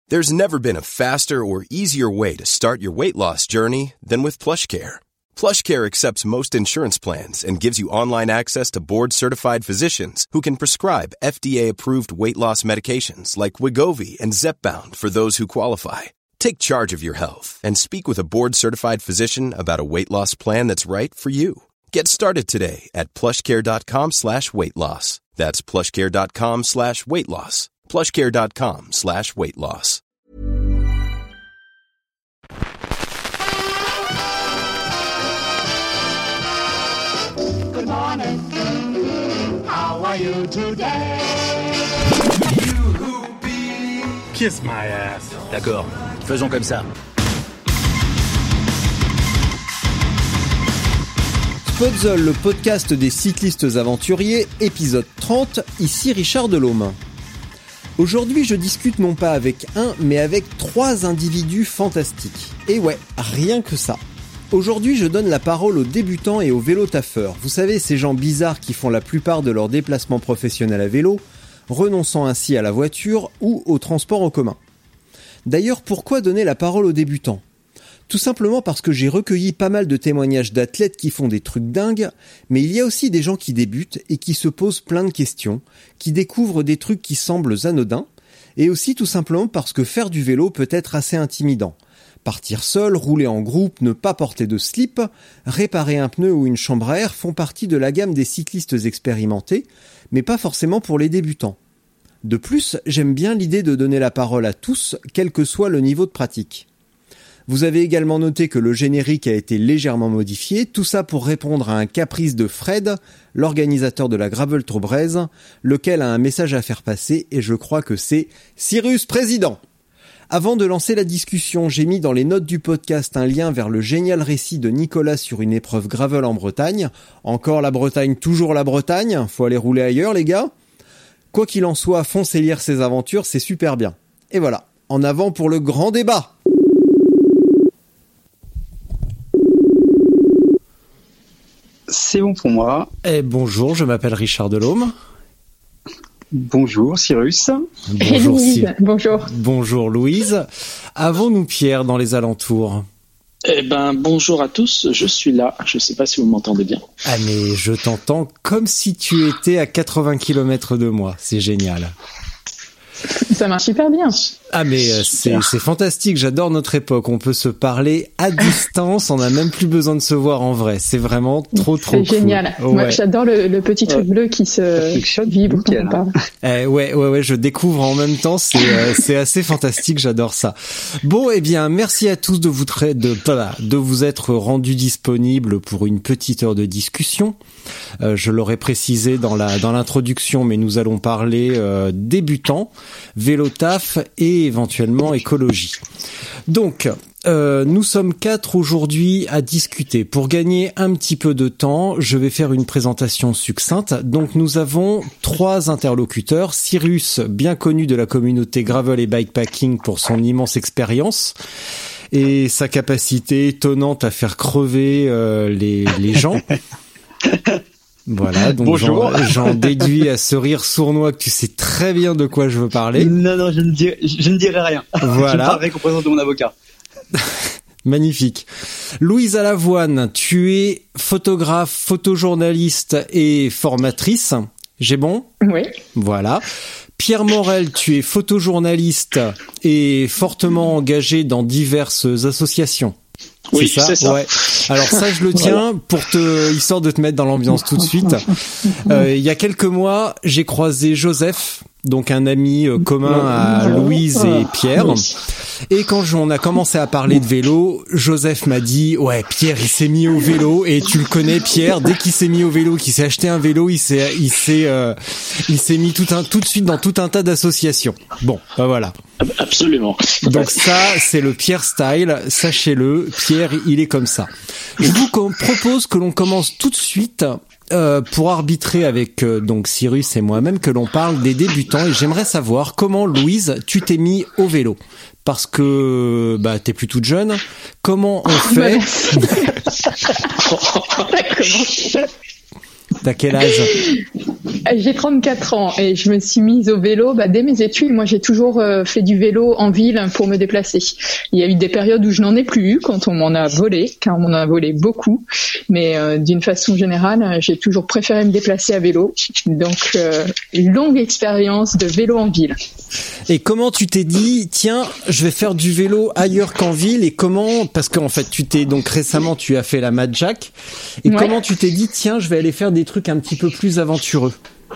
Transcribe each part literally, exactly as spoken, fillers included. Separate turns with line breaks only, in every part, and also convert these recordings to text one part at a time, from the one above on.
There's never been a faster or easier way to start your weight loss journey than with PlushCare. PlushCare accepts most insurance plans and gives you online access to board-certified physicians who can prescribe F D A-approved weight loss medications like Wegovy and Zepbound for those who qualify. Take charge of your health and speak with a board-certified physician about a weight loss plan that's right for you. Get started today at plushcare.com slash weight loss. That's plushcare.com slash weight loss. plushcare.com slash weight loss.
Good morning. How are you today?
Kiss my ass.
D'accord, faisons comme ça.
Puzzle, le podcast des cyclistes aventuriers, épisode trente, ici Richard Delhomme. Aujourd'hui, je discute non pas avec un, mais avec trois individus fantastiques. Et ouais, rien que ça. Aujourd'hui, je donne la parole aux débutants et aux vélo-taffeurs. Vous savez, ces gens bizarres qui font la plupart de leurs déplacements professionnels à vélo, renonçant ainsi à la voiture ou au transport en commun. D'ailleurs, pourquoi donner la parole aux débutants ? Tout simplement parce que j'ai recueilli pas mal de témoignages d'athlètes qui font des trucs dingues, mais il y a aussi des gens qui débutent et qui se posent plein de questions, qui découvrent des trucs qui semblent anodins, et aussi tout simplement parce que faire du vélo peut être assez intimidant. Partir seul, rouler en groupe, ne pas porter de slip, réparer un pneu ou une chambre à air font partie de la gamme des cyclistes expérimentés, mais pas forcément pour les débutants. De plus, j'aime bien l'idée de donner la parole à tous, quel que soit le niveau de pratique. Vous avez également noté que le générique a été légèrement modifié, tout ça pour répondre à un caprice de Fred, l'organisateur de la Gravel Tour Breizh, lequel a un message à faire passer et je crois que c'est « Cyrus Président ». Avant de lancer la discussion, j'ai mis dans les notes du podcast un lien vers le génial récit de Nicolas sur une épreuve gravel en Bretagne. Encore la Bretagne, toujours la Bretagne, faut aller rouler ailleurs les gars. Quoi qu'il en soit, foncez lire ses aventures, c'est super bien. Et voilà, en avant pour le grand débat.
C'est bon pour moi.
Eh bonjour, je m'appelle Richard Delhomme.
Bonjour Cyrus.
Bonjour
Louise. Bonjour.
Bonjour Louise. Avons-nous Pierre dans les alentours ?
Eh ben bonjour à tous, je suis là. Je sais pas si vous m'entendez bien.
Ah mais je t'entends comme si tu étais à quatre-vingts kilomètres de moi. C'est génial.
Ça marche super bien.
Ah mais c'est, c'est fantastique, j'adore notre époque, on peut se parler à distance, on n'a même plus besoin de se voir en vrai, c'est vraiment trop trop cool.
C'est génial,
ouais.
Moi j'adore le, le petit truc bleu qui se vibre quand on parle.
Eh, ouais, ouais, ouais, je découvre en même temps, c'est, euh, c'est assez fantastique, j'adore ça. Bon, eh bien, merci à tous de vous, tra- de, de vous être rendus disponibles pour une petite heure de discussion. Euh, je l'aurais précisé dans la dans l'introduction, mais nous allons parler euh, débutants, vélo taf et éventuellement écologie. Donc, euh, nous sommes quatre aujourd'hui à discuter. Pour gagner un petit peu de temps, je vais faire une présentation succincte. Donc, nous avons trois interlocuteurs. Cyrus, bien connu de la communauté gravel et bikepacking pour son immense expérience et sa capacité étonnante à faire crever euh, les les gens. Voilà, donc
Bonjour.
J'en, j'en déduis à ce rire sournois que tu sais très bien de quoi je veux parler.
Non, non, je ne dirai, je ne dirai rien.
Voilà.
Je ne parlerai qu'au présence de mon avocat.
Magnifique. Louise Alavoine, tu es photographe, photojournaliste et formatrice. J'ai bon ?
Oui.
Voilà. Pierre Morel, tu es photojournaliste et fortement engagé dans diverses associations.
Oui,
c'est ça,
c'est ça.
Ouais. Alors ça, je le tiens pour te, histoire de te mettre dans l'ambiance tout de suite. Euh, il y a quelques mois, j'ai croisé Joseph, donc un ami euh, commun à Louise et Pierre. Et quand on a commencé à parler de vélo, Joseph m'a dit, ouais, Pierre, il s'est mis au vélo, et tu le connais, Pierre, dès qu'il s'est mis au vélo, qu'il s'est acheté un vélo, il s'est, il s'est, euh, il s'est mis tout un, tout de suite dans tout un tas d'associations. Bon, ben voilà.
Absolument.
Donc ça, c'est le Pierre style, sachez-le, Pierre, il est comme ça. Je vous propose que l'on commence tout de suite euh, pour arbitrer avec euh, donc Cyrus et moi-même, que l'on parle des débutants, et j'aimerais savoir comment, Louise, tu t'es mis au vélo. Parce que bah t'es plus toute jeune. Comment on fait? T'as quel âge?
J'ai trente-quatre ans et je me suis mise au vélo bah, dès mes études. Moi, j'ai toujours euh, fait du vélo en ville pour me déplacer. Il y a eu des périodes où je n'en ai plus eu quand on m'en a volé, car on m'en a volé beaucoup. Mais euh, d'une façon générale, j'ai toujours préféré me déplacer à vélo. Donc, euh, une longue expérience de vélo en ville.
Et comment tu t'es dit, tiens, je vais faire du vélo ailleurs qu'en ville, et comment, parce qu'en fait, tu t'es donc récemment, tu as fait la Mad Jack, et ouais. Comment tu t'es dit, tiens, je vais aller faire des trucs un petit peu plus aventureux?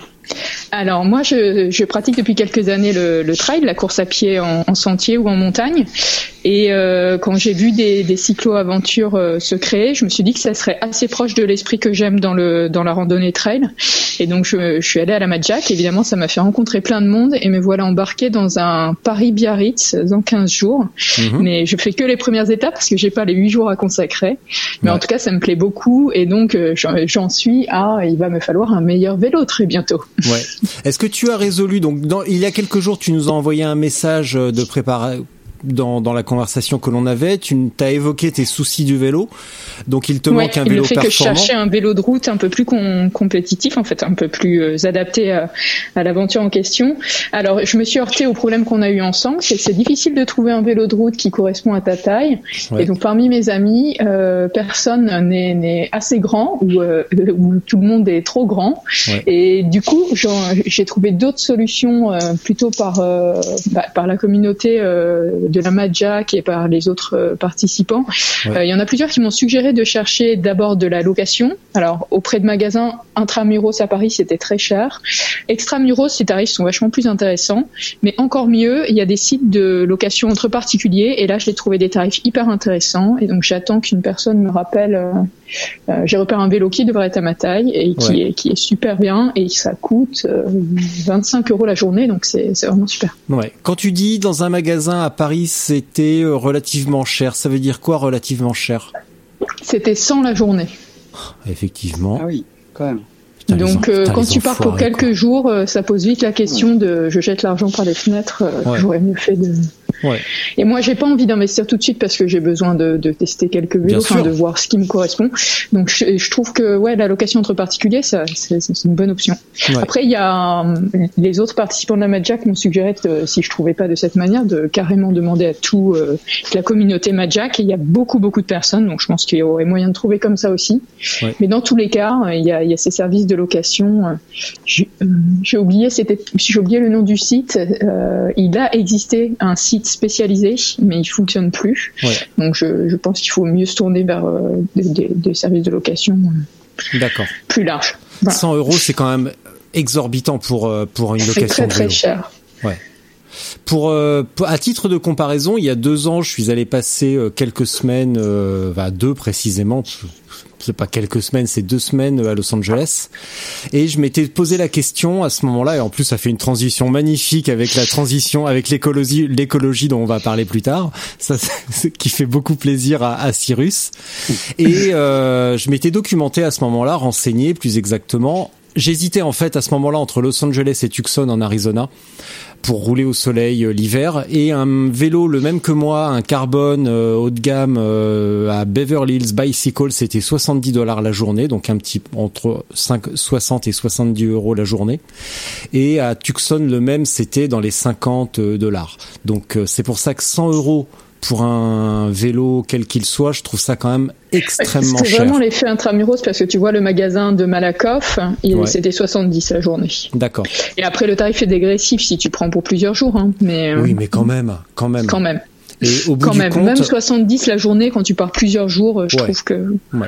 Alors moi, je, je pratique depuis quelques années le, le trail, la course à pied en, en sentier ou en montagne. Et euh, quand j'ai vu des, des cyclo-aventures euh, se créer, je me suis dit que ça serait assez proche de l'esprit que j'aime dans le dans la randonnée trail. Et donc je, je suis allée à la Mad Jack. Évidemment, ça m'a fait rencontrer plein de monde et me voilà embarquée dans un Paris-Biarritz dans quinze jours. Mmh. Mais je fais que les premières étapes parce que j'ai pas les huit jours à consacrer. Mais ouais. En tout cas, ça me plaît beaucoup et donc euh, j'en, j'en suis à il va me falloir un meilleur vélo très bientôt.
Ouais. Est-ce que tu as résolu, donc dans, il y a quelques jours, tu nous as envoyé un message de préparation dans, dans la conversation que l'on avait, tu t'as évoqué tes soucis du vélo, donc il te ouais, manque un vélo performant.
Le fait que je cherchais un vélo de route un peu plus com- compétitif, en fait, un peu plus euh, adapté à, à l'aventure en question. Alors, je me suis heurtée au problème qu'on a eu ensemble, c'est que c'est difficile de trouver un vélo de route qui correspond à ta taille. Ouais. Et donc, parmi mes amis, euh, personne n'est, n'est assez grand ou, euh, ou tout le monde est trop grand. Ouais. Et du coup, j'en, j'ai trouvé d'autres solutions euh, plutôt par euh, bah, par la communauté euh, de la Mad Jack et par les autres euh, participants. Il ouais. euh, y en a plusieurs qui m'ont suggéré de chercher d'abord de la location. Alors, auprès de magasins intramuros à Paris, c'était très cher. Extramuros, ces tarifs sont vachement plus intéressants. Mais encore mieux, il y a des sites de location entre particuliers. Et là, j'ai trouvé des tarifs hyper intéressants. Et donc, j'attends qu'une personne me rappelle... Euh, euh, j'ai repéré un vélo qui devrait être à ma taille et qui, ouais. est, qui est super bien. Et ça coûte euh, vingt-cinq euros la journée. Donc, c'est, c'est vraiment super.
Ouais. Quand tu dis dans un magasin à Paris, c'était relativement cher. Ça veut dire quoi, relativement cher?
C'était cent la journée.
Effectivement.
Ah oui, quand même.
Putain,
donc, euh, quand tu pars pour quelques
quoi.
jours, euh, ça pose vite la question de je jette l'argent par les fenêtres. Euh, ouais. J'aurais mieux fait de. Ouais. Et moi, j'ai pas envie d'investir tout de suite parce que j'ai besoin de, de tester quelques vélos, enfin, de voir ce qui me correspond. Donc, je, je trouve que ouais, la location entre particuliers, ça, c'est, c'est une bonne option. Ouais. Après, il y a euh, les autres participants de la Mad Jack m'ont suggéré de, si je trouvais pas de cette manière, de carrément demander à tout euh, la communauté Mad Jack. Et il y a beaucoup, beaucoup de personnes, donc je pense qu'il y aurait moyen de trouver comme ça aussi. Ouais. Mais dans tous les cas, il y a, il y a ces services de location. J'ai, euh, j'ai oublié, c'était, j'ai oublié le nom du site. Euh, il a existé un site spécialisé, mais il fonctionne plus. Ouais. Donc je, je pense qu'il faut mieux se tourner vers euh, des, des, des services de location euh,
D'accord.
plus larges. Voilà.
cent euros, c'est quand même exorbitant pour euh, pour une location.
C'est très
de vélo.
Très cher.
Ouais. Pour, euh, pour à titre de comparaison, il y a deux ans, je suis allé passer euh, quelques semaines, euh, bah, deux précisément. C'est pas quelques semaines, c'est deux semaines à Los Angeles. Et je m'étais posé la question à ce moment-là, et en plus ça fait une transition magnifique avec la transition, avec l'écologie, l'écologie dont on va parler plus tard, ça, c'est, qui fait beaucoup plaisir à, à Cyrus. Et euh, je m'étais documenté à ce moment-là, renseigné plus exactement. J'hésitais en fait à ce moment-là entre Los Angeles et Tucson en Arizona pour rouler au soleil euh, l'hiver, et un vélo le même que moi, un carbone euh, haut de gamme euh, à Beverly Hills Bicycle, c'était soixante-dix dollars la journée, donc un petit entre cinq, soixante et soixante-dix euros la journée, et à Tucson le même, c'était dans les cinquante dollars. Donc euh, c'est pour ça que cent euros pour un vélo quel qu'il soit, je trouve ça quand même extrêmement
c'est
cher.
C'est vraiment l'effet intramuros parce que tu vois le magasin de Malakoff, il, ouais. c'était soixante-dix la journée.
D'accord.
Et après le tarif est dégressif si tu prends pour plusieurs jours, hein, mais
oui, mais quand même, quand même.
Quand même.
Et au bout
quand
du
même,
compte,
même soixante-dix la journée quand tu pars plusieurs jours, je ouais. trouve que.
Ouais.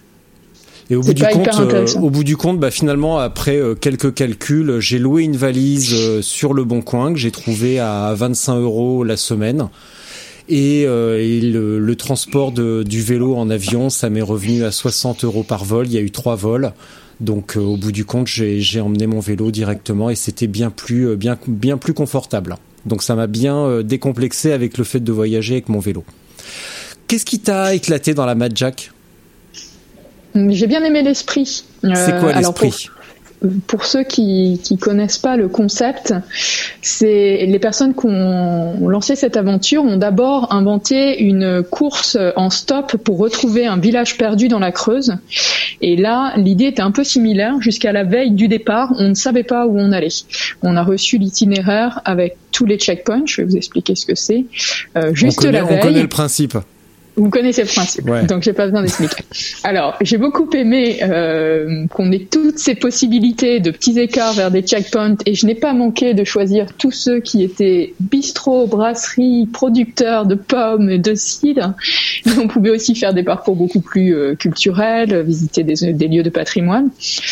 Et au bout, du compte, euh, au bout du compte, bah finalement après euh, quelques calculs, j'ai loué une valise euh, sur Le Bon Coin que j'ai trouvée à vingt-cinq euros la semaine. Et, euh, et le, le transport de, du vélo en avion, ça m'est revenu à soixante euros par vol. Il y a eu trois vols, donc euh, au bout du compte, j'ai, j'ai emmené mon vélo directement et c'était bien plus, euh, bien, bien plus confortable. Donc ça m'a bien euh, décomplexé avec le fait de voyager avec mon vélo. Qu'est-ce qui t'a éclaté dans la Mad Jack ?
J'ai bien aimé l'esprit.
Euh, C'est quoi l'esprit ?
Alors pour... pour ceux qui qui connaissent pas le concept, c'est les personnes qui ont lancé cette aventure ont d'abord inventé une course en stop pour retrouver un village perdu dans la Creuse. Et là, l'idée était un peu similaire. Jusqu'à la veille du départ, on ne savait pas où on allait. On a reçu l'itinéraire avec tous les checkpoints. Je vais vous expliquer ce que c'est. Euh, juste
on connaît,
la veille.
On connaît le principe.
Vous connaissez le principe, ouais. Donc j'ai pas besoin d'expliquer. Alors, j'ai beaucoup aimé euh, qu'on ait toutes ces possibilités de petits écarts vers des checkpoints, et je n'ai pas manqué de choisir tous ceux qui étaient bistrots, brasseries, producteurs de pommes et de cidre. Et on pouvait aussi faire des parcours beaucoup plus euh, culturels, visiter des, des lieux de patrimoine.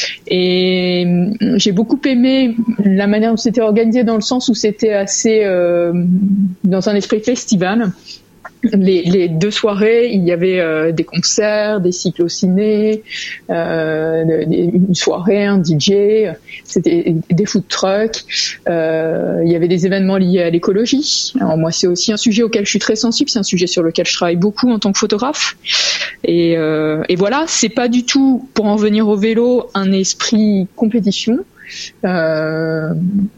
Et euh, j'ai beaucoup aimé la manière dont c'était organisé, dans le sens où c'était assez euh, dans un esprit festival. Les, les deux soirées, il y avait euh, des concerts, des cyclo-ciné, euh, une soirée, un D J, c'était des food trucks. Euh, il y avait des événements liés à l'écologie. Alors moi, c'est aussi un sujet auquel je suis très sensible. C'est un sujet sur lequel je travaille beaucoup en tant que photographe. Et, euh, et voilà, c'est pas du tout, pour en venir au vélo, un esprit compétition. Euh,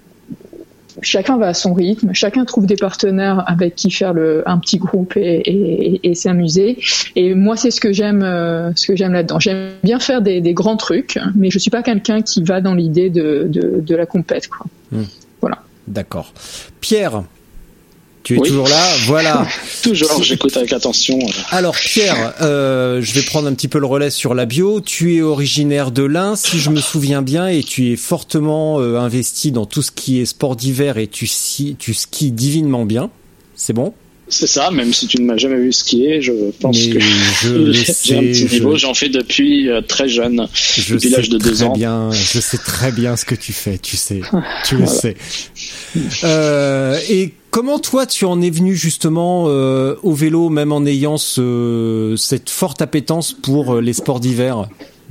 Chacun va à son rythme, chacun trouve des partenaires avec qui faire le, un petit groupe et, et, et s'amuser. Et moi, c'est ce que j'aime, euh, ce que j'aime là-dedans. J'aime bien faire des, des grands trucs, mais je suis pas quelqu'un qui va dans l'idée de, de, de la compète, quoi. Mmh. Voilà.
D'accord. Pierre, tu es
oui.
toujours là, voilà.
Toujours, j'écoute avec attention.
Alors Pierre, euh, je vais prendre un petit peu le relais sur la bio. Tu es originaire de l'Ain, si je me souviens bien, et tu es fortement euh, investi dans tout ce qui est sport d'hiver, et tu, tu skis divinement bien. C'est bon ?
C'est ça, même si tu ne m'as jamais vu skier, je pense
Mais
que
je
j'ai
sais,
un petit niveau,
je...
j'en fais depuis euh, très jeune,
je
depuis l'âge de deux ans.
Bien, je sais très bien ce que tu fais, tu sais, tu le sais. Euh, et comment toi tu en es venu justement euh, au vélo, même en ayant ce, cette forte appétence pour les sports d'hiver, dirons-nous ?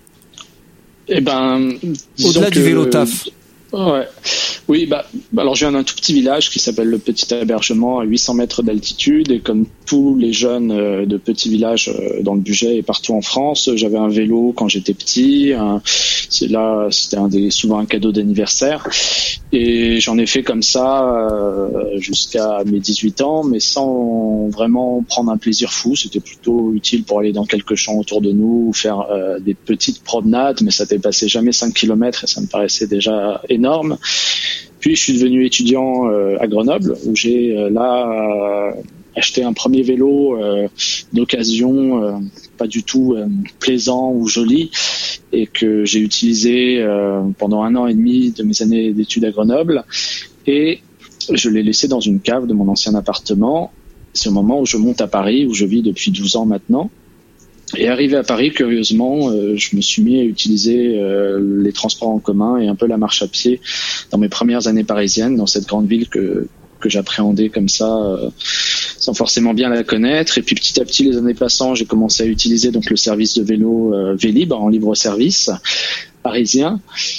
Eh ben,
au-delà
que...
du vélo taf.
Ouais. Oui, bah, alors je viens d'un tout petit village qui s'appelle le Petit Hébergement, à huit cents mètres d'altitude, et comme tous les jeunes euh, de petits villages euh, dans le Bugey et partout en France, j'avais un vélo quand j'étais petit. Un, c'est là, c'était un des, souvent un cadeau d'anniversaire, et j'en ai fait comme ça euh, jusqu'à mes dix-huit ans, mais sans vraiment prendre un plaisir fou. C'était plutôt utile pour aller dans quelques champs autour de nous, faire euh, des petites promenades, mais ça dépassait jamais cinq kilomètres, et ça me paraissait déjà énorme. Puis je suis devenu étudiant euh, à Grenoble, où j'ai euh, là euh, acheté un premier vélo euh, d'occasion, euh, pas du tout euh, plaisant ou joli, et que j'ai utilisé euh, pendant un an et demi de mes années d'études à Grenoble, et je l'ai laissé dans une cave de mon ancien appartement. C'est au moment où je monte à Paris, où je vis depuis douze ans maintenant. Et arrivé à Paris, curieusement, euh, je me suis mis à utiliser euh, les transports en commun et un peu la marche à pied dans mes premières années parisiennes, dans cette grande ville que que j'appréhendais comme ça, euh, sans forcément bien la connaître. Et puis petit à petit, les années passant, j'ai commencé à utiliser donc le service de vélo euh, Vélib en libre service parisien.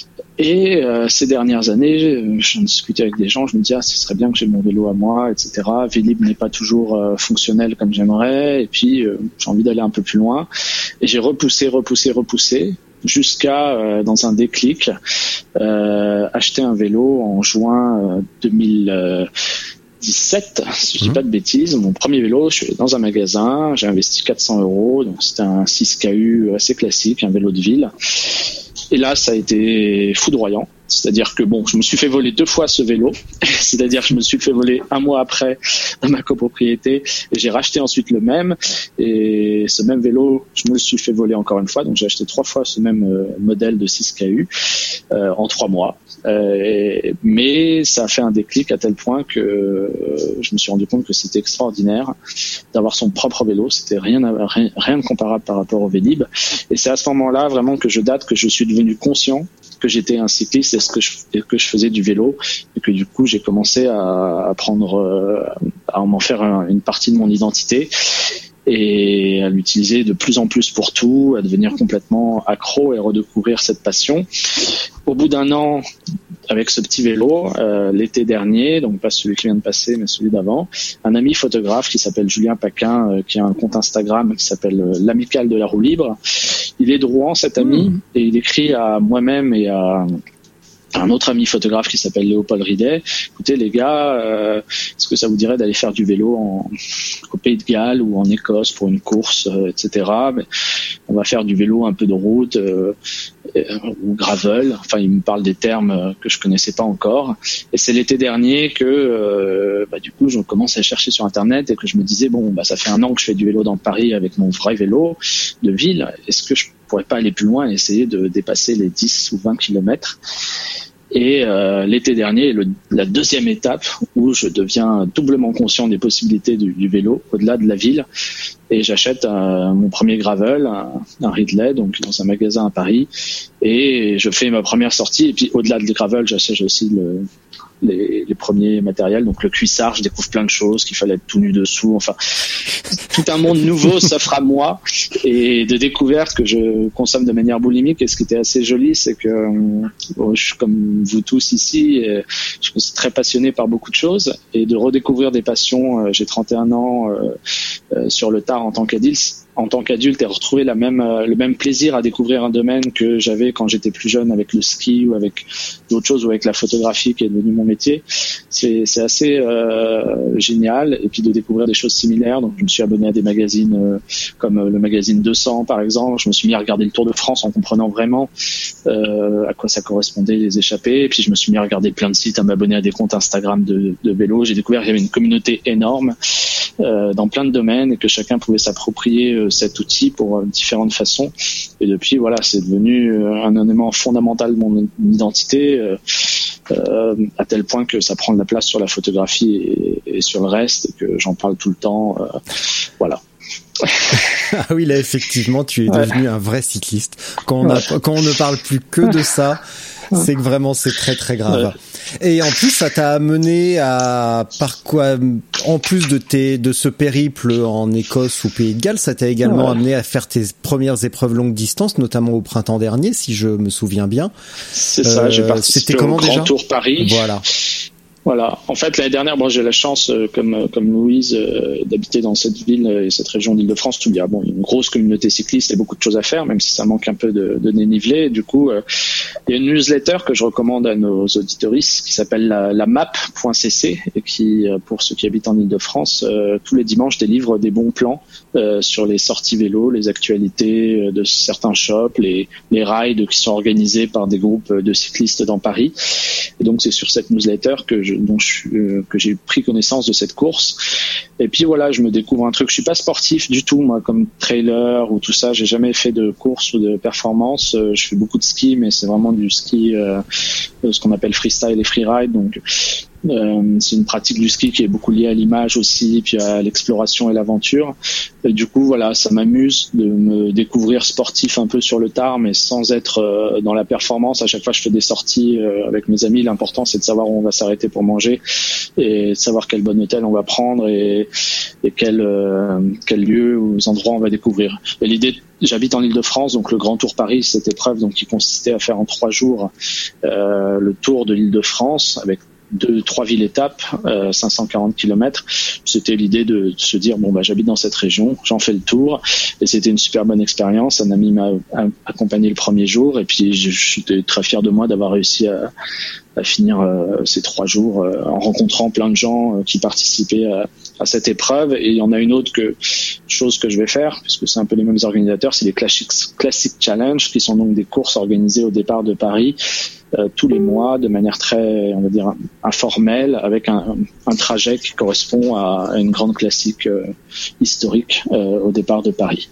Et euh, ces dernières années, j'en discutais avec des gens, je me dis ah ce serait bien que j'ai mon vélo à moi, et cetera. Vélib n'est pas toujours euh, fonctionnel comme j'aimerais, et puis euh, j'ai envie d'aller un peu plus loin. Et j'ai repoussé, repoussé, repoussé, jusqu'à euh, dans un déclic euh, acheter un vélo en juin euh, deux mille dix-sept, si je dis pas de bêtises. Mon premier vélo, je suis dans un magasin, j'ai investi quatre cents euros, donc c'était un six K U assez classique, un vélo de ville. Et là, ça a été foudroyant. C'est-à-dire que bon, je me suis fait voler deux fois ce vélo. C'est-à-dire que je me suis fait voler un mois après dans ma copropriété, et j'ai racheté ensuite le même. Et ce même vélo, je me le suis fait voler encore une fois. Donc j'ai acheté trois fois ce même euh, modèle de six K U euh, en trois mois. Euh, et, mais ça a fait un déclic à tel point que euh, je me suis rendu compte que c'était extraordinaire d'avoir son propre vélo. C'était rien, à, rien, rien de comparable par rapport au Vélib. Et c'est à ce moment-là vraiment que je date que je suis devenu conscient que j'étais un cycliste et ce que je, et que je faisais du vélo, et que du coup j'ai commencé à, à prendre, à m'en faire un, une partie de mon identité, et à l'utiliser de plus en plus pour tout, à devenir complètement accro et redécouvrir cette passion. Au bout d'un an avec ce petit vélo euh, l'été dernier, donc pas celui qui vient de passer, mais celui d'avant, un ami photographe qui s'appelle Julien Paquin, euh, qui a un compte Instagram qui s'appelle euh, l'Amicale de la roue libre. Il est de Rouen, cet ami, mmh. et il écrit à moi-même et à un autre ami photographe qui s'appelle Léopold Ridet. Écoutez les gars, euh, est-ce que ça vous dirait d'aller faire du vélo en, au Pays de Galles ou en Écosse pour une course, euh, et cetera. Mais on va faire du vélo un peu de route euh, euh, ou gravel. Enfin, il me parle des termes que je connaissais pas encore. Et c'est l'été dernier que, euh, bah, du coup, je commence à chercher sur Internet et que je me disais bon, bah ça fait un an que je fais du vélo dans Paris avec mon vrai vélo de ville. Est-ce que je pourrais pas aller plus loin et essayer de dépasser les dix ou vingt kilomètres? Et euh, l'été dernier, le, la deuxième étape où je deviens doublement conscient des possibilités du, du vélo au-delà de la ville, et j'achète un, mon premier gravel, un, un Ridley, donc dans un magasin à Paris, et je fais ma première sortie. Et puis au-delà du gravel, j'achète aussi le, les, les premiers matériels, donc le cuissard. Je découvre plein de choses, qu'il fallait être tout nu dessous. Enfin, tout un monde nouveau s'offre à moi, et de découvertes que je consomme de manière boulimique. Et ce qui était assez joli, c'est que bon, je suis comme vous tous ici, et je suis très passionné par beaucoup de choses, et de redécouvrir des passions. J'ai trente et un ans euh, euh, sur le tard en tant qu'adulte, en tant qu'adulte, et retrouver la même, euh, le même plaisir à découvrir un domaine que j'avais quand j'étais plus jeune avec le ski ou avec d'autres choses, ou avec la photographie qui est devenue mon métier. C'est, c'est assez euh, génial. Et puis de découvrir des choses similaires. Donc je me suis abonné à des magazines euh, comme euh, le magazine deux cents par exemple. Je me suis mis à regarder le Tour de France en comprenant vraiment euh, à quoi ça correspondait les échappées. Et puis je me suis mis à regarder plein de sites, à m'abonner à des comptes Instagram de, de vélo. J'ai découvert qu'il y avait une communauté énorme euh, dans plein de domaines, et que chacun pouvait s'approprier euh, cet outil pour euh, différentes façons. Et depuis, voilà, c'est devenu euh, un élément fondamental de mon identité, euh, euh, à tel point que ça prend de la place sur la photographie et, et sur le reste, et que j'en parle tout le temps. Euh, voilà.
Ah oui, là effectivement, tu es ouais. devenu un vrai cycliste. Quand on, a, ouais. quand on ne parle plus que de ça, c'est que vraiment c'est très très grave. Ouais. Et en plus, ça t'a amené à par quoi, en plus de tes de ce périple en Écosse ou Pays de Galles, ça t'a également ouais. amené à faire tes premières épreuves longue distance, notamment au printemps dernier, si je me souviens bien.
C'est ça, euh, j'ai participé c'était comment au Grand déjà Tour Paris.
Voilà.
Voilà. En fait, l'année dernière, bon, j'ai la chance, euh, comme comme Louise, euh, d'habiter dans cette ville et cette région d'Île-de-France où il y a bon une grosse communauté cycliste et beaucoup de choses à faire, même si ça manque un peu de, de dénivelé. Et du coup, euh, il y a une newsletter que je recommande à nos auditoristes qui s'appelle la, la map point c c, et qui, euh, pour ceux qui habitent en Île-de-France, euh, tous les dimanches délivre des bons plans euh, sur les sorties vélo, les actualités euh, de certains shops, les les rides qui sont organisés par des groupes de cyclistes dans Paris. Et donc, c'est sur cette newsletter que je dont je, euh, que j'ai pris connaissance de cette course. Et puis voilà, je me découvre un truc. Je suis pas sportif du tout, moi, comme trailer ou tout ça. J'ai jamais fait de course ou de performance. Euh, je fais beaucoup de ski, mais c'est vraiment du ski, euh, ce qu'on appelle freestyle et freeride. Donc Euh, c'est une pratique du ski qui est beaucoup liée à l'image aussi, puis à l'exploration et l'aventure. Et du coup, voilà, ça m'amuse de me découvrir sportif un peu sur le tard, mais sans être euh, dans la performance. À chaque fois, je fais des sorties euh, avec mes amis. L'important, c'est de savoir où on va s'arrêter pour manger et de savoir quel bon hôtel on va prendre et, et quel, euh, quel lieu ou endroits on va découvrir. Et l'idée, j'habite en Île-de-France, donc le Grand Tour Paris, cette épreuve donc qui consistait à faire en trois jours euh, le tour de l'Île-de-France avec deux, trois villes étapes, euh, cinq cent quarante kilomètres. C'était l'idée de, de se dire bon bah j'habite dans cette région, j'en fais le tour, et c'était une super bonne expérience. Un ami m'a accompagné le premier jour, et puis j'étais très fier de moi d'avoir réussi à, à finir euh, ces trois jours euh, en rencontrant plein de gens euh, qui participaient à, à cette épreuve. Et il y en a une autre que chose que je vais faire, puisque c'est un peu les mêmes organisateurs, c'est les Classic, Classic Challenge, qui sont donc des courses organisées au départ de Paris euh, tous les mois de manière très, on va dire, informelle, avec un, un trajet qui correspond à une grande classique euh, historique euh, au départ de Paris.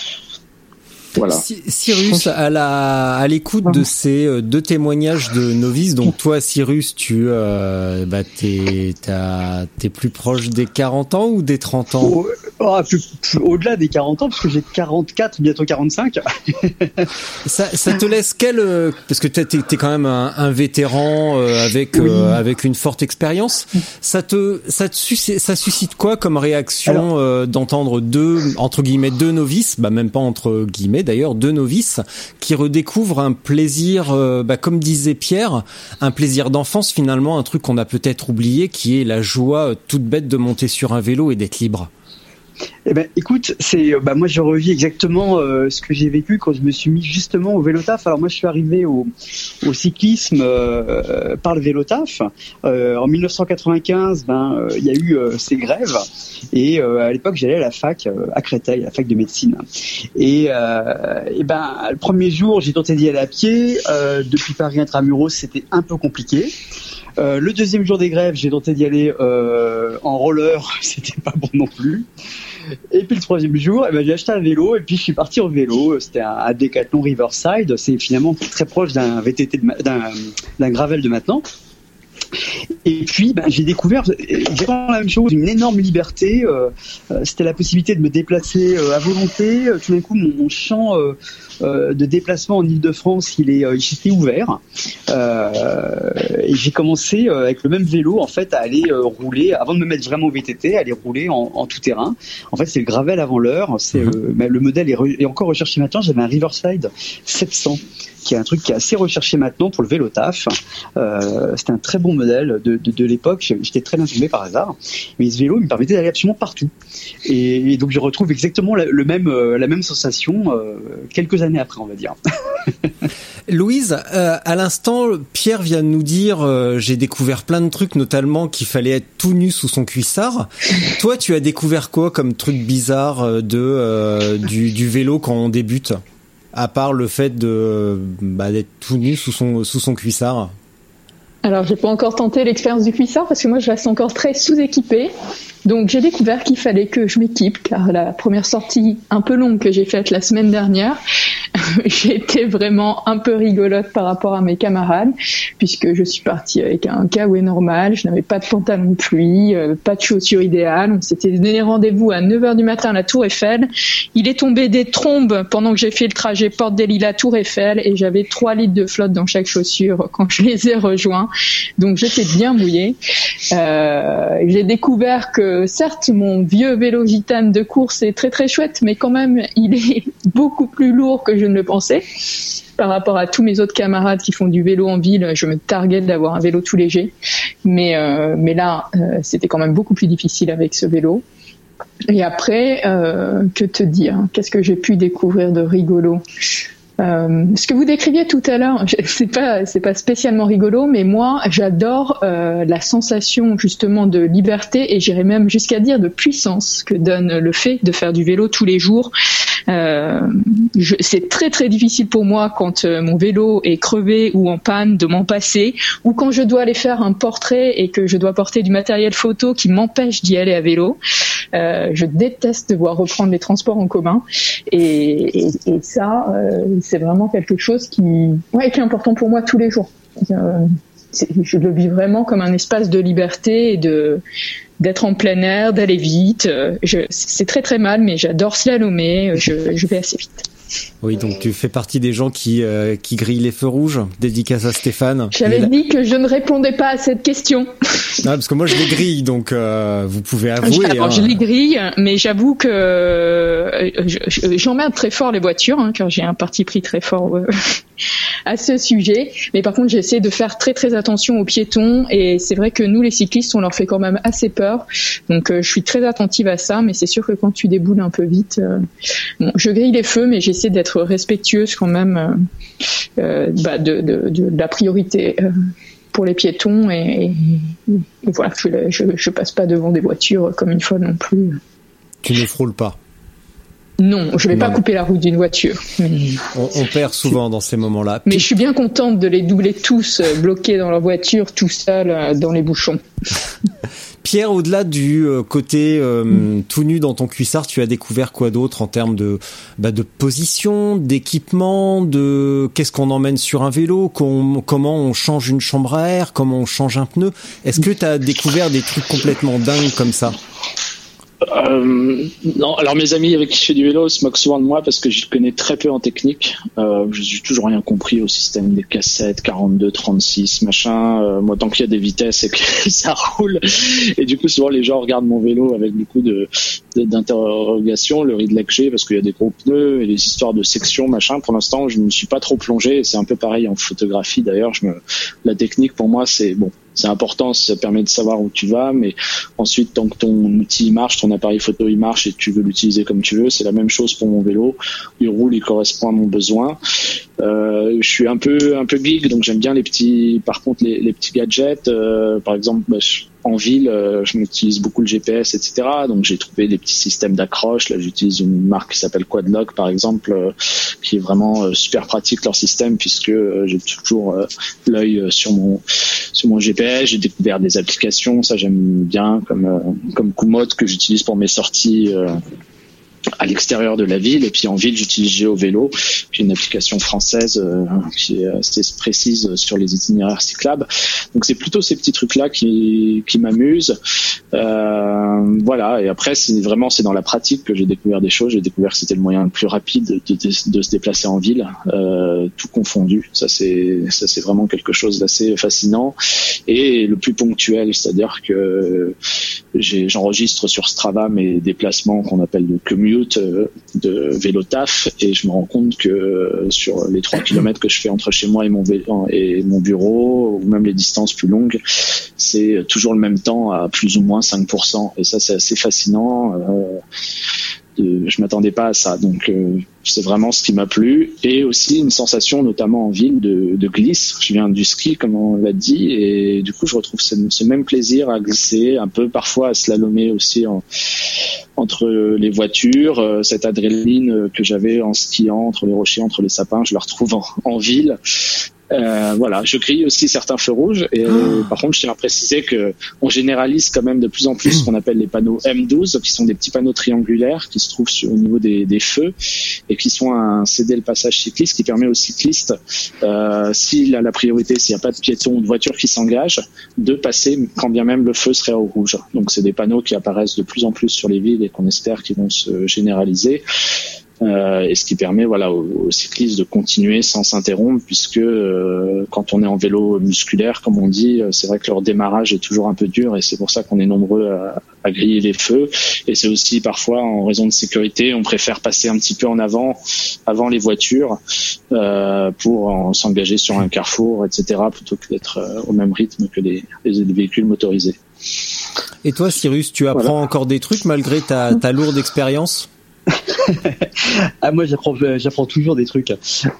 Voilà.
Cyrus, à la à l'écoute de ces euh, deux témoignages de novices, donc toi Cyrus, tu euh, bah t'es t'as, t'es plus proche des quarante ans ou des trente ans?
Oh, plus, plus, au-delà des quarante ans, parce que j'ai quarante-quatre, bientôt quarante-cinq.
ça, ça te laisse quel, parce que t'es, t'es quand même un, un vétéran euh, avec oui. euh, avec une forte expérience. Ça te, ça te suscite, ça suscite quoi comme réaction Alors, euh, d'entendre deux entre guillemets deux novices, bah même pas entre guillemets d'ailleurs, deux novices qui redécouvrent un plaisir, euh, bah comme disait Pierre, un plaisir d'enfance finalement, un truc qu'on a peut-être oublié, qui est la joie toute bête de monter sur un vélo et d'être libre.
Eh ben, écoute, c'est, bah, moi, je revis exactement euh, ce que j'ai vécu quand je me suis mis justement au vélo taf. Alors moi, je suis arrivé au, au cyclisme euh, par le vélo taf. Euh, en dix-neuf cent quatre-vingt-quinze, ben, il euh, y a eu euh, ces grèves, et euh, à l'époque, j'allais à la fac euh, à Créteil, à la fac de médecine. Et, euh, et ben, le premier jour, j'ai tenté d'y aller à pied. Euh, depuis Paris intramuros, c'était un peu compliqué. Euh, le deuxième jour des grèves, j'ai tenté d'y aller euh, en roller, c'était pas bon non plus. Et puis le troisième jour, eh ben, j'ai acheté un vélo et puis je suis parti au vélo. C'était un, un Decathlon Riverside, c'est finalement très proche d'un V T T, de, d'un, d'un gravel de maintenant. Et puis, ben, j'ai découvert exactement la même chose, une énorme liberté. Euh, c'était la possibilité de me déplacer euh, à volonté. Tout d'un coup, mon, mon champ euh, euh, de déplacement en Île-de-France, il est, euh, il s'était ouvert. Euh, et j'ai commencé euh, avec le même vélo, en fait, à aller euh, rouler, avant de me mettre vraiment au V T T, à aller rouler en, en tout terrain. En fait, c'est le gravel avant l'heure. C'est euh, le modèle est, re, est encore recherché maintenant. J'avais un Riverside sept cents. Qui est un truc qui est assez recherché maintenant pour le vélo taf. Euh, c'était un très bon modèle de, de, de l'époque. J'étais très bien tombé par hasard. Mais ce vélo il me permettait d'aller absolument partout. Et, et donc je retrouve exactement la, le même, euh, la même sensation euh, quelques années après, on va dire.
Louise, euh, à l'instant, Pierre vient de nous dire euh, j'ai découvert plein de trucs, notamment qu'il fallait être tout nu sous son cuissard. Toi, tu as découvert quoi comme truc bizarre de euh, du, du vélo quand on débute ? À part le fait de bah, d'être tout nu sous son sous son cuissard.
Alors, j'ai pas encore tenté l'expérience du cuissard parce que moi, je reste encore très sous-équipée. Donc, j'ai découvert qu'il fallait que je m'équipe, car la première sortie un peu longue que j'ai faite la semaine dernière, j'ai été vraiment un peu rigolote par rapport à mes camarades, puisque je suis partie avec un caouet normal, je n'avais pas de pantalon de pluie, euh, pas de chaussures idéales. On s'était donné rendez-vous à neuf heures du matin à la Tour Eiffel. Il est tombé des trombes pendant que j'ai fait le trajet Porte des Lilas Tour Eiffel, et j'avais trois litres de flotte dans chaque chaussure quand je les ai rejoints. Donc, j'étais bien mouillée. Euh, j'ai découvert que certes, mon vieux vélo gitane de course est très très chouette, mais quand même, il est beaucoup plus lourd que je ne le pensais. Par rapport à tous mes autres camarades qui font du vélo en ville, je me targuais d'avoir un vélo tout léger. Mais, euh, mais là, euh, c'était quand même beaucoup plus difficile avec ce vélo. Et après, euh, que te dire ? Qu'est-ce que j'ai pu découvrir de rigolo ? Euh, ce que vous décriviez tout à l'heure, c'est pas c'est pas spécialement rigolo, mais moi j'adore euh, la sensation justement de liberté, et j'irais même jusqu'à dire de puissance que donne le fait de faire du vélo tous les jours. Euh, je, c'est très très difficile pour moi quand euh, mon vélo est crevé ou en panne de m'en passer, ou quand je dois aller faire un portrait et que je dois porter du matériel photo qui m'empêche d'y aller à vélo. Euh, je déteste devoir reprendre les transports en commun, et, et, et ça euh, c'est vraiment quelque chose qui, ouais, qui est important pour moi tous les jours. Euh, je le vis vraiment comme un espace de liberté et de d'être en plein air, d'aller vite. Je, c'est très très mal, mais j'adore slalomer, je, je vais assez vite.
Oui, donc tu fais partie des gens qui euh, qui grillent les feux rouges. Dédicace à Stéphane.
J'avais la... dit que je ne répondais pas à cette question.
Non, parce que moi je les grille, donc euh, vous pouvez avouer.
Alors hein. Je les grille, mais j'avoue que euh, je, j'emmerde très fort les voitures, hein, car j'ai un parti pris très fort euh, à ce sujet. Mais par contre, j'essaie de faire très très attention aux piétons, et c'est vrai que nous les cyclistes, on leur fait quand même assez peur. Donc euh, je suis très attentive à ça, mais c'est sûr que quand tu déboules un peu vite, euh, bon, je grille les feux, mais j'essaie d'être respectueuse quand même euh, euh, bah de, de, de, de la priorité euh, pour les piétons, et, et, et voilà, je, je, je passe pas devant des voitures comme une fois non plus.
Tu ne frôles pas?
Non, je vais non. pas couper la route d'une voiture. Mais...
On, on perd souvent dans ces moments-là.
Mais je suis bien contente de les doubler tous, euh, bloqués dans leur voiture, tout seuls euh, dans les bouchons.
Pierre, au-delà du euh, côté euh, mmh. tout nu dans ton cuissard, tu as découvert quoi d'autre en termes de bah, de position, d'équipement, de qu'est-ce qu'on emmène sur un vélo, qu'on, comment on change une chambre à air, comment on change un pneu? Est-ce que tu as découvert des trucs complètement dingues comme ça?
Euh, non, alors mes amis avec qui je fais du vélo se moquent souvent de moi parce que je connais très peu en technique. Euh, je n'ai toujours rien compris au système des cassettes, quarante-deux, trente-six, machin. Euh, moi, tant qu'il y a des vitesses et que ça roule. Et du coup, souvent les gens regardent mon vélo avec beaucoup de, de d'interrogations, le ridlet que j'ai parce qu'il y a des gros pneus et les histoires de sections, machin. Pour l'instant, je ne me suis pas trop plongé. Et c'est un peu pareil en photographie d'ailleurs. Je me, la technique pour moi, c'est bon. C'est important, ça permet de savoir où tu vas, mais ensuite, tant que ton outil marche, ton appareil photo il marche et tu veux l'utiliser comme tu veux, c'est la même chose pour mon vélo. Il roule, il correspond à mon besoin. Euh, je suis un peu un peu geek, donc j'aime bien les petits, par contre les, les petits gadgets. Euh, par exemple, bah, je, en ville, euh, je m'utilise beaucoup le G P S, et cetera. Donc j'ai trouvé des petits systèmes d'accroche. Là, j'utilise une marque qui s'appelle Quadlock, par exemple, euh, qui est vraiment euh, super pratique leur système puisque euh, j'ai toujours euh, l'œil sur mon sur mon G P S. J'ai découvert des applications, ça j'aime bien, comme euh, comme Komoot que j'utilise pour mes sorties euh, à l'extérieur de la ville, et puis en ville j'utilise GeoVélo, qui est une application française euh, qui est assez précise sur les itinéraires cyclables. Donc c'est plutôt ces petits trucs là qui qui m'amusent. Euh, voilà, et après c'est vraiment c'est dans la pratique que j'ai découvert des choses. J'ai découvert que c'était le moyen le plus rapide de, de, de se déplacer en ville, euh, tout confondu. Ça c'est ça c'est vraiment quelque chose d'assez fascinant et le plus ponctuel, c'est-à-dire que j'ai, j'enregistre sur Strava mes déplacements qu'on appelle de commute de vélo taf, et je me rends compte que sur les trois kilomètres que je fais entre chez moi et mon vélo, et mon bureau, ou même les distances plus longues, c'est toujours le même temps à plus ou moins cinq pour cent, et ça c'est assez fascinant. Euh, je m'attendais pas à ça, donc euh, c'est vraiment ce qui m'a plu, et aussi une sensation notamment en ville de, de glisse. Je viens du ski comme on l'a dit, et du coup je retrouve ce, ce même plaisir à glisser, un peu parfois à slalomer aussi en, entre les voitures, euh, cette adrénaline que j'avais en skiant entre les rochers, entre les sapins, je la retrouve en, en ville. Euh, voilà, je grille aussi certains feux rouges, et oh. Par contre je tiens à préciser que on généralise quand même de plus en plus ce qu'on appelle les panneaux M douze, qui sont des petits panneaux triangulaires qui se trouvent sur, au niveau des, des feux, et qui sont un céder le passage cycliste, qui permet aux cyclistes, euh, s'il a la priorité, s'il n'y a pas de piétons ou de voitures qui s'engagent, de passer quand bien même le feu serait au rouge. Donc c'est des panneaux qui apparaissent de plus en plus sur les villes et qu'on espère qu'ils vont se généraliser. Euh, et ce qui permet voilà aux, aux cyclistes de continuer sans s'interrompre, puisque euh, quand on est en vélo musculaire, comme on dit, c'est vrai que leur démarrage est toujours un peu dur, et c'est pour ça qu'on est nombreux à, à griller les feux. Et c'est aussi parfois en raison de sécurité, on préfère passer un petit peu en avant, avant les voitures, euh, pour en, s'engager sur un carrefour, et cetera, plutôt que d'être euh, au même rythme que les, les, les véhicules motorisés.
Et toi, Cyrus, tu apprends voilà. encore des trucs malgré ta, ta lourde expérience?
Ah, moi j'apprends j'apprends toujours des trucs. Euh,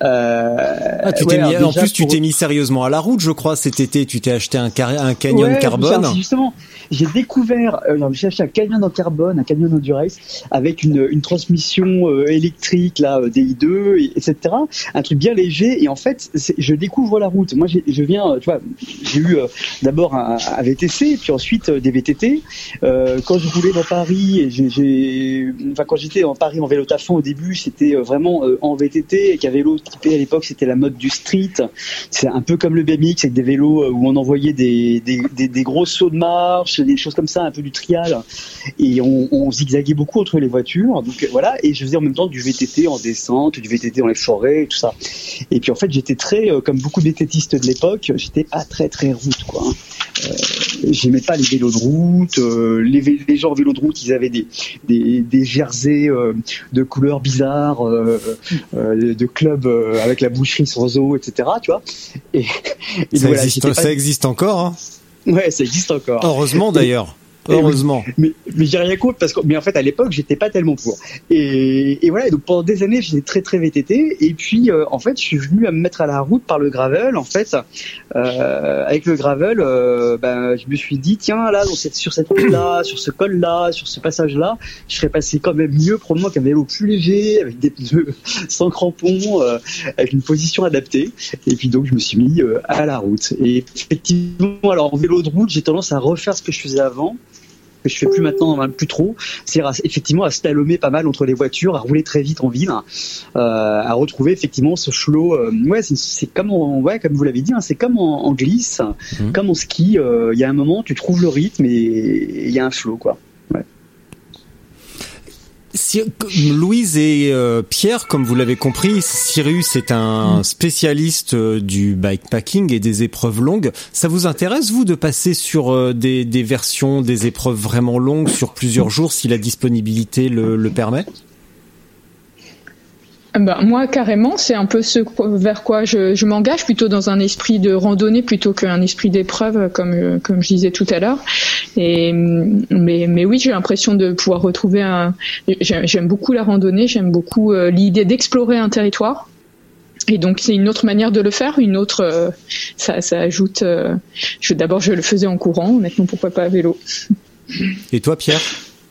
ah, tu ouais, t'es mis, en plus pour... tu t'es mis sérieusement à la route, je crois, cet été. Tu t'es acheté un, car... un canyon
ouais,
carbone.
Ça, justement, j'ai découvert, euh, j'ai acheté un canyon en carbone, un canyon endurance avec une, une transmission euh, électrique là, D I deux, et, etc. Un truc bien léger. Et en fait, c'est, je découvre la route. Moi, j'ai, je viens, tu vois, j'ai eu euh, d'abord un, un V T C, puis ensuite euh, des V T T. Euh, quand je roulais dans Paris, et j'ai, j'ai, enfin quand j'étais en Paris en vélo tafon au début, c'était vraiment euh, en V T T, et qu'à vélo typé à l'époque, c'était la mode du street. C'est un peu comme le B M X avec des vélos où on envoyait des, des, des, des gros sauts de marche, des choses comme ça, un peu du trial, et on, on zigzaguait beaucoup entre les voitures. Donc voilà, et je faisais en même temps du V T T en descente, du V T T dans les forêts, et tout ça. Et puis en fait, j'étais très, euh, comme beaucoup de V T Tistes de l'époque, j'étais pas très très route, quoi. Euh, j'aimais pas les vélos de route. Euh, les, les gens en vélo de route, ils avaient des des, des jerseys euh, de couleurs bizarres, euh, euh, de clubs euh, avec la boucherie sans eau, et cetera. Tu vois. Et, et
ça,
voilà,
existe,
pas...
ça existe encore. Hein.
Ouais, ça existe encore.
Heureusement d'ailleurs. Heureusement.
Mais, mais j'ai rien contre parce que, mais en fait, à l'époque, j'étais pas tellement pour. Et, et voilà. Et donc pendant des années, j'étais très très V T T. Et puis, euh, en fait, je suis venu à me mettre à la route par le gravel. En fait, euh, avec le gravel, euh, ben, je me suis dit, tiens, là, dans cette, sur cette route-là, sur ce col-là, sur ce passage-là, je serais passé quand même mieux probablement qu'un vélo plus léger, avec des pneus sans crampons, euh, avec une position adaptée. Et puis donc, je me suis mis euh, à la route. Et effectivement, alors en vélo de route, j'ai tendance à refaire ce que je faisais avant, que je fais plus maintenant, plus trop, c'est effectivement à slalomer pas mal entre les voitures, à rouler très vite en ville, euh, à retrouver effectivement ce flow. Euh, ouais, c'est, c'est comme en, ouais, comme vous l'avez dit, hein, c'est comme en, en glisse, mmh. comme en ski. Il euh, y a un moment, tu trouves le rythme et il y a un flow, quoi. Ouais.
Si, Louise et euh, Pierre, comme vous l'avez compris, Cyrus est un spécialiste euh, du bikepacking et des épreuves longues. Ça vous intéresse, vous, de passer sur euh, des, des versions, des épreuves vraiment longues sur plusieurs jours, si la disponibilité le, le permet ?
Ben, moi, carrément, c'est un peu ce vers quoi je, je m'engage, plutôt dans un esprit de randonnée plutôt qu'un esprit d'épreuve, comme, comme je disais tout à l'heure. Et, mais, mais oui, j'ai l'impression de pouvoir retrouver un, j'aime, j'aime beaucoup la randonnée, j'aime beaucoup euh, l'idée d'explorer un territoire. Et donc, c'est une autre manière de le faire, une autre, euh, ça, ça ajoute, euh, je, d'abord, je le faisais en courant, maintenant, pourquoi pas à vélo.
Et toi, Pierre ?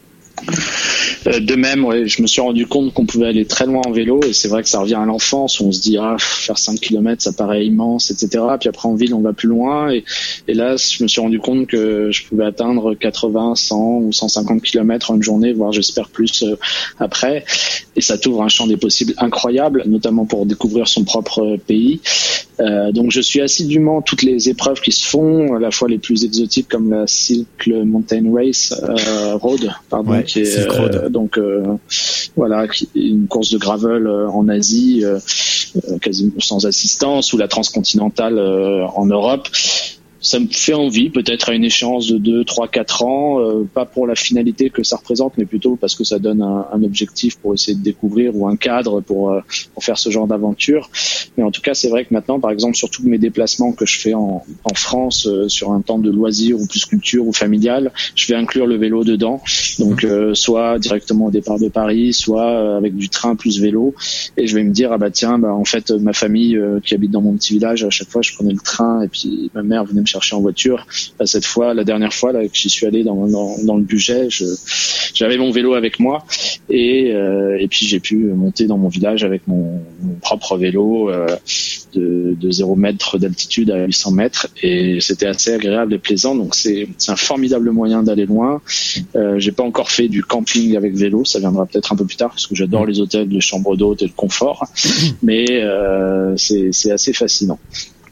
De même, ouais, je me suis rendu compte qu'on pouvait aller très loin en vélo, et c'est vrai que ça revient à l'enfance où on se dit ah faire cinq kilomètres ça paraît immense, et cetera. Puis après en ville on va plus loin, et, et là je me suis rendu compte que je pouvais atteindre quatre-vingts, cent ou cent cinquante kilomètres en une journée, voire j'espère plus euh, après. Et ça t'ouvre un champ des possibles incroyable, notamment pour découvrir son propre pays. Euh, donc je suis assidûment toutes les épreuves qui se font, à la fois les plus exotiques comme la Silk Mountain Race euh, Road, pardon,
ouais,
qui est euh, donc euh, voilà, qui est une course de gravel euh, en Asie, euh, quasiment sans assistance, ou la transcontinentale euh, en Europe. Ça me fait envie, peut-être à une échéance de deux, trois, quatre ans, euh, pas pour la finalité que ça représente, mais plutôt parce que ça donne un, un objectif pour essayer de découvrir, ou un cadre pour, euh, pour faire ce genre d'aventure. Mais en tout cas, c'est vrai que maintenant, par exemple, sur tous mes déplacements que je fais en, en France, euh, sur un temps de loisir ou plus culture ou familial, je vais inclure le vélo dedans. Donc, euh, soit directement au départ de Paris, soit euh, avec du train plus vélo. Et je vais me dire, ah bah tiens, bah en fait, ma famille euh, qui habite dans mon petit village, à chaque fois, je prenais le train, et puis ma mère venait me chercher en voiture. Bah, cette fois, la dernière fois là que j'y suis allé dans, dans, dans le budget, je, j'avais mon vélo avec moi, et, euh, et puis j'ai pu monter dans mon village avec mon, mon propre vélo euh, de, de zéro mètre d'altitude à huit cents mètres, et c'était assez agréable et plaisant. Donc c'est, c'est un formidable moyen d'aller loin. Euh, j'ai pas encore fait du camping avec vélo, ça viendra peut-être un peu plus tard parce que j'adore les hôtels, les chambres d'hôtes et le confort, mais euh, c'est, c'est assez fascinant.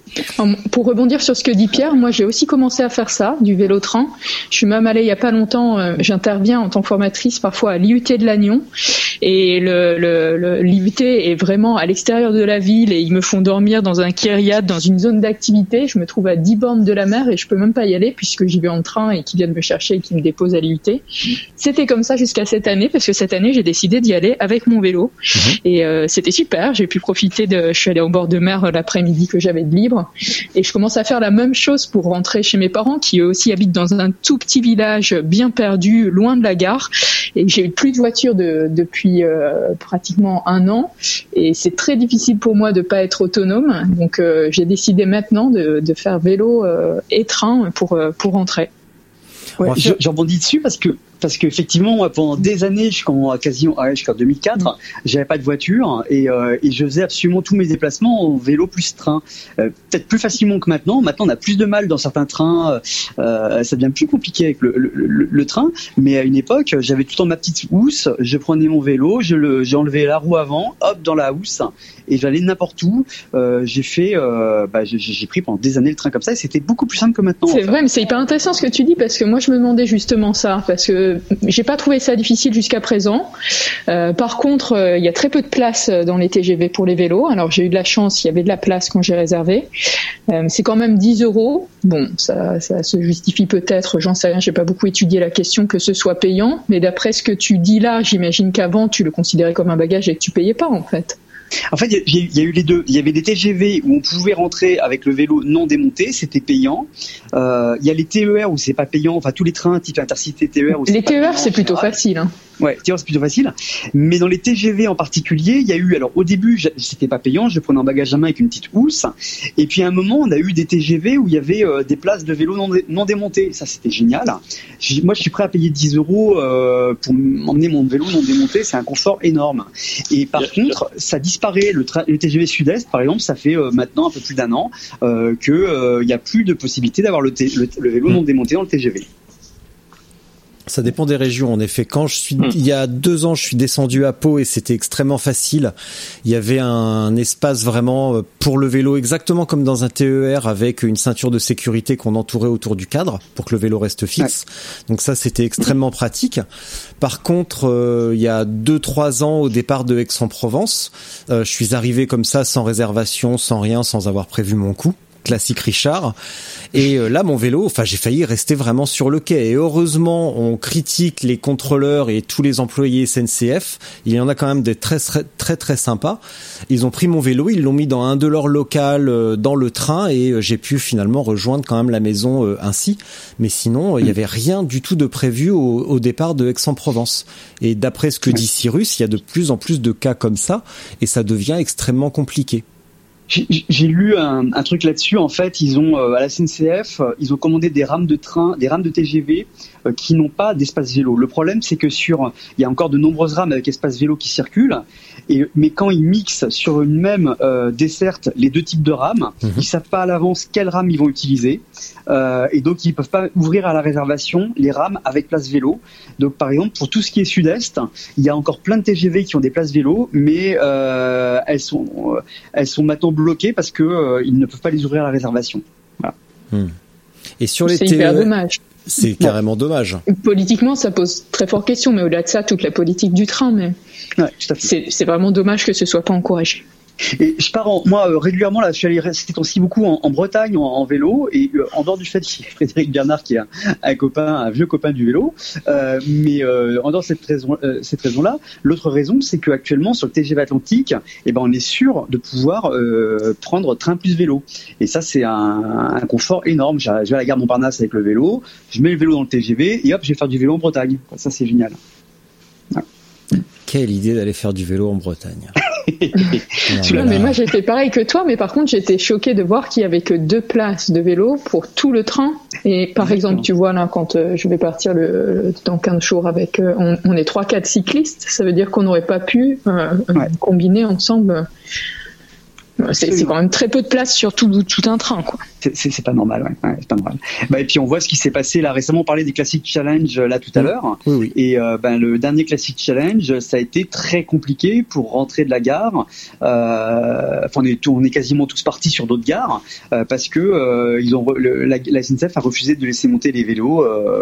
Pour rebondir sur ce que dit Pierre, moi j'ai aussi commencé à faire ça, du vélo-train. Je suis même allée il y a pas longtemps, euh, j'interviens en tant que formatrice parfois à l'I U T de Lannion, et le, le, le, l'I U T est vraiment à l'extérieur de la ville, et ils me font dormir dans un kyriat, dans une zone d'activité. Je me trouve à dix bornes de la mer et je peux même pas y aller puisque j'y vais en train et qu'ils viennent me chercher et qu'ils me déposent à l'I U T. C'était comme ça jusqu'à cette année, parce que cette année j'ai décidé d'y aller avec mon vélo, mmh. et euh, c'était super. J'ai pu profiter de, je suis allée au bord de mer l'après-midi que j'avais de libre. Et je commence à faire la même chose pour rentrer chez mes parents, qui eux aussi habitent dans un tout petit village bien perdu, loin de la gare. Et j'ai eu plus de voiture de, depuis euh, pratiquement un an. Et c'est très difficile pour moi de pas être autonome. Donc euh, j'ai décidé maintenant de, de faire vélo euh, et train pour, pour rentrer.
Ouais, je, je rebondis dessus parce que parce qu'effectivement pendant des années jusqu'en quasiment jusqu'en deux mille quatre, mmh. j'avais pas de voiture, et, euh, et je faisais absolument tous mes déplacements en vélo plus train, euh, peut-être plus facilement que maintenant. Maintenant on a plus de mal dans certains trains, euh, ça devient plus compliqué avec le, le, le, le train, mais à une époque j'avais tout le temps ma petite housse, je prenais mon vélo, je le, j'ai enlevé la roue avant, hop dans la housse, et j'allais n'importe où. Euh, j'ai fait euh, bah, j'ai, j'ai pris pendant des années le train comme ça, et c'était beaucoup plus simple que maintenant.
C'est vrai, mais c'est hyper intéressant ce que tu dis, parce que moi je me demandais justement ça, parce que j'ai pas trouvé ça difficile jusqu'à présent. Euh, par contre, il euh, y a très peu de place dans les T G V pour les vélos. Alors j'ai eu de la chance, il y avait de la place quand j'ai réservé. Euh, c'est quand même dix euros. Bon, ça, ça se justifie peut-être, j'en sais rien, j'ai pas beaucoup étudié la question que ce soit payant, mais d'après ce que tu dis là, j'imagine qu'avant tu le considérais comme un bagage et que tu payais pas en fait.
En fait, il y, y a eu les deux. Il y avait des T G V où on pouvait rentrer avec le vélo non démonté, c'était payant. Euh, il y a les T E R où c'est pas payant. Enfin, tous les trains type Intercité, T E R. Où
les T E R, payant, c'est plutôt facile. Hein.
Ouais, T E R c'est plutôt facile. Mais dans les T G V en particulier, il y a eu. Alors au début, c'était pas payant. Je prenais un bagage à main avec une petite housse. Et puis à un moment, on a eu des T G V où il y avait euh, des places de vélo non, dé- non démontées. Ça, c'était génial. J'ai, moi, je suis prêt à payer dix euros euh, pour m'emmener mon vélo non démonté. C'est un confort énorme. Et par yeah, contre, yeah. ça disparaît. Le, tra- le T G V Sud-Est, par exemple, ça fait euh, maintenant un peu plus d'un an euh, que il euh, y a plus de possibilité d'avoir le, t- le, t- le vélo non démonté dans le T G V.
Ça dépend des régions, en effet. Quand je suis, mmh. il y a deux ans, je suis descendu à Pau et c'était extrêmement facile. Il y avait un espace vraiment pour le vélo, exactement comme dans un T E R, avec une ceinture de sécurité qu'on entourait autour du cadre pour que le vélo reste fixe. Ouais. Donc ça, c'était extrêmement pratique. Par contre, euh, il y a deux, trois ans, au départ de Aix-en-Provence, euh, je suis arrivé comme ça, sans réservation, sans rien, sans avoir prévu mon coup. Classique Richard. Et là, mon vélo, enfin, j'ai failli rester vraiment sur le quai. Et heureusement, on critique les contrôleurs et tous les employés S N C F. Il y en a quand même des très, très, très, très sympas. Ils ont pris mon vélo, ils l'ont mis dans un de leurs locals dans le train et j'ai pu finalement rejoindre quand même la maison ainsi. Mais sinon, il n'y avait rien du tout de prévu au, au départ de Aix-en-Provence. Et d'après ce que dit Cyrus, il y a de plus en plus de cas comme ça et ça devient extrêmement compliqué.
J'ai, j'ai lu un, un truc là-dessus. En fait, ils ont euh, à la S N C F, euh, ils ont commandé des rames de train, des rames de T G V euh, qui n'ont pas d'espace vélo. Le problème, c'est que sur, il y a encore de nombreuses rames avec espace vélo qui circulent. Et mais quand ils mixent sur une même euh, desserte les deux types de rames, mmh. ils savent pas à l'avance quelle rame ils vont utiliser. Euh, et donc ils peuvent pas ouvrir à la réservation les rames avec place vélo. Donc par exemple pour tout ce qui est sud-est, il y a encore plein de T G V qui ont des places vélo, mais euh, elles sont euh, elles sont maintenant bloquées parce que euh, ils ne peuvent pas les ouvrir à la réservation. Voilà.
Hum. Et sur les
c'est
T E R,
hyper dommage.
C'est bon. Carrément dommage.
Politiquement, ça pose très fort question, mais au-delà de ça, toute la politique du train, mais
ouais, tout à fait.
C'est, c'est vraiment dommage que ce soit pas encouragé.
Et je pars en, moi euh, régulièrement là, je suis allé ces temps-ci beaucoup en, en Bretagne en, en vélo et euh, en dehors du fait qu'il y a Frédéric Bernard qui est un, un copain, un vieux copain du vélo, euh, mais euh, en dehors de cette raison, euh, cette raison-là, l'autre raison c'est que actuellement sur le T G V Atlantique, eh ben on est sûr de pouvoir euh, prendre train plus vélo et ça c'est un, un confort énorme. Je vais à la gare Montparnasse avec le vélo, je mets le vélo dans le T G V et hop je vais faire du vélo en Bretagne. Ça c'est génial. Ouais.
Quelle idée d'aller faire du vélo en Bretagne.
non, non, mais moi j'étais pareil que toi, mais par contre j'étais choquée de voir qu'il y avait que deux places de vélo pour tout le train. Et par exemple, tu vois là, quand euh, je vais partir le, dans quinze jours avec, euh, on, on est trois quatre cyclistes, ça veut dire qu'on n'aurait pas pu euh, ouais. combiner ensemble. C'est, c'est quand même très peu de place sur tout, tout un train, quoi.
C'est, c'est, c'est pas normal, ouais. ouais c'est pas normal. Bah, et puis on voit ce qui s'est passé là récemment. On parlait des Classic Challenge là tout à l'heure.
Oui, oui.
Et euh, ben le dernier Classic Challenge, ça a été très compliqué pour rentrer de la gare. Euh, enfin, on est, tout, on est quasiment tous partis sur d'autres gares euh, parce que euh, ils ont le, la, la S N C F a refusé de laisser monter les vélos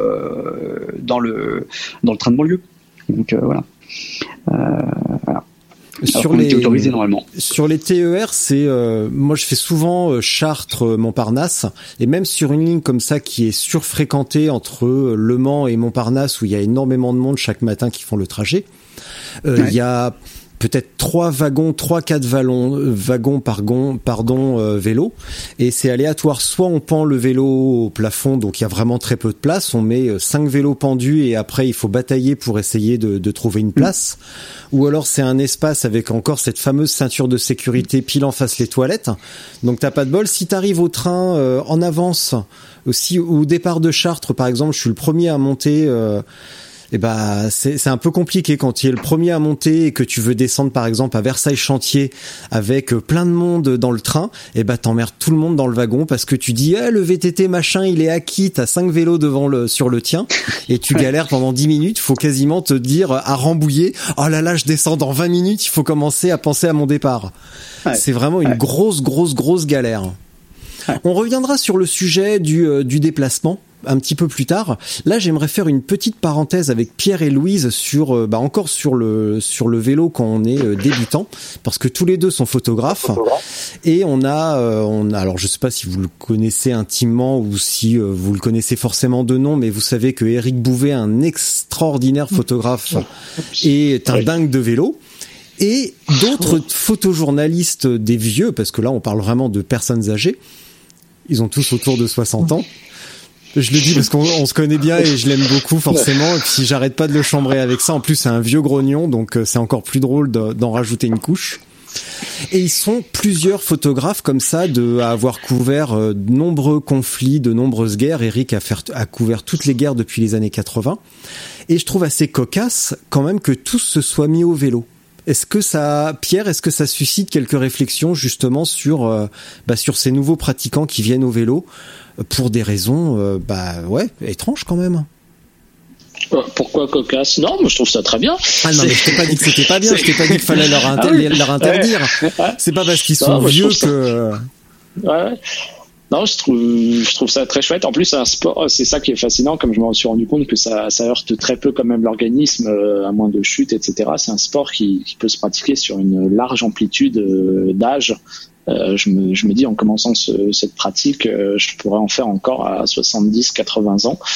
euh, dans le dans le train de banlieue. Donc euh, voilà. Euh, voilà.
Sur les, autorisé normalement. Sur les T E R, c'est euh, moi je fais souvent euh, Chartres, Montparnasse, et même sur une ligne comme ça qui est surfréquentée entre euh, Le Mans et Montparnasse où il y a énormément de monde chaque matin qui font le trajet. Euh, ouais. Il y a peut-être trois wagons, trois quatre wagons, wagons pardon, pardon euh, vélo, et c'est aléatoire. Soit on pend le vélo au plafond, donc il y a vraiment très peu de place. On met euh, cinq vélos pendus et après il faut batailler pour essayer de, de trouver une place. Mmh. Ou alors c'est un espace avec encore cette fameuse ceinture de sécurité pile en face les toilettes. Donc t'as pas de bol. Si t'arrives au train euh, en avance, aussi au départ de Chartres par exemple, je suis le premier à monter. Euh, Et bah c'est c'est un peu compliqué quand tu es le premier à monter et que tu veux descendre par exemple à Versailles Chantier avec plein de monde dans le train, et bah t'emmerdes tout le monde dans le wagon parce que tu dis ah, le V T T machin il est acquis, t'as cinq vélos devant le sur le tien et tu galères pendant dix minutes, faut quasiment te dire à Rambouillet oh là là je descends dans vingt minutes, il faut commencer à penser à mon départ. Ouais. C'est vraiment une ouais. grosse grosse grosse galère. Ouais. On reviendra sur le sujet du euh, du déplacement un petit peu plus tard. Là, j'aimerais faire une petite parenthèse avec Pierre et Louise sur, euh, bah encore sur le sur le vélo quand on est euh, débutant, parce que tous les deux sont photographes. Et on a, euh, on a, alors je sais pas si vous le connaissez intimement ou si euh, vous le connaissez forcément de nom, mais vous savez que Eric Bouvet, un extraordinaire photographe, est un dingue de vélo. Et d'autres photojournalistes des vieux, parce que là on parle vraiment de personnes âgées, ils ont tous autour de soixante ans. Je le dis parce qu'on on se connaît bien et je l'aime beaucoup forcément. Et puis j'arrête pas de le chambrer avec ça. En plus c'est un vieux grognon, donc c'est encore plus drôle de, d'en rajouter une couche. Et ils sont plusieurs photographes comme ça de à avoir couvert de nombreux conflits, de nombreuses guerres. Eric a, fait, a couvert toutes les guerres depuis les années quatre-vingts. Et je trouve assez cocasse quand même que tous se soient mis au vélo. Est-ce que ça, Pierre, est-ce que ça suscite quelques réflexions justement sur, euh, bah, sur ces nouveaux pratiquants qui viennent au vélo pour des raisons, euh, bah ouais, étranges quand même.
Pourquoi cocasse? Non, moi je trouve ça très bien.
Ah non, mais je t'ai pas dit que c'était pas bien, c'est... je t'ai pas dit qu'il fallait leur, inter... ah oui. leur interdire. Ouais. C'est pas parce qu'ils sont non, vieux que...
Ouais. Non, je trouve, je trouve ça très chouette. En plus, c'est un sport, c'est ça qui est fascinant, comme je m'en suis rendu compte, que ça, ça heurte très peu quand même l'organisme, à moins de chute, et cetera. C'est un sport qui, qui peut se pratiquer sur une large amplitude d'âge. Euh, je me, je me dis, en commençant ce, cette pratique, euh, je pourrais en faire encore à soixante-dix, quatre-vingts ans.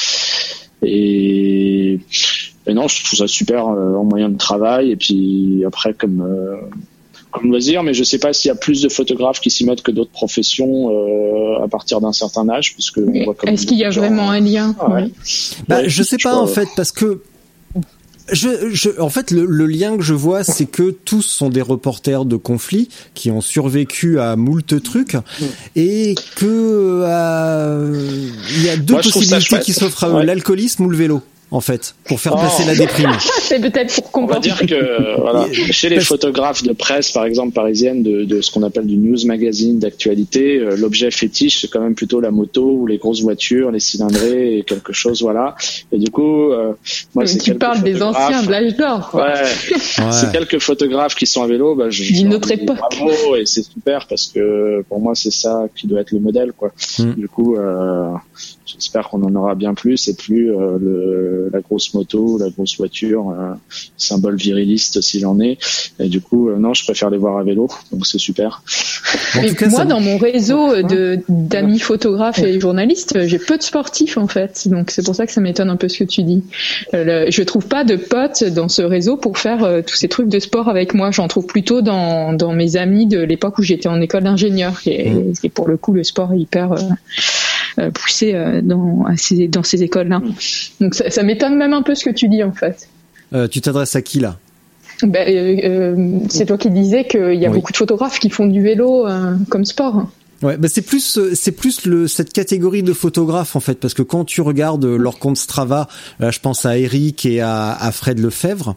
Et, et non, je trouve ça super euh, en moyen de travail. Et puis après, comme euh, comme loisir, mais je sais pas s'il y a plus de photographes qui s'y mettent que d'autres professions euh, à partir d'un certain âge, puisque on voit comme
est-ce qu'il y a gens, vraiment un lien?
Ah ouais. Bah, ouais, je sais pas en fait, parce que je, je, en fait, le, le lien que je vois, c'est que tous sont des reporters de conflits qui ont survécu à moult trucs, et que euh, il y a deux Moi, possibilités qui s'offrent à eux, ouais. l'alcoolisme ou le vélo. En fait, pour faire passer oh. la déprime.
C'est peut-être pour comprendre.
On va dire que voilà, chez les photographes de presse, par exemple parisienne, de, de ce qu'on appelle du news magazine d'actualité, euh, l'objet fétiche c'est quand même plutôt la moto ou les grosses voitures, les cylindrés et quelque chose, voilà. Et du coup, euh, moi c'est
tu parles des anciens de l'âge d'or.
Ouais, ouais. C'est quelques photographes qui sont à vélo. Bah, je,
D'une autre époque.
Bravo, et c'est super parce que pour moi c'est ça qui doit être le modèle, quoi. Mm. Du coup, euh, j'espère qu'on en aura bien plus et plus euh, le la grosse moto, la grosse voiture, euh, symbole viriliste s'il en est. Et du coup, euh, non, je préfère les voir à vélo, donc c'est super.
Et cas, moi, ça... dans mon réseau de d'amis photographes et journalistes, j'ai peu de sportifs en fait, donc c'est pour ça que ça m'étonne un peu ce que tu dis. Euh, le, je trouve pas de potes dans ce réseau pour faire euh, tous ces trucs de sport avec moi. J'en trouve plutôt dans dans mes amis de l'époque où j'étais en école d'ingénieur, et, mmh. et pour le coup, le sport est hyper euh, euh, poussé euh, dans à ces, dans ces écoles-là. Donc ça, ça m'étonne même un peu ce que tu dis en fait.
Euh, tu t'adresses à qui là?
Ben, euh, euh, c'est toi qui disais qu'il y a oui. beaucoup de photographes qui font du vélo euh, comme sport.
Ouais, bah c'est plus c'est plus le cette catégorie de photographes en fait, parce que quand tu regardes leur compte Strava, là je pense à Eric et à, à Fred Lefebvre.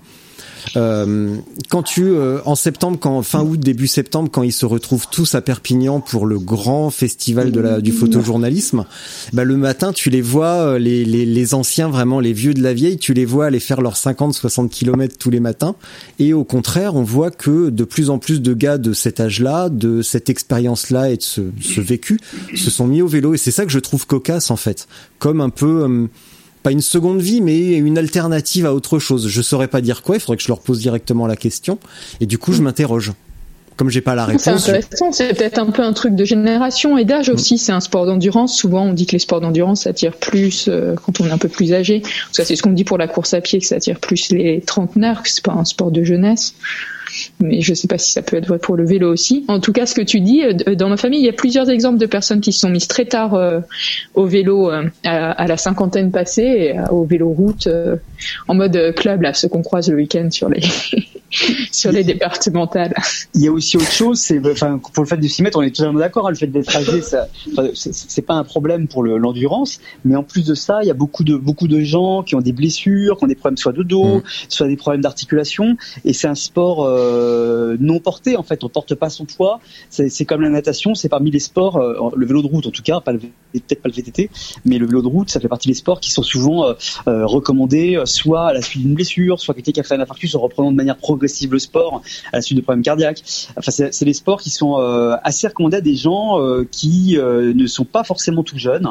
Euh, quand tu euh, en septembre, quand fin août début septembre, quand ils se retrouvent tous à Perpignan pour le grand festival de la du photojournalisme, bah le matin tu les vois, les les les anciens, vraiment les vieux de la vieille, tu les vois aller faire leurs cinquante soixante kilomètres tous les matins, et au contraire on voit que de plus en plus de gars de cet âge-là, de cette expérience-là et de ce, ce vécu se sont mis au vélo, et c'est ça que je trouve cocasse en fait, comme un peu euh, pas une seconde vie, mais une alternative à autre chose. Je saurais pas dire quoi, il faudrait que je leur pose directement la question. Et du coup, je m'interroge. Comme j'ai pas la réponse.
C'est intéressant, c'est peut-être un peu un truc de génération et d'âge aussi. C'est un sport d'endurance. Souvent, on dit que les sports d'endurance attirent plus euh, quand on est un peu plus âgé. Ça, c'est ce qu'on me dit pour la course à pied, que ça attire plus les trentenaires, que c'est pas un sport de jeunesse. Mais je sais pas si ça peut être vrai pour le vélo aussi. En tout cas, ce que tu dis, dans ma famille, il y a plusieurs exemples de personnes qui se sont mises très tard euh, au vélo, euh, à, à la cinquantaine passée, et euh, au vélo route, euh, en mode club, là, ceux qu'on croise le week-end sur les sur les départementales.
Il y a aussi autre chose, c'est, enfin, pour le fait de s'y mettre, on est totalement d'accord, hein, le fait d'être âgé, ça, enfin, c'est, c'est pas un problème pour le, l'endurance, mais en plus de ça, il y a beaucoup de beaucoup de gens qui ont des blessures, qui ont des problèmes soit de dos, mmh. soit des problèmes d'articulation, et c'est un sport euh, non porté, en fait, on porte pas son poids. C'est, c'est comme la natation, c'est parmi les sports, euh, le vélo de route en tout cas, pas le, peut-être pas le V T T, mais le vélo de route, ça fait partie des sports qui sont souvent euh, euh, recommandés, soit à la suite d'une blessure, soit quelqu'un qui a fait un infarctus en reprenant de manière progressive le sport à la suite de problèmes cardiaques. Enfin, c'est, c'est des sports qui sont euh, assez recommandés à des gens euh, qui euh, ne sont pas forcément tout jeunes.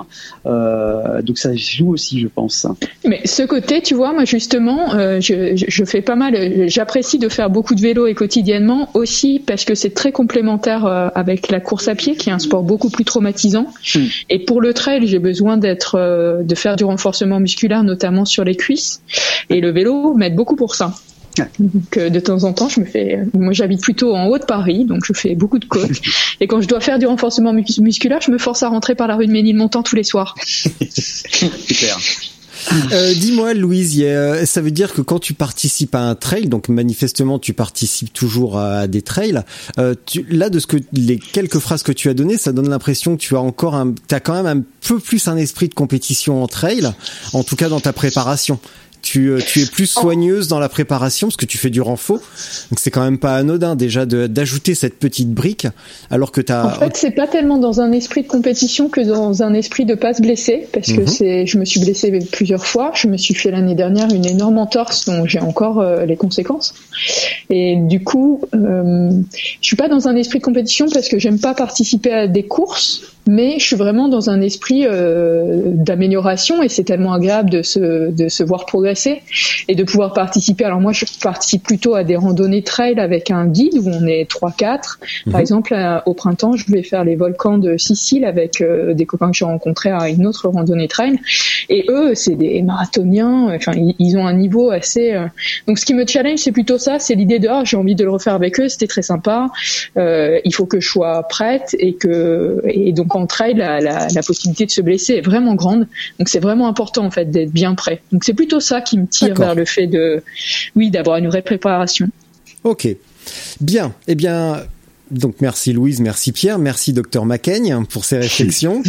Euh, donc ça joue aussi, je pense.
Mais ce côté, tu vois, moi justement, euh, je, je, je fais pas mal. J'apprécie de faire beaucoup de vélo et quotidiennement aussi parce que c'est très complémentaire euh, avec la course à pied, qui est un sport beaucoup plus traumatisant. Mmh. Et pour le trail, j'ai besoin d'être, euh, de faire du renforcement musculaire, notamment sur les cuisses. Et le vélo m'aide beaucoup pour ça. Donc de temps en temps, je me fais. Moi, j'habite plutôt en haut de Paris, donc je fais beaucoup de côtes. Et quand je dois faire du renforcement mus- musculaire, je me force à rentrer par la rue de Ménilmontant tous les soirs.
Super.
Euh, dis-moi, Louise, y a, ça veut dire que quand tu participes à un trail, donc manifestement tu participes toujours à des trails. Euh, tu, là, de ce que les quelques phrases que tu as données, ça donne l'impression que tu as encore un, t'as quand même un peu plus un esprit de compétition en trail, en tout cas dans ta préparation. tu, tu es plus soigneuse dans la préparation parce que tu fais du renfort. Donc c'est quand même pas anodin déjà de, d'ajouter cette petite brique alors que t'as.
En fait, c'est pas tellement dans un esprit de compétition que dans un esprit de pas se blesser, parce que mm-hmm. c'est, je me suis blessée plusieurs fois. Je me suis fait l'année dernière une énorme entorse dont j'ai encore euh, les conséquences. Et du coup, euh, je suis pas dans un esprit de compétition parce que j'aime pas participer à des courses. Mais je suis vraiment dans un esprit euh, d'amélioration et c'est tellement agréable de se de se voir progresser et de pouvoir participer. Alors moi, je participe plutôt à des randonnées trail avec un guide où on est trois quatre. Par mmh. exemple, à, au printemps, je vais faire les volcans de Sicile avec euh, des copains que j'ai rencontrés à une autre randonnée trail. Et eux, c'est des marathoniens. Enfin, ils, ils ont un niveau assez. Euh... Donc, ce qui me challenge, c'est plutôt ça. C'est l'idée de ah, j'ai envie de le refaire avec eux. C'était très sympa. Euh, il faut que je sois prête et que et donc en trail, la, la, la possibilité de se blesser est vraiment grande. Donc c'est vraiment important en fait d'être bien prêt. Donc c'est plutôt ça qui me tire D'accord. vers le fait de, oui, d'avoir une vraie préparation.
Ok, bien. Eh bien, donc merci Louise, merci Pierre, merci Docteur Macaigne pour ces réflexions.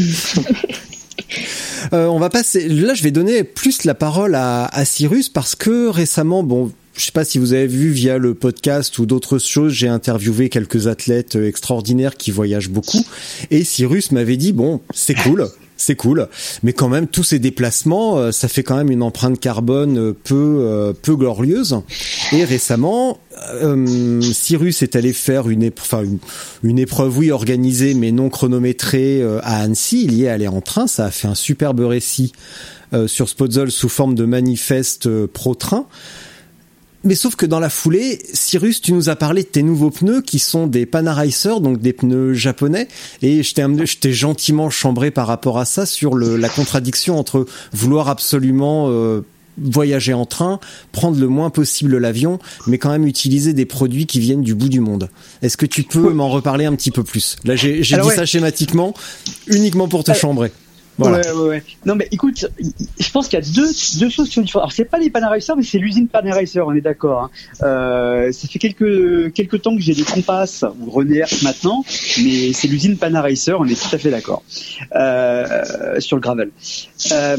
euh, on va passer. Là, je vais donner plus la parole à, à Cyrus parce que récemment, bon. Je sais pas si vous avez vu via le podcast ou d'autres choses, j'ai interviewé quelques athlètes extraordinaires qui voyagent beaucoup et Cyrus m'avait dit bon, c'est cool, c'est cool, mais quand même tous ces déplacements, ça fait quand même une empreinte carbone peu peu glorieuse. Et récemment, euh, Cyrus est allé faire une épreuve, enfin une, une épreuve oui organisée mais non chronométrée à Annecy. Il y est allé en train, ça a fait un superbe récit euh, sur Spotzol sous forme de manifeste euh, pro-train. Mais sauf que dans la foulée, Cyrus, tu nous as parlé de tes nouveaux pneus qui sont des Panaracer, donc des pneus japonais, et je t'ai, je t'ai gentiment chambré par rapport à ça sur le, la contradiction entre vouloir absolument euh, voyager en train, prendre le moins possible l'avion, mais quand même utiliser des produits qui viennent du bout du monde. Est-ce que tu peux m'en reparler un petit peu plus ? Là, j'ai, j'ai dit ouais. ça schématiquement, uniquement pour te euh... chambrer. Voilà.
Ouais, ouais, ouais. Non, mais écoute, je pense qu'il y a deux, deux choses qui sont différentes. Alors, c'est pas les Panaracer, mais c'est l'usine Panaracer, on est d'accord. Hein. Euh, ça fait quelques, quelques temps que j'ai des Compasses ou René Hertz maintenant, mais c'est l'usine Panaracer, on est tout à fait d'accord. Euh, sur le gravel. Euh,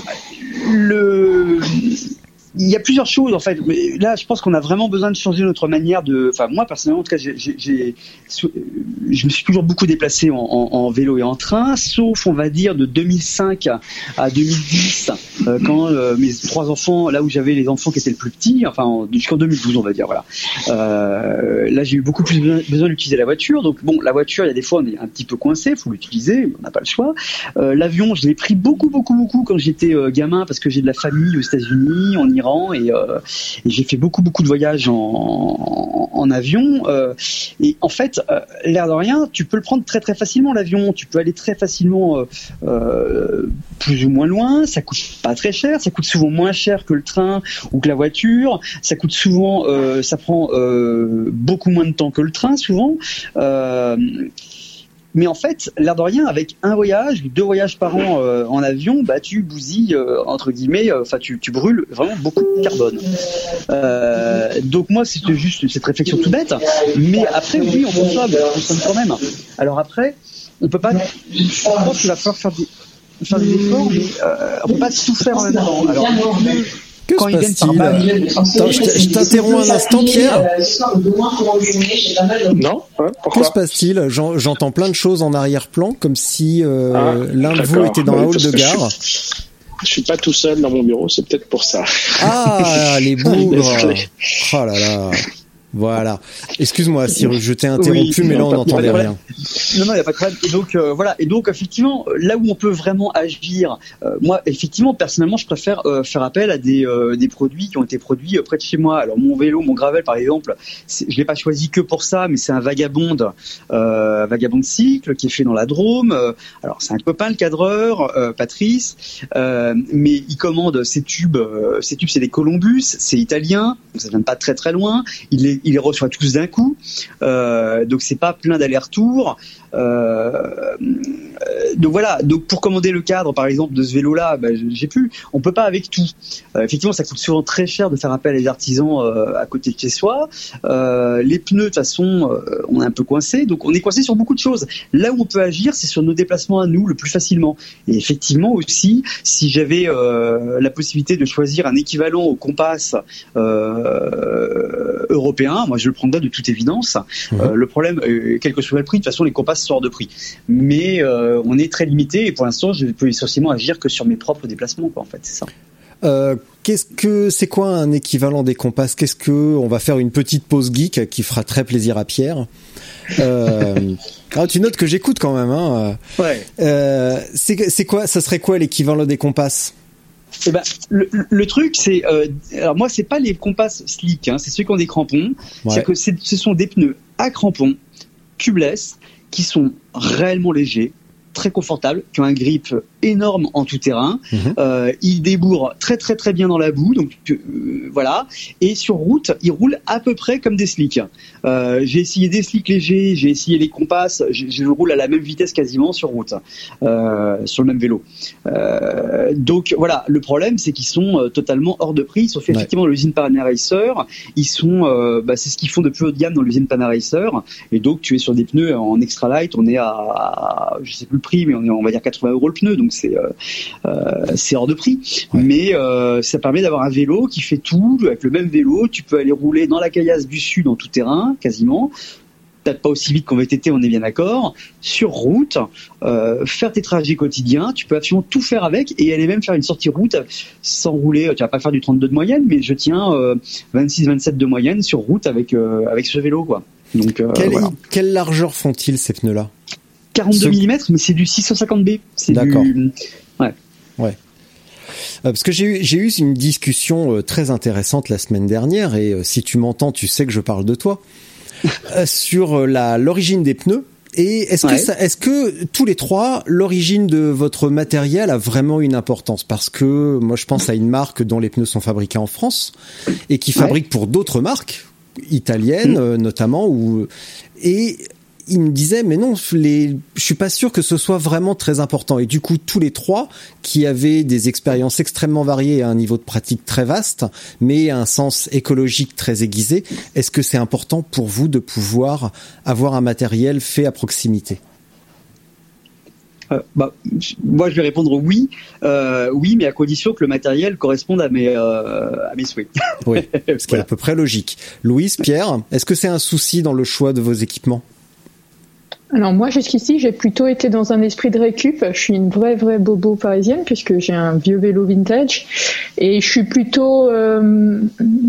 le, il y a plusieurs choses en fait. Mais là, je pense qu'on a vraiment besoin de changer notre manière de. Enfin, moi personnellement, en tout cas, j'ai, j'ai, j'ai... je me suis toujours beaucoup déplacé en, en, en vélo et en train, sauf on va dire de deux mille cinq à deux mille dix, euh, quand euh, mes trois enfants, là où j'avais les enfants qui étaient le plus petits, enfin jusqu'en deux mille douze, on va dire. Voilà. Euh, là, j'ai eu beaucoup plus besoin, besoin d'utiliser la voiture. Donc bon, la voiture, il y a des fois, on est un petit peu coincé, faut l'utiliser, on n'a pas le choix. Euh, l'avion, je l'ai pris beaucoup, beaucoup, beaucoup quand j'étais euh, gamin parce que j'ai de la famille aux États-Unis, en Iran. Et, euh, et j'ai fait beaucoup beaucoup de voyages en, en, en avion euh, et en fait euh, l'air de rien tu peux le prendre très très facilement l'avion, tu peux aller très facilement euh, euh, plus ou moins loin, ça coûte pas très cher, ça coûte souvent moins cher que le train ou que la voiture, ça coûte souvent euh, ça prend euh, beaucoup moins de temps que le train souvent euh, mais en fait, l'air de rien, avec un voyage ou deux voyages par an euh, en avion, bah tu bousilles euh, entre guillemets, enfin euh, tu, tu brûles vraiment beaucoup de carbone. Euh, donc moi, c'était juste cette réflexion tout bête. Mais après, oui, on consomme, on consomme quand même. Alors après, on peut pas. Je pense qu'il va falloir faire des, faire des efforts, mais euh, on peut pas tout faire en même temps. Alors,
que quand se passe-t-il ? Attends, je, je t'interromps un instant, Pierre.
Non, hein,
que se passe-t-il ? J'en, J'entends plein de choses en arrière-plan, comme si euh, ah, l'un de vous était dans un hall de gare.
Je suis, je suis pas tout seul dans mon bureau, c'est peut-être pour ça.
Ah, les bougres. Oh là là. Voilà. Excuse-moi, Cyrus, je t'ai interrompu, oui, mais là on n'entendait rien.
Non, non, il n'y a pas de problème. Et donc, euh, voilà. Et donc, effectivement, là où on peut vraiment agir, euh, moi, effectivement, personnellement, je préfère euh, faire appel à des, euh, des produits qui ont été produits euh, près de chez moi. Alors, mon vélo, mon gravel, par exemple, c'est, je l'ai pas choisi que pour ça, mais c'est un Vagabond, euh, Vagabond cycle qui est fait dans la Drôme. Euh, alors, c'est un copain, le cadreur, euh, Patrice, euh, mais il commande ses tubes. Euh, ses tubes, c'est des Columbus, c'est italien, donc ça vient de pas très très loin. Il les il les reçoit tous d'un coup, euh, donc c'est pas plein d'allers-retours. Euh, donc voilà, donc pour commander le cadre par exemple de ce vélo-là, bah, j'ai plus. On peut pas avec tout. Euh, effectivement, ça coûte souvent très cher de faire appel à des artisans euh, à côté de chez soi. Euh, les pneus, de toute façon, euh, on est un peu coincé, donc on est coincé sur beaucoup de choses. Là où on peut agir, c'est sur nos déplacements à nous le plus facilement. Et effectivement aussi, si j'avais euh, la possibilité de choisir un équivalent au Compass euh, européen, moi je le prendrais de toute évidence. Mmh. Euh, le problème, euh, quel que soit le prix, de toute façon les Compass sortent de prix. Mais euh, on est très limité et pour l'instant, je peux essentiellement agir que sur mes propres déplacements, quoi, en fait, c'est ça.
Euh, qu'est-ce que c'est quoi un équivalent des Compass? Qu'est-ce que on va faire une petite pause geek qui fera très plaisir à Pierre. Euh, ah, tu notes que j'écoute quand même, hein.
Ouais.
Euh, c'est c'est quoi? Ça serait quoi l'équivalent des Compass?
Eh ben, le, le truc, c'est, euh, alors moi, c'est pas les Compass slick, hein, c'est ceux qui ont des crampons. Ouais. C'est que c'est, ce sont des pneus à crampons, tubeless, qui sont réellement légers, très confortables, qui ont un grip énorme en tout terrain. Mmh. Euh, ils débourrent très très très bien dans la boue, donc euh, voilà. Et sur route, ils roulent à peu près comme des slicks. Euh, j'ai essayé des slicks légers, j'ai essayé les Compass, je, je roule à la même vitesse quasiment sur route, euh, sur le même vélo. Euh, donc voilà, le problème c'est qu'ils sont euh, totalement hors de prix. Ils sont faits ouais. effectivement dans l'usine Panaracer. Ils sont, euh, bah, c'est ce qu'ils font de plus haut de gamme dans l'usine Panaracer. Et donc tu es sur des pneus en extra light, on est à, à je sais plus le prix, mais on est on va dire quatre-vingts euros le pneu. Donc c'est euh, euh, c'est hors de prix, ouais. mais euh, ça permet d'avoir un vélo qui fait tout avec le même vélo. Tu peux aller rouler dans la caillasse du sud en tout terrain quasiment, peut-être pas aussi vite qu'en V T T, on est bien d'accord, sur route, euh, faire tes trajets quotidiens, tu peux absolument tout faire avec et aller même faire une sortie route sans rouler. Tu vas pas faire du trente-deux de moyenne, mais je tiens euh, vingt-six vingt-sept de moyenne sur route avec euh, avec ce vélo, quoi. Donc euh,
quelle,
voilà.
Quelle largeur font-ils ces pneus-là?
quarante-deux millimètres, mais c'est du six cent cinquante B. C'est
D'accord.
Du... Ouais.
Ouais. Euh, parce que j'ai eu, j'ai eu une discussion euh, très intéressante la semaine dernière, et euh, si tu m'entends, tu sais que je parle de toi, euh, sur euh, la, l'origine des pneus. Et est-ce ouais. que ça, est-ce que tous les trois, l'origine de votre matériel a vraiment une importance? Parce que moi, je pense à une marque dont les pneus sont fabriqués en France et qui fabrique ouais. pour d'autres marques italiennes, mmh. euh, notamment, ou et il me disait mais non, les, je suis pas sûr que ce soit vraiment très important. Et du coup, tous les trois qui avaient des expériences extrêmement variées à un niveau de pratique très vaste, mais à un sens écologique très aiguisé, est-ce que c'est important pour vous de pouvoir avoir un matériel fait à proximité?
Euh, bah, moi, je vais répondre oui, euh, oui, mais à condition que le matériel corresponde à mes euh, à mes souhaits.
Oui, ce qui voilà. est à peu près logique. Louise, Pierre, est-ce que c'est un souci dans le choix de vos équipements?
Alors moi, jusqu'ici, j'ai plutôt été dans un esprit de récup. Je suis une vraie, vraie bobo parisienne puisque j'ai un vieux vélo vintage et je suis plutôt... Euh,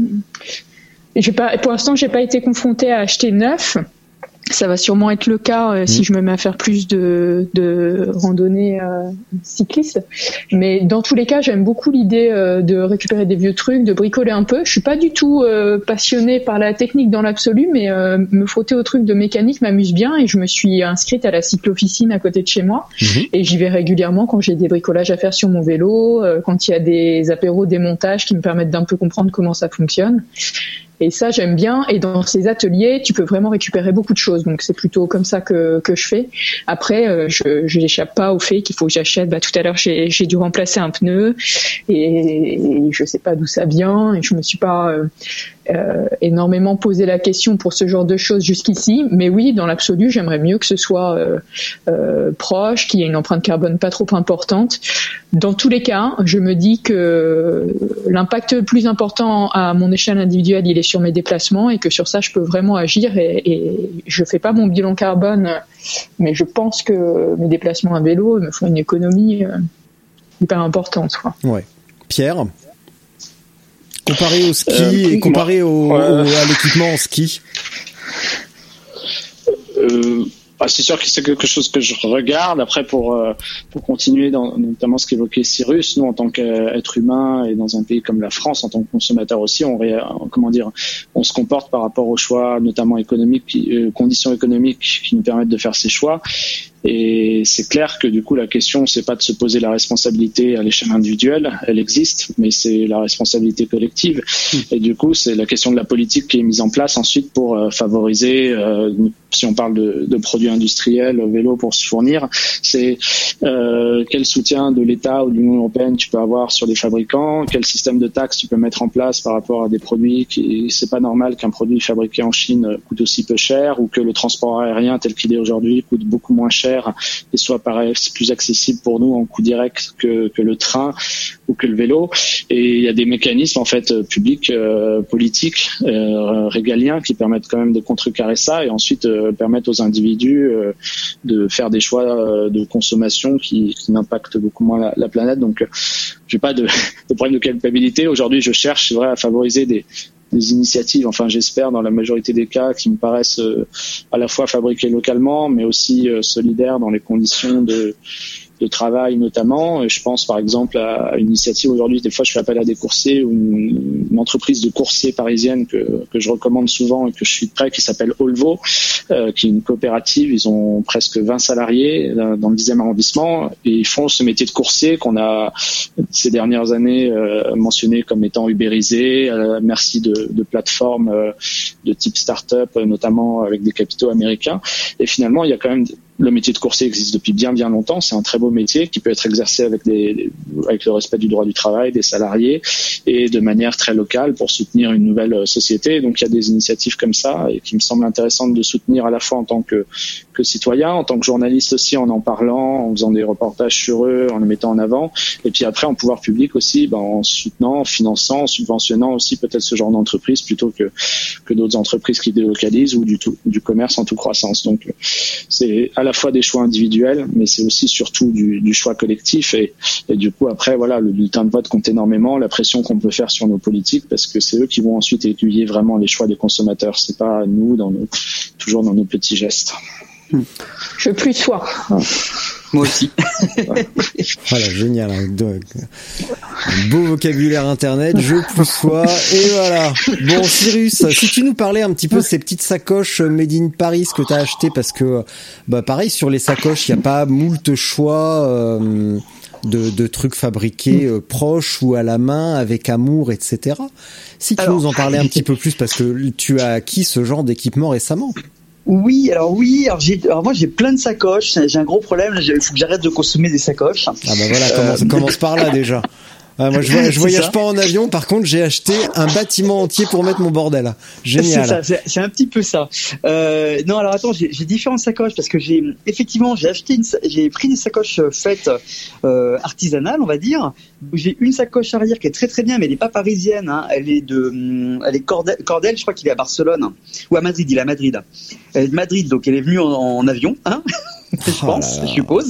j'ai pas, pour l'instant, j'ai pas été confrontée à acheter neuf. Ça va sûrement être le cas euh, mmh. si je me mets à faire plus de, de randonnées euh, cyclistes. Mais dans tous les cas, j'aime beaucoup l'idée euh, de récupérer des vieux trucs, de bricoler un peu. Je suis pas du tout euh, passionnée par la technique dans l'absolu, mais euh, me frotter aux trucs de mécanique m'amuse bien et je me suis inscrite à la cyclo-officine à côté de chez moi. Mmh. Et j'y vais régulièrement quand j'ai des bricolages à faire sur mon vélo, euh, quand il y a des apéros, des montages qui me permettent d'un peu comprendre comment ça fonctionne. Et ça, j'aime bien. Et dans ces ateliers, tu peux vraiment récupérer beaucoup de choses. Donc, c'est plutôt comme ça que que je fais. Après, euh, je je n'échappe pas au fait qu'il faut que j'achète. Bah, tout à l'heure, j'ai j'ai dû remplacer un pneu et, et je sais pas d'où ça vient. Et je me suis pas euh, euh, énormément posé la question pour ce genre de choses jusqu'ici. Mais oui, dans l'absolu, j'aimerais mieux que ce soit euh, euh, proche, qu'il y ait une empreinte carbone pas trop importante. Dans tous les cas, je me dis que l'impact le plus important à mon échelle individuelle, il est sur mes déplacements et que sur ça, je peux vraiment agir et, et je fais pas mon bilan carbone, mais je pense que mes déplacements à vélo me font une économie euh, hyper importante, quoi.
Ouais. Pierre, comparé au ski euh, et comparé au, euh, au, à l'équipement en ski.
Euh, Ah, c'est sûr que c'est quelque chose que je regarde. Après, pour euh, pour continuer dans notamment ce qu'évoquait Cyrus, nous en tant qu'être humain et dans un pays comme la France, en tant que consommateur aussi, on ré, comment dire, on se comporte par rapport aux choix, notamment économiques, euh, conditions économiques qui nous permettent de faire ces choix. Et c'est clair que du coup, la question, c'est pas de se poser la responsabilité à l'échelle individuelle, elle existe, mais c'est la responsabilité collective. Et du coup, c'est la question de la politique qui est mise en place ensuite pour euh, favoriser, euh, si on parle de, de produits industriels, vélo pour se fournir, c'est euh, quel soutien de l'État ou de l'Union européenne tu peux avoir sur les fabricants, quel système de taxes tu peux mettre en place par rapport à des produits qui, c'est pas normal qu'un produit fabriqué en Chine coûte aussi peu cher, ou que le transport aérien tel qu'il est aujourd'hui coûte beaucoup moins cher et soit pareil, plus accessible pour nous en coût direct que, que le train ou que le vélo. Et il y a des mécanismes en fait publics, euh, politiques, euh, régaliens qui permettent quand même de contrecarrer ça et ensuite euh, permettre aux individus euh, de faire des choix euh, de consommation qui, qui n'impactent beaucoup moins la, la planète. Donc, euh, j'ai pas de, de problème de culpabilité. Aujourd'hui, je cherche, c'est vrai, à favoriser des des initiatives, enfin j'espère dans la majorité des cas, qui me paraissent euh, à la fois fabriquées localement, mais aussi euh, solidaires dans les conditions de de travail notamment. Et je pense par exemple à une initiative aujourd'hui, des fois je fais appel à des coursiers ou une, une entreprise de coursiers parisienne que, que je recommande souvent et que je suis prêt, qui s'appelle Olvo, euh, qui est une coopérative. Ils ont presque vingt salariés dans le dixième arrondissement et ils font ce métier de coursier qu'on a ces dernières années euh, mentionné comme étant ubérisé, euh, merci de, de plateformes euh, de type start-up, notamment avec des capitaux américains. Et finalement, il y a quand même le métier de coursier existe depuis bien bien longtemps. C'est un très beau métier qui peut être exercé avec des, avec le respect du droit du travail, des salariés et de manière très locale pour soutenir une nouvelle société. Donc il y a des initiatives comme ça et qui me semblent intéressantes de soutenir à la fois en tant que que citoyen, en tant que journaliste aussi, en en parlant, en faisant des reportages sur eux, en les mettant en avant. Et puis après en pouvoir public aussi, ben, en soutenant, en finançant, en subventionnant aussi peut-être ce genre d'entreprise plutôt que que d'autres entreprises qui délocalisent ou du tout du commerce en toute croissance. Donc c'est à la fois des choix individuels, mais c'est aussi surtout du, du choix collectif. Et, et du coup, après, voilà, le bulletin de vote compte énormément, la pression qu'on peut faire sur nos politiques, parce que c'est eux qui vont ensuite aiguiller vraiment les choix des consommateurs. C'est pas nous, dans nos, toujours dans nos petits gestes.
Je plus sois.
Moi aussi.
Voilà, génial. Un beau vocabulaire internet, je plus sois, et voilà. Bon, Cyrus, si tu nous parlais un petit peu de ces petites sacoches Made in Paris que t'as achetées, parce que, bah, pareil, sur les sacoches, il n'y a pas moult choix, euh, de, de trucs fabriqués euh, proches ou à la main, avec amour, et cetera. Si tu Alors, nous en parlais un petit peu plus, parce que tu as acquis ce genre d'équipement récemment.
Oui, alors oui, alors, j'ai, alors moi j'ai plein de sacoches, j'ai un gros problème, il faut que j'arrête de consommer des sacoches.
Ah bah voilà, commence, euh... commence par là déjà. Ah, moi je, voyage, je voyage pas en avion, par contre j'ai acheté un bâtiment entier pour mettre mon bordel. Génial.
C'est ça, c'est, c'est un petit peu ça. Euh, non alors attends, j'ai, j'ai différentes sacoches parce que j'ai effectivement j'ai acheté une, j'ai pris des sacoches faites euh, artisanales on va dire. J'ai une sacoche arrière qui est très très bien, mais elle est pas parisienne. Hein. Elle est de, elle est Cordel, Cordel, je crois qu'il est à Barcelone hein. ou à Madrid. Il est à Madrid. Elle est de Madrid, donc elle est venue en, en avion. Hein je pense, oh je suppose.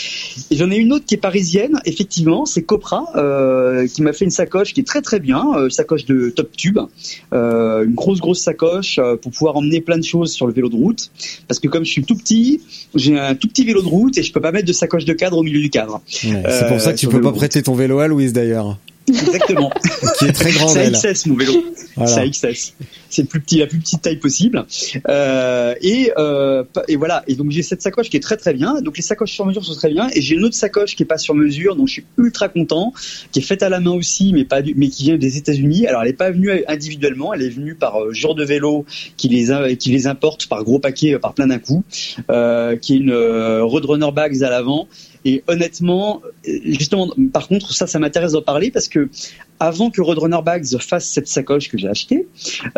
Et j'en ai une autre qui est parisienne, effectivement, c'est Copra, euh, qui m'a fait une sacoche qui est très très bien, euh, sacoche de top tube, euh, une grosse grosse sacoche euh, pour pouvoir emmener plein de choses sur le vélo de route. Parce que comme je suis tout petit, j'ai un tout petit vélo de route et je peux pas mettre de sacoche de cadre au milieu du cadre.
Ouais, euh, c'est pour ça que tu peux pas prêter ton vélo à Louise d'ailleurs.
Exactement.
Qui est très grand.
C'est A X S mon vélo. Voilà. C'est A X S. C'est le plus petit, la plus petite taille possible. Euh, et, euh, et voilà. Et donc j'ai cette sacoche qui est très très bien. Donc les sacoches sur mesure sont très bien. Et j'ai une autre sacoche qui est pas sur mesure, dont je suis ultra content, qui est faite à la main aussi, mais pas du, mais qui vient des États-Unis. Alors elle est pas venue individuellement, elle est venue par euh, Jour de Vélo qui les qui les importe par gros paquets, par plein d'un coup. Euh, qui est une euh, Roadrunner Bags à l'avant. Et honnêtement, justement, par contre, ça, ça m'intéresse d'en parler parce que avant que Roadrunner Bags fasse cette sacoche que j'ai achetée,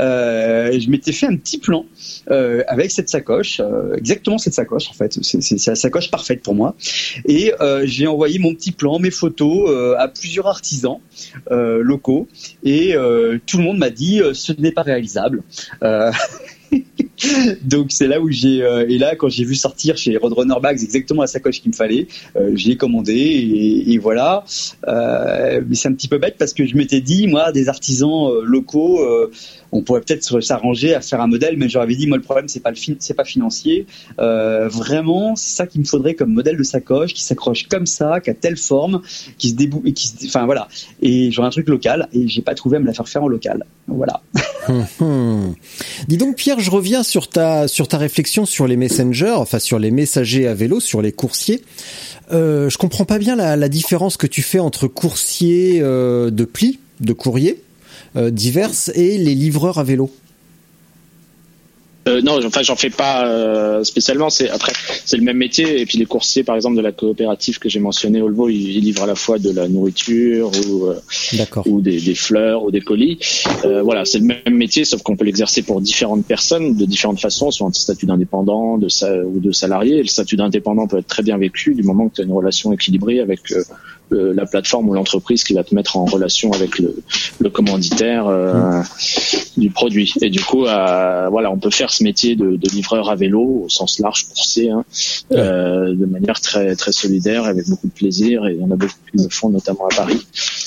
euh, je m'étais fait un petit plan euh, avec cette sacoche, euh, exactement cette sacoche en fait. C'est, c'est, c'est la sacoche parfaite pour moi. Et euh, j'ai envoyé mon petit plan, mes photos euh, à plusieurs artisans euh, locaux et euh, tout le monde m'a dit euh, ce n'est pas réalisable. Euh, Donc c'est là où j'ai euh, et là quand j'ai vu sortir chez Roadrunner Bags exactement la sacoche qu'il me fallait, euh, j'ai commandé et, et voilà. Euh, mais c'est un petit peu bête parce que je m'étais dit moi des artisans euh, locaux, euh, on pourrait peut-être s'arranger à faire un modèle, mais j'aurais dit, moi, le problème, c'est pas le fin- c'est pas financier. Euh, vraiment, c'est ça qu'il me faudrait comme modèle de sacoche, qui s'accroche comme ça, qui a telle forme, qui se débou- et qui se, enfin voilà. Et j'aurais un truc local, et j'ai pas trouvé à me la faire faire en local. Voilà.
Hum, hum. Dis donc, Pierre, je reviens sur ta sur ta réflexion sur les messengers, enfin sur les messagers à vélo, sur les coursiers. Euh, je comprends pas bien la, la différence que tu fais entre coursiers euh, de plis, de courrier euh, divers, et les livreurs à vélo.
Euh, non, enfin, j'en fais pas euh, spécialement. C'est après, c'est le même métier. Et puis les coursiers, par exemple, de la coopérative que j'ai mentionné, Olvo, ils, ils livrent à la fois de la nourriture ou euh, ou des, des fleurs ou des colis. Euh, voilà, c'est le même métier, sauf qu'on peut l'exercer pour différentes personnes de différentes façons, soit en statut d'indépendant, de sa, ou de salarié. Et le statut d'indépendant peut être très bien vécu du moment que tu as une relation équilibrée avec euh, le, la plateforme ou l'entreprise qui va te mettre en relation avec le, le commanditaire euh, mmh. du produit. Et du coup, euh, voilà, on peut faire ce métier de, de livreur à vélo au sens large, coursier, hein, ouais. euh, de manière très très solidaire, avec beaucoup de plaisir. Et il y en a beaucoup qui le font, notamment à Paris.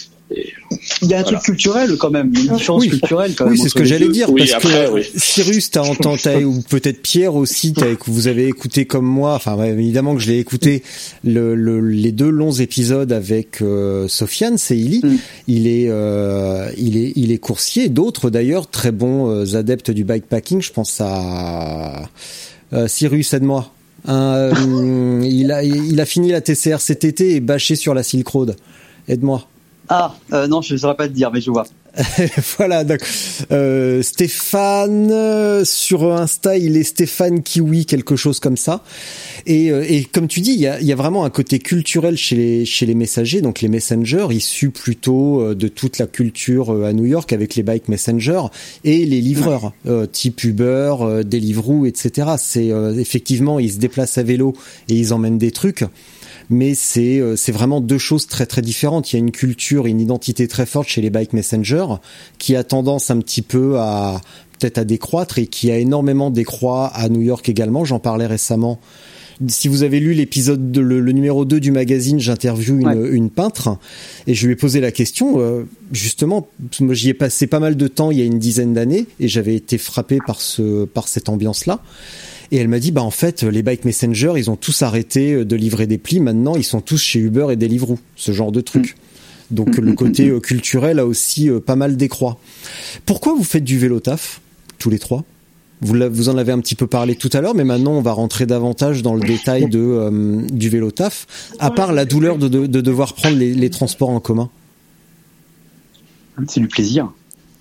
Et
il y a un
voilà.
truc culturel quand même, il y a une différence
oui.
culturelle quand
oui,
même.
Oui, c'est ce que j'allais dire,
oui,
parce
après,
que
oui.
Cyrus, t'as entendu, ou peut-être Pierre aussi, t'as, vous avez écouté comme moi, enfin évidemment que je l'ai écouté, le, le, les deux longs épisodes avec euh, Sofiane Seili. Mm. Il est, euh, il est, il est coursier. D'autres d'ailleurs très bons euh, adeptes du bikepacking. Je pense à euh, Cyrus, aide-moi. Un, euh, il a, il a fini la T C R cet été et bâché sur la Silk Road. Aide-moi.
Ah, euh, non, je ne saurais pas te dire, mais je vois.
Voilà, donc euh, Stéphane euh, sur Insta, il est Stéphane Kiwi, quelque chose comme ça. Et, euh, et comme tu dis, il y a, il y a vraiment un côté culturel chez les chez les messagers, donc les messengers issus plutôt euh, de toute la culture euh, à New York avec les bike messengers et les livreurs euh, type Uber, euh, Deliveroo, et cetera. C'est euh, effectivement, ils se déplacent à vélo et ils emmènent des trucs. Mais c'est c'est vraiment deux choses très très différentes. Il y a une culture, une identité très forte chez les bike messengers qui a tendance un petit peu à peut-être à décroître et qui a énormément décroît à New York également. J'en parlais récemment. Si vous avez lu l'épisode de, le, le numéro deux du magazine, j'interviewe une, ouais. une peintre et je lui ai posé la question. Euh, justement, moi j'y ai passé pas mal de temps il y a une dizaine d'années et j'avais été frappé par ce par cette ambiance-là. Et elle m'a dit, bah en fait, les bike messengers, ils ont tous arrêté de livrer des plis. Maintenant, ils sont tous chez Uber et Deliveroo, ce genre de truc. Mmh. Donc le côté euh, culturel a aussi euh, pas mal décroît. Pourquoi vous faites du vélo taf, tous les trois ? Vous, vous en avez un petit peu parlé tout à l'heure, mais maintenant on va rentrer davantage dans le détail de euh, du vélo taf. À part la douleur de, de, de devoir prendre les, les transports en commun.
C'est du plaisir.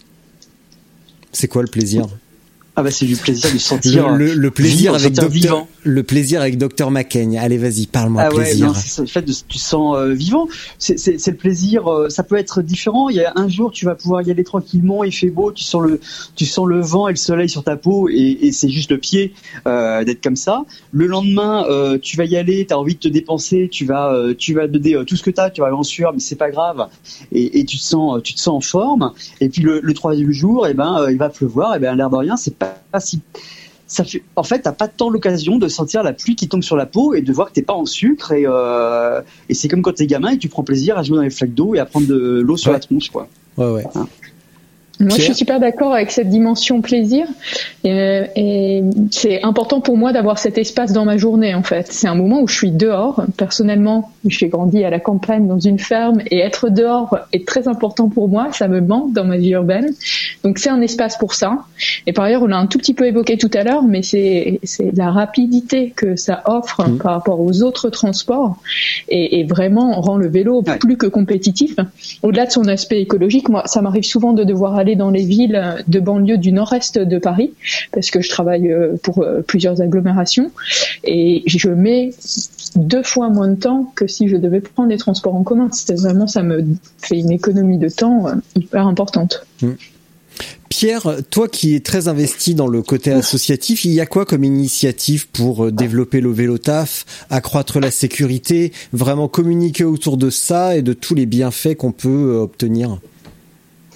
C'est quoi le plaisir ?
Ah bah c'est du plaisir de sentir
le, le, le plaisir
vivre,
avec docteur
vivant.
Le plaisir avec docteur Macaigne. Allez, vas-y, parle-moi.
Ah ouais,
plaisir.
Non, c'est le fait de tu sens euh, vivant. C'est, c'est, c'est le plaisir. Euh, ça peut être différent. Il y a un jour, tu vas pouvoir y aller tranquillement. Il fait beau. Tu sens le, tu sens le vent et le soleil sur ta peau et, et c'est juste le pied euh, d'être comme ça. Le lendemain, euh, tu vas y aller. T'as envie de te dépenser. Tu vas, euh, tu vas donner euh, tout ce que t'as. Tu vas aller en sueur, mais c'est pas grave. Et, et tu te sens, tu te sens en forme. Et puis le, le troisième jour, eh ben, euh, il va pleuvoir. Et ben, l'air de rien, c'est pas, pas si Ça fait, en fait, t'as pas tant l'occasion de sentir la pluie qui tombe sur la peau et de voir que t'es pas en sucre et, euh, et c'est comme quand t'es gamin et tu prends plaisir à jouer dans les flaques d'eau et à prendre de l'eau sur
ouais.
la tronche, quoi.
Ouais, ouais.
Hein.
Moi,
Pierre ?
je suis super d'accord avec cette dimension plaisir et, et c'est important pour moi d'avoir cet espace dans ma journée, en fait. C'est un moment où je suis dehors. Personnellement, j'ai grandi à la campagne dans une ferme et être dehors est très important pour moi. Ça me manque dans ma vie urbaine. Donc, c'est un espace pour ça. Et par ailleurs, on l'a un tout petit peu évoqué tout à l'heure, mais c'est, c'est la rapidité que ça offre mmh. par rapport aux autres transports et, et vraiment rend le vélo ouais. plus que compétitif. Au-delà de son aspect écologique, moi, ça m'arrive souvent de devoir aller dans les villes de banlieue du nord-est de Paris parce que je travaille pour plusieurs agglomérations et je mets deux fois moins de temps que si je devais prendre les transports en commun. C'est vraiment, ça me fait une économie de temps hyper importante. Mmh.
Pierre, toi qui es très investi dans le côté associatif, il y a quoi comme initiative pour développer le vélo taf, accroître la sécurité, vraiment communiquer autour de ça et de tous les bienfaits qu'on peut obtenir ?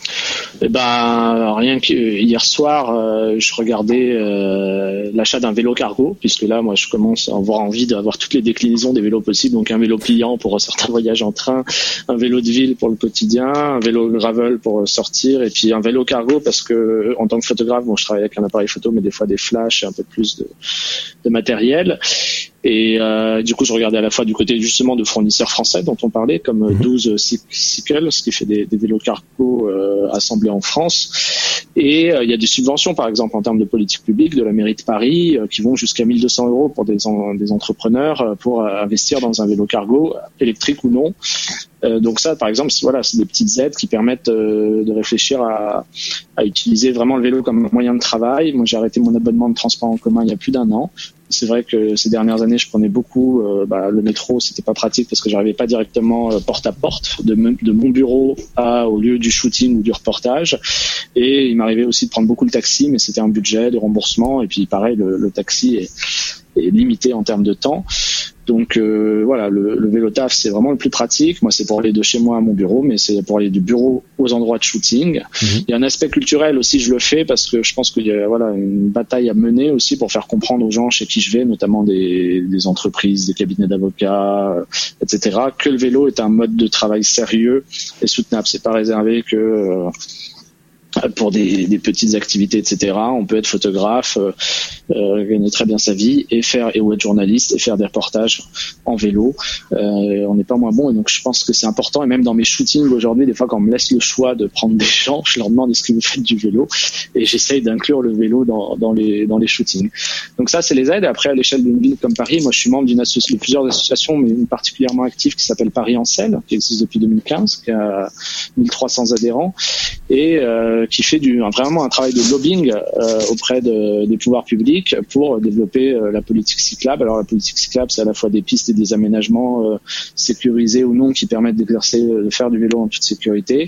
Eh ben, rien que hier soir, euh, je regardais euh, l'achat d'un vélo cargo, puisque là, moi, je commence à avoir envie d'avoir toutes les déclinaisons des vélos possibles. Donc, un vélo pliant pour certains voyages en train, un vélo de ville pour le quotidien, un vélo gravel pour sortir, et puis un vélo cargo parce que, en tant que photographe, bon, je travaille avec un appareil photo, mais des fois des flashs et un peu plus de, de matériel. Et euh, du coup, je regardais à la fois du côté justement de fournisseurs français dont on parlait, comme mmh. douze Cycle, ce qui fait des, des vélos cargo euh, assemblés en France. Et euh, il y a des subventions, par exemple, en termes de politique publique, de la mairie de Paris, euh, qui vont jusqu'à mille deux cents euros pour des, en, des entrepreneurs euh, pour euh, investir dans un vélo cargo, électrique ou non. Euh, donc ça, par exemple, voilà, c'est des petites aides qui permettent euh, de réfléchir à, à utiliser vraiment le vélo comme moyen de travail. Moi, j'ai arrêté mon abonnement de transport en commun il y a plus d'un an. C'est vrai que ces dernières années, je prenais beaucoup euh, bah, le métro, c'était pas pratique parce que j'arrivais pas directement euh, porte à porte de, me, de mon bureau à au lieu du shooting ou du reportage. Et il m'arrivait aussi de prendre beaucoup le taxi, mais c'était un budget de remboursement. Et puis pareil, le, le taxi est, est limité en termes de temps. Donc euh, voilà, le, le vélo taf, c'est vraiment le plus pratique. Moi, c'est pour aller de chez moi à mon bureau, mais c'est pour aller du bureau aux endroits de shooting. Mmh. Il y a un aspect culturel aussi, je le fais parce que je pense qu'il y a voilà une bataille à mener aussi pour faire comprendre aux gens chez qui je vais, notamment des, des entreprises, des cabinets d'avocats, euh, et cetera, que le vélo est un mode de travail sérieux et soutenable. C'est pas réservé que euh, pour des, des petites activités, et cetera. On peut être photographe, euh, euh, gagner très bien sa vie et faire et ou être journaliste et faire des reportages en vélo. Euh, on n'est pas moins bon et donc je pense que c'est important. Et même dans mes shootings aujourd'hui, des fois quand on me laisse le choix de prendre des gens, je leur demande est-ce que vous faites du vélo et j'essaye d'inclure le vélo dans, dans les dans les shootings. Donc ça, c'est les aides. Et après, à l'échelle d'une ville comme Paris, moi je suis membre d'une association, de plusieurs associations, mais une particulièrement active qui s'appelle Paris en selle, qui existe depuis deux mille quinze, qui a mille trois cents adhérents et euh, qui fait du, un, vraiment un travail de lobbying euh, auprès de, des pouvoirs publics pour développer euh, la politique cyclable. Alors la politique cyclable, c'est à la fois des pistes et des aménagements euh, sécurisés ou non qui permettent d'exercer, de faire du vélo en toute sécurité.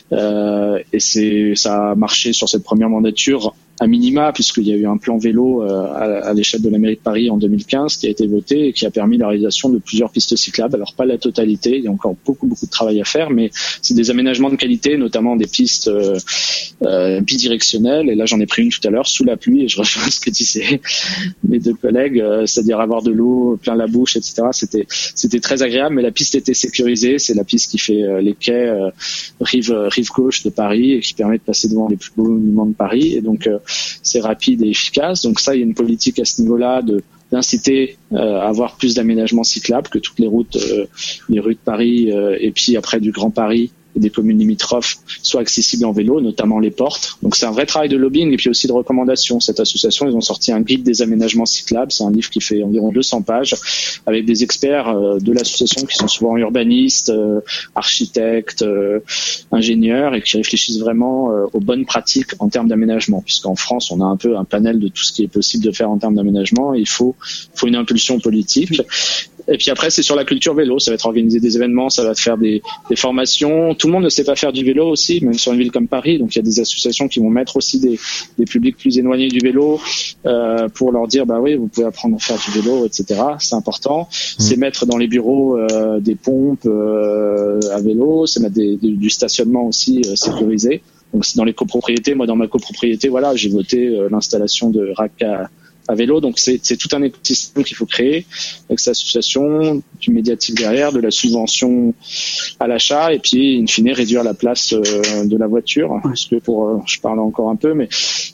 Euh, et c'est, ça a marché sur cette première mandature à minima, puisqu'il y a eu un plan vélo euh, à, à l'échelle de la mairie de Paris en deux mille quinze qui a été voté et qui a permis la réalisation de plusieurs pistes cyclables. Alors pas la totalité, il y a encore beaucoup beaucoup de travail à faire, mais c'est des aménagements de qualité, notamment des pistes euh, euh, bidirectionnelles. Et là j'en ai pris une tout à l'heure sous la pluie et je rejoins ce que disaient mes deux collègues, euh, c'est-à-dire avoir de l'eau plein la bouche, et cetera. C'était c'était très agréable, mais la piste était sécurisée. C'est la piste qui fait euh, les quais euh, rive rive gauche de Paris et qui permet de passer devant les plus beaux monuments de Paris. Et donc euh, c'est rapide et efficace. Donc ça, il y a une politique à ce niveau-là de d'inciter euh, à avoir plus d'aménagements cyclables, que toutes les routes, euh, les rues de Paris euh, et puis après du Grand Paris et des communes limitrophes soient accessibles en vélo, notamment les portes. Donc c'est un vrai travail de lobbying et puis aussi de recommandation. Cette association, ils ont sorti un guide des aménagements cyclables. C'est un livre qui fait environ deux cents pages avec des experts euh, de l'association qui sont souvent urbanistes, euh, architectes, euh, ingénieurs et qui réfléchissent vraiment euh, aux bonnes pratiques en termes d'aménagement. Puisqu'en France, on a un peu un panel de tout ce qui est possible de faire en termes d'aménagement. Il faut, faut une impulsion politique. Et puis après, c'est sur la culture vélo. Ça va être organiser des événements, ça va faire des, des formations. Tout le monde ne sait pas faire du vélo aussi, même sur une ville comme Paris. Donc il y a des associations qui vont mettre aussi des, des publics plus éloignés du vélo euh, pour leur dire, bah oui, vous pouvez apprendre à faire du vélo, et cetera. C'est important. Mmh. C'est mettre dans les bureaux euh, des pompes euh, à vélo. C'est mettre des, des, du stationnement aussi euh, sécurisé. Donc c'est dans les copropriétés. Moi, dans ma copropriété, voilà, j'ai voté euh, l'installation de racks à à vélo, donc c'est, c'est tout un écosystème qu'il faut créer avec cette association, du médiatique derrière, de la subvention à l'achat, et puis in fine réduire la place euh, de la voiture, parce que pour, euh, je parle encore un peu, mais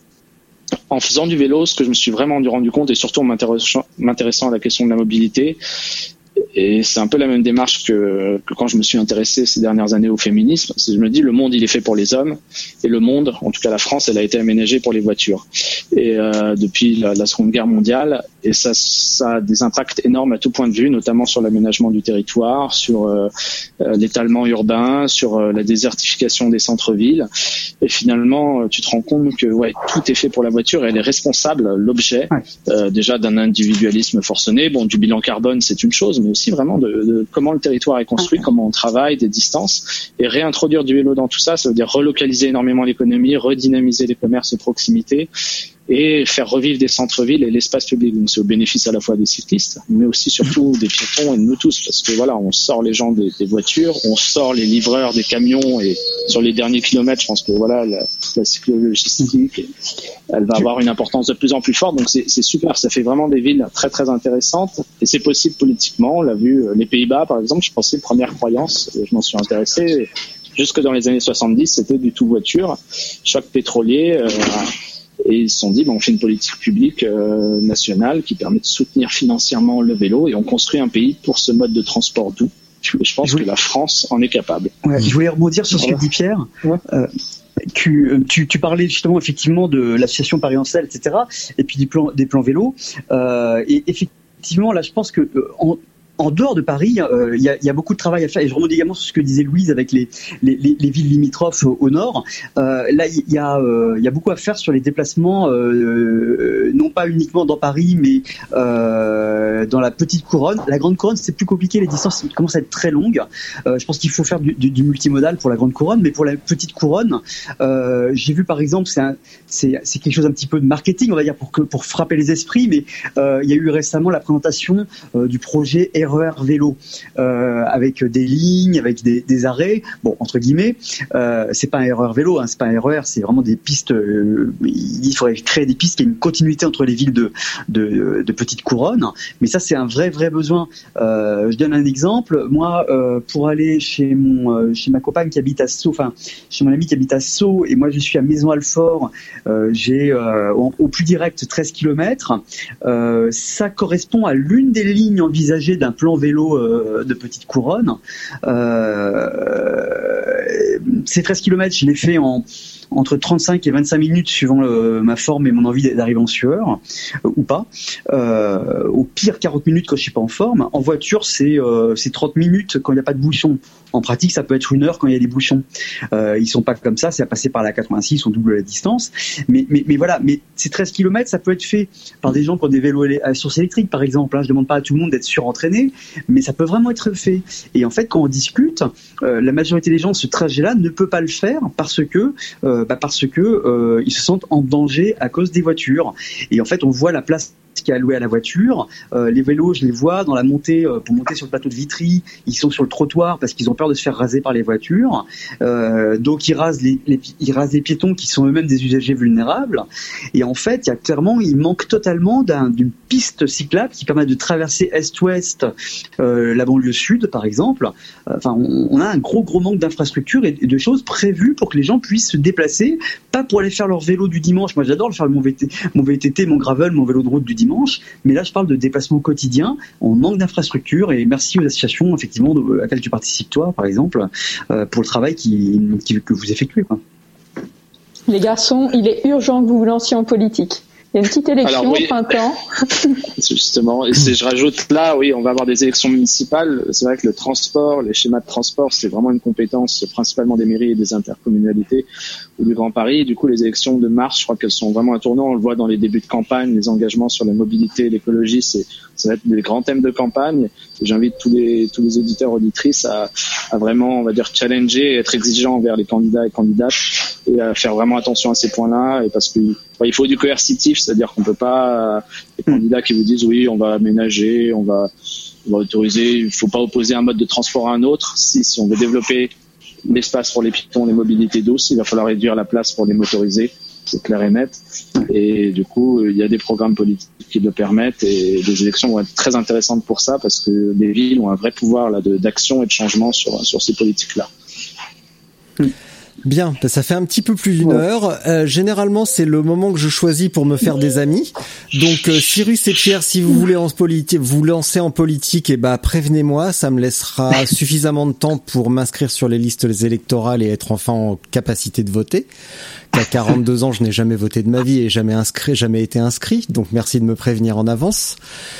en faisant du vélo, ce que je me suis vraiment rendu compte, et surtout en m'intéressant, m'intéressant à la question de la mobilité, et c'est un peu la même démarche que, que quand je me suis intéressé ces dernières années au féminisme. C'est, je me dis, le monde, il est fait pour les hommes, et le monde, en tout cas la France, elle a été aménagée pour les voitures. Et euh, depuis la, la Seconde Guerre mondiale, et ça, ça a des impacts énormes à tout point de vue, notamment sur l'aménagement du territoire, sur euh, l'étalement urbain, sur euh, la désertification des centres-villes. Et finalement, tu te rends compte que ouais, tout est fait pour la voiture, et elle est responsable, l'objet, euh, déjà d'un individualisme forcené. Bon, du bilan carbone, c'est une chose, mais aussi vraiment de, de comment le territoire est construit, comment on travaille, des distances, et réintroduire du vélo dans tout ça, ça veut dire relocaliser énormément l'économie, redynamiser les commerces de proximité, et faire revivre des centres-villes et l'espace public. Donc c'est au bénéfice à la fois des cyclistes, mais aussi surtout des piétons et de nous tous, parce que voilà, on sort les gens des, des voitures, on sort les livreurs des camions, et sur les derniers kilomètres, je pense que voilà, la, la cyclo-logistique, elle va avoir une importance de plus en plus forte. Donc c'est, c'est super, ça fait vraiment des villes très très intéressantes, et c'est possible politiquement. On l'a vu, les Pays-Bas par exemple, je pensais première croyance, je m'en suis intéressé. Jusque dans les années soixante-dix, c'était du tout voiture, choc pétrolier. Euh, Et ils se sont dit, ben, on fait une politique publique euh, nationale qui permet de soutenir financièrement le vélo, et on construit un pays pour ce mode de transport doux. Et je pense je voulais... que la France en est capable.
Ouais, je voulais rebondir sur ce que dit Pierre. Ouais. Euh, tu, tu, tu parlais justement effectivement de l'association Paris-Ancel, et cetera. Et puis des plans, des plans vélo. Euh, et effectivement, là, je pense que euh, en, En dehors de Paris, il euh, y, a, y a beaucoup de travail à faire, et je remonte également sur ce que disait Louise avec les, les, les, les villes limitrophes au, au nord. Euh, là, il y, euh, y a beaucoup à faire sur les déplacements, euh, non pas uniquement dans Paris, mais euh, dans la petite couronne. La grande couronne, c'est plus compliqué, les distances commencent à être très longues. Euh, je pense qu'il faut faire du, du, du multimodal pour la grande couronne, mais pour la petite couronne, euh, j'ai vu par exemple, c'est, un, c'est, c'est quelque chose un petit peu de marketing, on va dire, pour, que, pour frapper les esprits, mais euh, il y a eu récemment la présentation euh, du projet R E R vélo, euh, avec des lignes, avec des, des arrêts. Bon, entre guillemets, euh, c'est pas un R E R vélo, hein, c'est pas un R E R, c'est vraiment des pistes. Euh, il faudrait créer des pistes qui aient une continuité entre les villes de de, de petite couronne. Mais ça, c'est un vrai vrai besoin. Euh, je donne un exemple. Moi, euh, pour aller chez mon euh, chez ma compagne qui habite à Sceaux, enfin chez mon ami qui habite à Sceaux, et moi je suis à Maison-Alfort, euh, j'ai euh, au, au plus direct treize kilomètres. Euh, ça correspond à l'une des lignes envisagées d'un plan vélo euh, de petite couronne. Euh, ces treize kilomètres, je l'ai fait en entre trente-cinq et vingt-cinq minutes suivant le, ma forme et mon envie d'arriver en sueur, euh, ou pas. Euh, au pire, quarante minutes quand je suis pas en forme. En voiture, c'est, euh, c'est trente minutes quand il n'y a pas de bouchon. En pratique, ça peut être une heure quand il y a des bouchons. Euh, ils sont pas comme ça, c'est à passer par la quatre-vingt-six, on double la distance. Mais, mais, mais voilà, mais ces treize kilomètres, ça peut être fait par des gens qui ont des vélos à source électrique, par exemple. Hein. Je demande pas à tout le monde d'être surentraîné, mais ça peut vraiment être fait. Et en fait, quand on discute, euh, la majorité des gens, ce trajet-là ne peut pas le faire parce que, euh, bah parce que euh, ils se sentent en danger à cause des voitures. Et en fait, on voit la place qui est alloué à la voiture. Euh, les vélos, je les vois dans la montée, euh, pour monter sur le plateau de Vitry, ils sont sur le trottoir parce qu'ils ont peur de se faire raser par les voitures. Euh, donc ils rasent les, les, ils rasent les piétons qui sont eux-mêmes des usagers vulnérables. Et en fait, il y a clairement, il manque totalement d'un, d'une piste cyclable qui permet de traverser est-ouest euh, la banlieue sud, par exemple. Enfin, on, on a un gros gros manque d'infrastructures et, et de choses prévues pour que les gens puissent se déplacer, pas pour aller faire leur vélo du dimanche. Moi, j'adore le faire mon V T, mon V T T, mon gravel, mon vélo de route du dimanche. Mais là, je parle de déplacement quotidien. On manque d'infrastructures et merci aux associations, effectivement, à laquelle tu participes, toi, par exemple, euh, pour le travail qui, qui, que vous effectuez, quoi.
Les garçons, il est urgent que vous vous lanciez en politique. Il y a une petite élection Alors, oui. au printemps.
Justement, et c'est, je rajoute là, oui, on va avoir des élections municipales. C'est vrai que le transport, les schémas de transport, c'est vraiment une compétence principalement des mairies et des intercommunalités ou du Grand Paris. Du coup, les élections de mars, je crois qu'elles sont vraiment un tournant. On le voit dans les débuts de campagne, les engagements sur la mobilité, l'écologie, c'est, ça va être des grands thèmes de campagne. Et j'invite tous les tous les auditeurs, auditrices à, à vraiment, on va dire, challenger, être exigeants envers les candidats et candidates et à faire vraiment attention à ces points-là. Et parce que il faut du coercitif, c'est-à-dire qu'on peut pas, les candidats qui vous disent oui, on va aménager, on va, on va autoriser, il faut pas opposer un mode de transport à un autre. Si, si on veut développer l'espace pour les piétons, les mobilités douces, il va falloir réduire la place pour les motorisés, c'est clair et net. Et du coup, il y a des programmes politiques qui le permettent et les élections vont être très intéressantes pour ça parce que les villes ont un vrai pouvoir là de, d'action et de changement sur, sur ces politiques-là.
Bien, ça fait un petit peu plus d'une heure. Euh, généralement, c'est le moment que je choisis pour me faire des amis. Donc, euh, Cyrus et Pierre, si vous voulez en politique, vous lancer en politique, et bah prévenez-moi, ça me laissera suffisamment de temps pour m'inscrire sur les listes électorales et être enfin en capacité de voter. À quarante-deux ans, je n'ai jamais voté de ma vie et jamais inscrit, jamais été inscrit. Donc, merci de me prévenir en avance.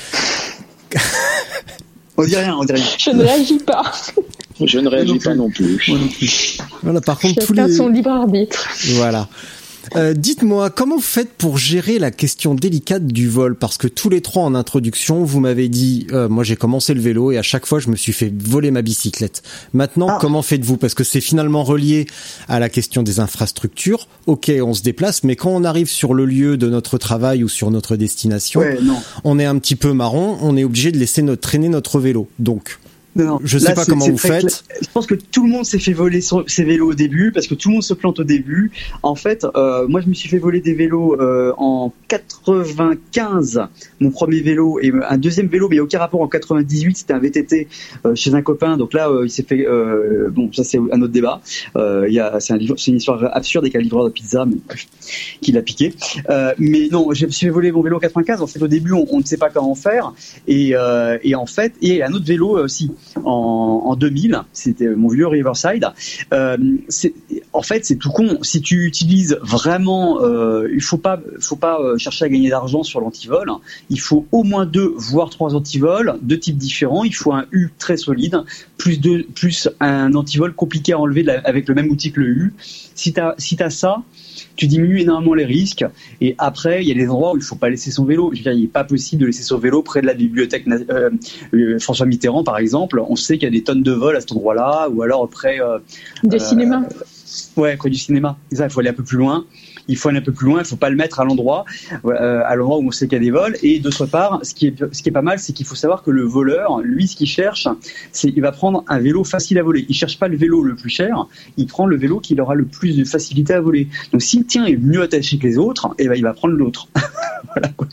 On dit rien, on dit rien.
Je ne réagis pas.
Je ne réagis pas non plus.
Voilà, par contre,
Chacun
tous les...
son libre arbitre.
Voilà. Euh, dites-moi, comment vous faites pour gérer la question délicate du vol? Parce que tous les trois en introduction, vous m'avez dit, euh, moi j'ai commencé le vélo et à chaque fois je me suis fait voler ma bicyclette. Maintenant, ah. comment faites-vous? Parce que c'est finalement relié à la question des infrastructures. Ok, on se déplace, mais quand on arrive sur le lieu de notre travail ou sur notre destination,
ouais, non.
on est un petit peu marron, on est obligé de laisser notre, traîner notre vélo. Donc... Non, je sais
là,
pas
c'est,
comment
c'est
vous faites.
Clair. Je pense que tout le monde s'est fait voler son, ses vélos au début parce que tout le monde se plante au début. En fait, euh, moi je me suis fait voler des vélos euh, en quatre-vingt-quinze, mon premier vélo, et un deuxième vélo, mais aucun rapport en quatre-vingt-dix-huit, c'était un V T T euh, chez un copain. Donc là, euh, il s'est fait. Euh, bon, ça c'est un autre débat. Euh, il y a, c'est, un livre, c'est une histoire absurde avec un livreur de pizza, mais qui l'a piqué. Euh, mais non, je me suis fait voler mon vélo en quatre-vingt-quinze. En fait, au début, on, on ne sait pas comment faire, et, euh, et en fait, et un autre vélo aussi. En, en deux mille, c'était mon vieux Riverside. Euh, c'est, en fait, c'est tout con. Si tu utilises vraiment, euh, il faut pas, faut pas chercher à gagner d'argent sur l'antivol. Il faut au moins deux, voire trois antivols, deux types différents. Il faut un U très solide, plus deux, plus un antivol compliqué à enlever avec le même outil que le U. Si t'as, si t'as ça, tu diminues énormément les risques. Et après, il y a des endroits où il faut pas laisser son vélo. Je veux dire, il n'est pas possible de laisser son vélo près de la bibliothèque euh, euh, François Mitterrand, par exemple. On sait qu'il y a des tonnes de vols à cet endroit-là, ou alors près euh,
des
euh,
cinémas.
Ouais, près du cinéma. Ça, il faut aller un peu plus loin. Il faut aller un peu plus loin. Il faut pas le mettre à l'endroit, euh, à l'endroit où on sait qu'il y a des vols. Et d'autre part, ce qui est, ce qui est pas mal, c'est qu'il faut savoir que le voleur, lui, ce qu'il cherche, c'est il va prendre un vélo facile à voler. Il cherche pas le vélo le plus cher. Il prend le vélo qui aura le plus de facilité à voler. Donc, si le tien est mieux attaché que les autres, eh ben, il va prendre l'autre. Voilà, quoi.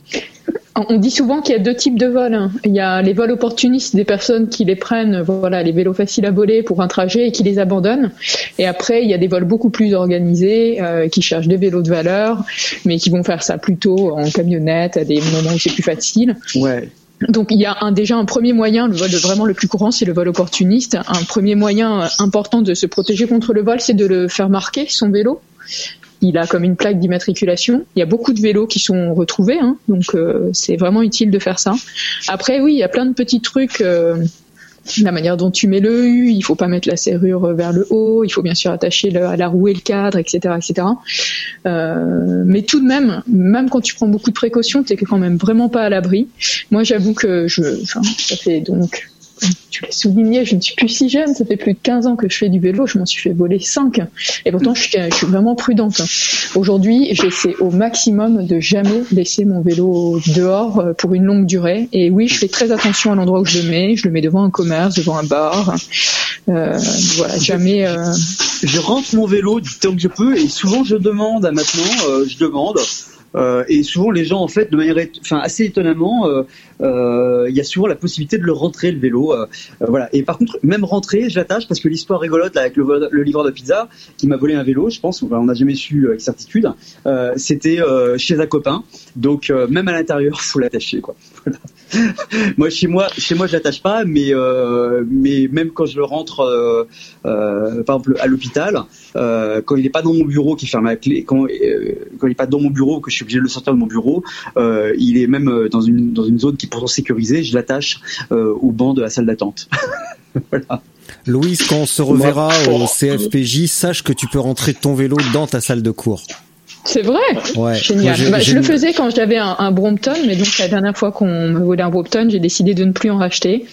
On dit souvent qu'il y a deux types de vols. Il y a les vols opportunistes, des personnes qui les prennent, voilà, les vélos faciles à voler pour un trajet et qui les abandonnent. Et après, il y a des vols beaucoup plus organisés, euh, qui cherchent des vélos de valeur, mais qui vont faire ça plutôt en camionnette, à des moments où c'est plus facile.
Ouais.
Donc il y a un, déjà un premier moyen, le vol vraiment le plus courant, c'est le vol opportuniste. Un premier moyen important de se protéger contre le vol, c'est de le faire marquer, son vélo. Il a comme une plaque d'immatriculation. Il y a beaucoup de vélos qui sont retrouvés, hein, donc euh, c'est vraiment utile de faire ça. Après, oui, il y a plein de petits trucs. Euh, la manière dont tu mets le U, il faut pas mettre la serrure vers le haut, il faut bien sûr attacher le, à la roue et le cadre, et cetera, et cetera. Euh, mais tout de même, même quand tu prends beaucoup de précautions, t'es quand même vraiment pas à l'abri. Moi, j'avoue que je, enfin, ça fait donc. Tu l'as souligné, je ne suis plus si jeune, ça fait plus de quinze ans que je fais du vélo, je m'en suis fait voler cinq. Et pourtant, je suis, je suis vraiment prudente. Aujourd'hui, j'essaie au maximum de jamais laisser mon vélo dehors pour une longue durée. Et oui, je fais très attention à l'endroit où je le mets. Je le mets devant un commerce, devant un bar. Euh, voilà, jamais... Euh...
Je rentre mon vélo du temps que je peux et souvent je demande, maintenant, euh, je demande... Euh, et souvent les gens en fait de manière, enfin assez étonnamment, euh, euh, il y a souvent la possibilité de le rentrer le vélo, euh, euh, voilà. Et par contre même rentrer, je l'attache parce que l'histoire rigolote là, avec le, le livreur de pizza qui m'a volé un vélo, je pense, enfin, on n'a jamais su avec certitude. Euh, c'était euh, chez un copain, donc euh, même à l'intérieur faut l'attacher quoi. Voilà. Moi chez moi, chez moi je l'attache pas, mais euh, mais même quand je le rentre, euh, euh, par exemple à l'hôpital, euh, quand il est pas dans mon bureau qui ferme la clé, quand euh, quand il est pas dans mon bureau que je suis obligé de le sortir de mon bureau, euh, il est même dans une dans une zone qui est pourtant sécurisée, je l'attache euh, au banc de la salle d'attente. Voilà.
Louise, quand on se reverra au C F P J, sache que tu peux rentrer ton vélo dans ta salle de cours.
C'est vrai.
Ouais.
Génial. Moi, bah, je le faisais quand j'avais un, un Brompton, mais donc la dernière fois qu'on me volait un Brompton, j'ai décidé de ne plus en racheter.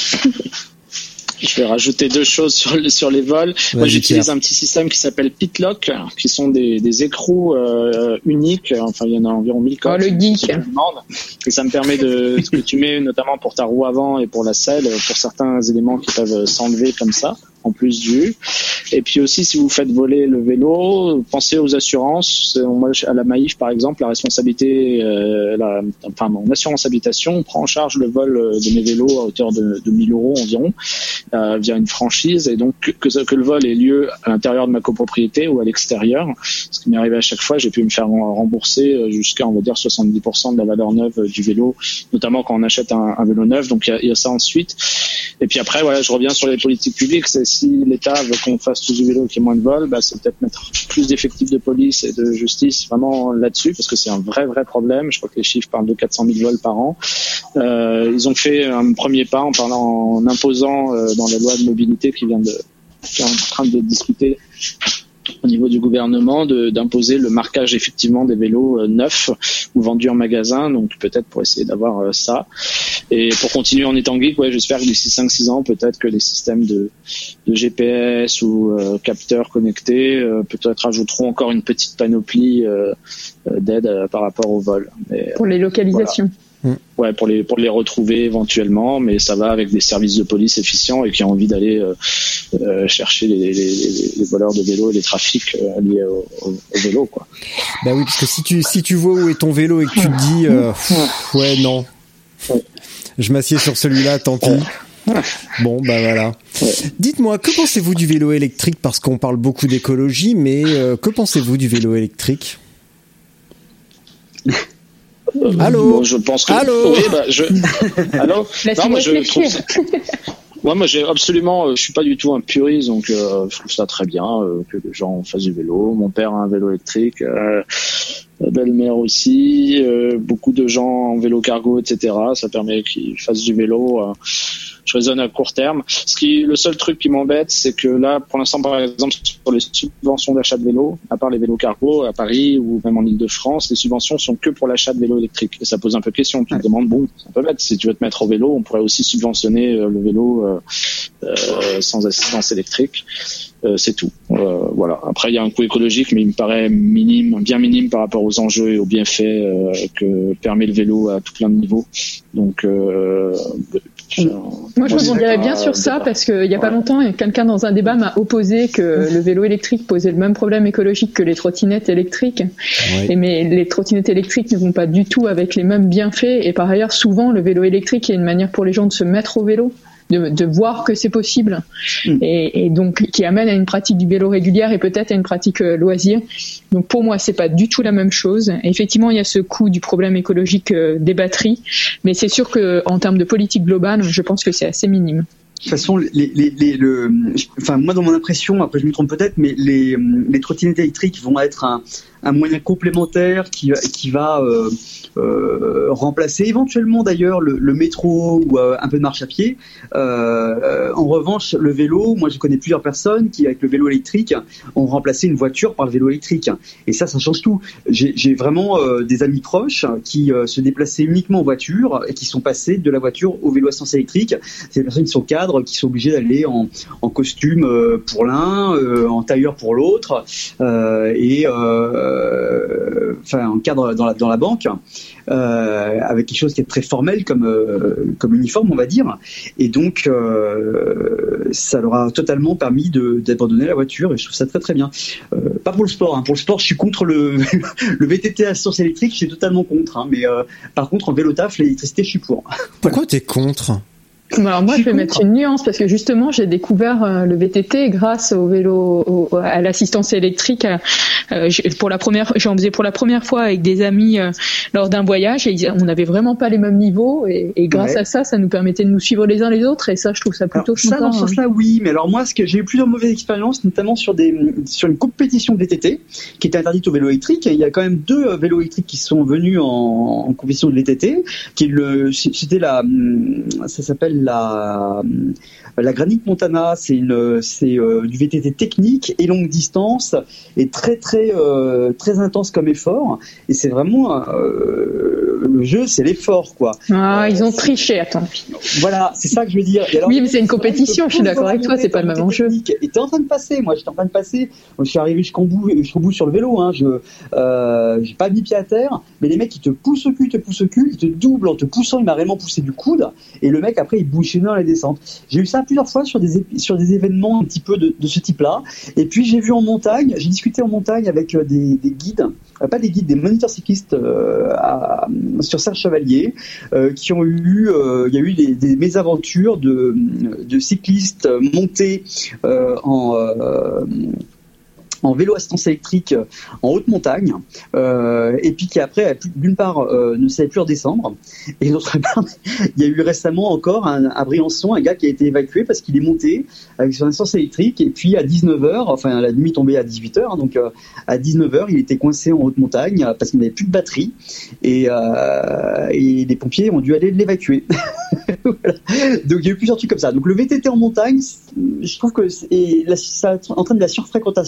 Je vais rajouter deux choses sur, le, sur les vols.
Vas-y,
Moi, j'utilise
Pierre.
un petit système qui s'appelle Pitlock, qui sont des, des écrous euh, uniques. Enfin, il y en a environ mille codes.
Oh, le geek.
Et ça me permet de ce que tu mets notamment pour ta roue avant et pour la selle, pour certains éléments qui peuvent s'enlever comme ça, en plus du. Et puis aussi, si vous faites voler le vélo, pensez aux assurances. Moi, à la Maïf, par exemple, la responsabilité, euh, la, enfin, mon assurance habitation prend en charge le vol de mes vélos à hauteur de, de mille euros environ, euh, via une franchise. Et donc, que, que le vol ait lieu à l'intérieur de ma copropriété ou à l'extérieur, ce qui m'est arrivé à chaque fois, j'ai pu me faire rembourser jusqu'à, on va dire, soixante-dix pour cent de la valeur neuve du vélo, notamment quand on achète un, un vélo neuf. Donc, il y a, il y a ça ensuite. Et puis après, voilà, je reviens sur les politiques publiques. C'est si l'État veut qu'on fasse tous du vélo, qu'il y ait moins de vols, bah, c'est peut-être mettre plus d'effectifs de police et de justice vraiment là-dessus, parce que c'est un vrai, vrai problème. Je crois que les chiffres parlent de quatre cent mille vols par an. Euh, ils ont fait un premier pas en parlant, en imposant euh, dans la loi de mobilité qui vient de, qui est en train de discuter au niveau du gouvernement de, d'imposer le marquage effectivement des vélos euh, neufs ou vendus en magasin, donc peut-être pour essayer d'avoir euh, ça. Et pour continuer en étant geek, ouais, j'espère que d'ici cinq six ans, peut-être que les systèmes de, de G P S ou euh, capteurs connectés euh, peut-être ajouteront encore une petite panoplie euh, d'aide euh, par rapport au vol. Mais,
pour les localisations.
Voilà. Ouais, pour les pour les retrouver éventuellement, mais ça va avec des services de police efficients et qui ont envie d'aller euh, euh, chercher les, les, les voleurs de vélos et les trafics euh, liés au, au, au vélo, quoi.
Bah oui, parce que si tu si tu vois où est ton vélo et que tu te dis euh, pff, ouais non, je m'assieds sur celui-là, tant pis. Bon, bah voilà. Ouais. Dites-moi, que pensez-vous du vélo électrique? Parce qu'on parle beaucoup d'écologie, mais euh, que pensez-vous du vélo électrique?
Euh,
Allô
bon, je pense que...
Allô
oui, bah, je... Allô non, moi, je trouve ça... ouais, moi, j'ai absolument... Euh, je suis pas du tout un puriste, donc euh, je trouve ça très bien euh, que les gens fassent du vélo. Mon père a un vélo électrique, euh, ma belle-mère aussi, euh, beaucoup de gens en vélo cargo, et cetera. Ça permet qu'ils fassent du vélo. Euh, je raisonne à court terme. Ce qui, le seul truc qui m'embête, c'est que là, pour l'instant, par exemple, sur les subventions d'achat de vélos, à part les vélos cargo à Paris ou même en Île-de-France, les subventions sont que pour l'achat de vélos électriques. Et ça pose un peu question. Tu te demandes, bon, c'est un peu bête. Si tu veux te mettre au vélo, on pourrait aussi subventionner euh, le vélo euh, euh, sans assistance électrique. Euh, c'est tout. Euh, voilà. Après, il y a un coût écologique, mais il me paraît minime, bien minime par rapport aux enjeux et aux bienfaits euh, que permet le vélo à tout plein de niveaux. Donc, euh, je,
moi, je rebondirais bien sur ça parce qu'il y a pas ouais. longtemps, quelqu'un dans un débat m'a opposé que le vélo électrique posait le même problème écologique que les trottinettes électriques. Ouais. Et mais les trottinettes électriques ne vont pas du tout avec les mêmes bienfaits. Et par ailleurs, souvent, le vélo électrique est une manière pour les gens de se mettre au vélo. De, de voir que c'est possible mmh. et, et donc qui amène à une pratique du vélo régulière et peut-être à une pratique euh, loisir. Donc pour moi c'est pas du tout la même chose. Et effectivement il y a ce coût du problème écologique euh, des batteries, mais c'est sûr que en termes de politique globale, je pense que c'est assez minime.
De toute façon, les, les, les, le, enfin moi dans mon impression, après je me trompe peut-être, mais les, les trottinettes électriques vont être un, un moyen complémentaire qui, qui va euh, euh, remplacer éventuellement d'ailleurs le, le métro ou euh, un peu de marche à pied. Euh, en revanche, le vélo, moi je connais plusieurs personnes qui avec le vélo électrique ont remplacé une voiture par le vélo électrique. Et ça, ça change tout. J'ai, j'ai vraiment euh, des amis proches qui euh, se déplaçaient uniquement en voiture et qui sont passés de la voiture au vélo à essence électrique. C'est des personnes qui sont cadres, qui sont obligés d'aller en, en costume euh, pour l'un, euh, en tailleur pour l'autre, euh, et euh, enfin en cadre dans la, dans la banque, euh, avec quelque chose qui est très formel comme, euh, comme uniforme, on va dire. Et donc, euh, ça leur a totalement permis de, d'abandonner la voiture, et je trouve ça très très bien. Euh, pas pour le sport, hein. Pour le sport, je suis contre le, le V T T à source électrique, je suis totalement contre. Hein. Mais euh, par contre, en vélo taf, l'électricité, je suis pour.
Pourquoi t'es contre ?
Alors moi, je vais mettre une nuance parce que justement, j'ai découvert euh, le V T T grâce au vélo, au, à l'assistance électrique. Euh, pour la première, j'en faisais pour la première fois avec des amis euh, lors d'un voyage et on n'avait vraiment pas les mêmes niveaux et, et grâce ouais. à ça, ça nous permettait de nous suivre les uns les autres et ça, je trouve ça plutôt
alors, ça dans ce sens-là, oui. Mais alors moi, ce que j'ai eu plusieurs mauvaises expériences, notamment sur des sur une compétition de V T T qui était interdite au vélo électrique. Et il y a quand même deux euh, vélos électriques qui sont venus en, en compétition de V T T. Qui est le, c'était la, ça s'appelle la la Granit Montana, c'est une c'est euh, du V T T technique et longue distance et très très euh, très intense comme effort et c'est vraiment euh, le jeu, c'est l'effort quoi.
Ah,
euh,
ils ont triché, attends.
Voilà, c'est ça que je veux dire.
Et alors, oui, mais c'est une compétition, je suis d'accord avec toi, c'est pas le même enjeu.
Et t'es en train de passer, moi j'étais en train de passer, je suis arrivé jusqu'au bout, jusqu'au bout sur le vélo, hein, je euh, j'ai pas mis pied à terre, mais les mecs ils te poussent au cul, ils te poussent au cul, ils te doublent en te poussant, il m'a réellement poussé du coude et le mec après il bouchait dans les descentes. J'ai eu ça plusieurs fois sur des épi- sur des événements un petit peu de, de ce type-là. Et puis j'ai vu en montagne, j'ai discuté en montagne avec des, des guides, euh, pas des guides, des moniteurs cyclistes euh, à, sur Serre Chevalier, euh, qui ont eu, euh, il y a eu des, des mésaventures de, de cyclistes montés euh, en euh, en vélo assistance électrique en haute montagne, euh, et puis qui après, d'une part, euh, ne savait plus redescendre, et d'autre part, il y a eu récemment encore un, à Briançon, un gars qui a été évacué parce qu'il est monté avec son assistance électrique, et puis à dix-neuf heures, enfin la nuit tombée à dixhuit heures, donc euh, à dix-neuf heures, il était coincé en haute montagne parce qu'il n'avait plus de batterie, et, euh, et les pompiers ont dû aller l'évacuer. Voilà. Donc il y a eu plusieurs trucs comme ça. Donc le V T T en montagne, je trouve que c'est, la, ça entraîne de la surfréquentation.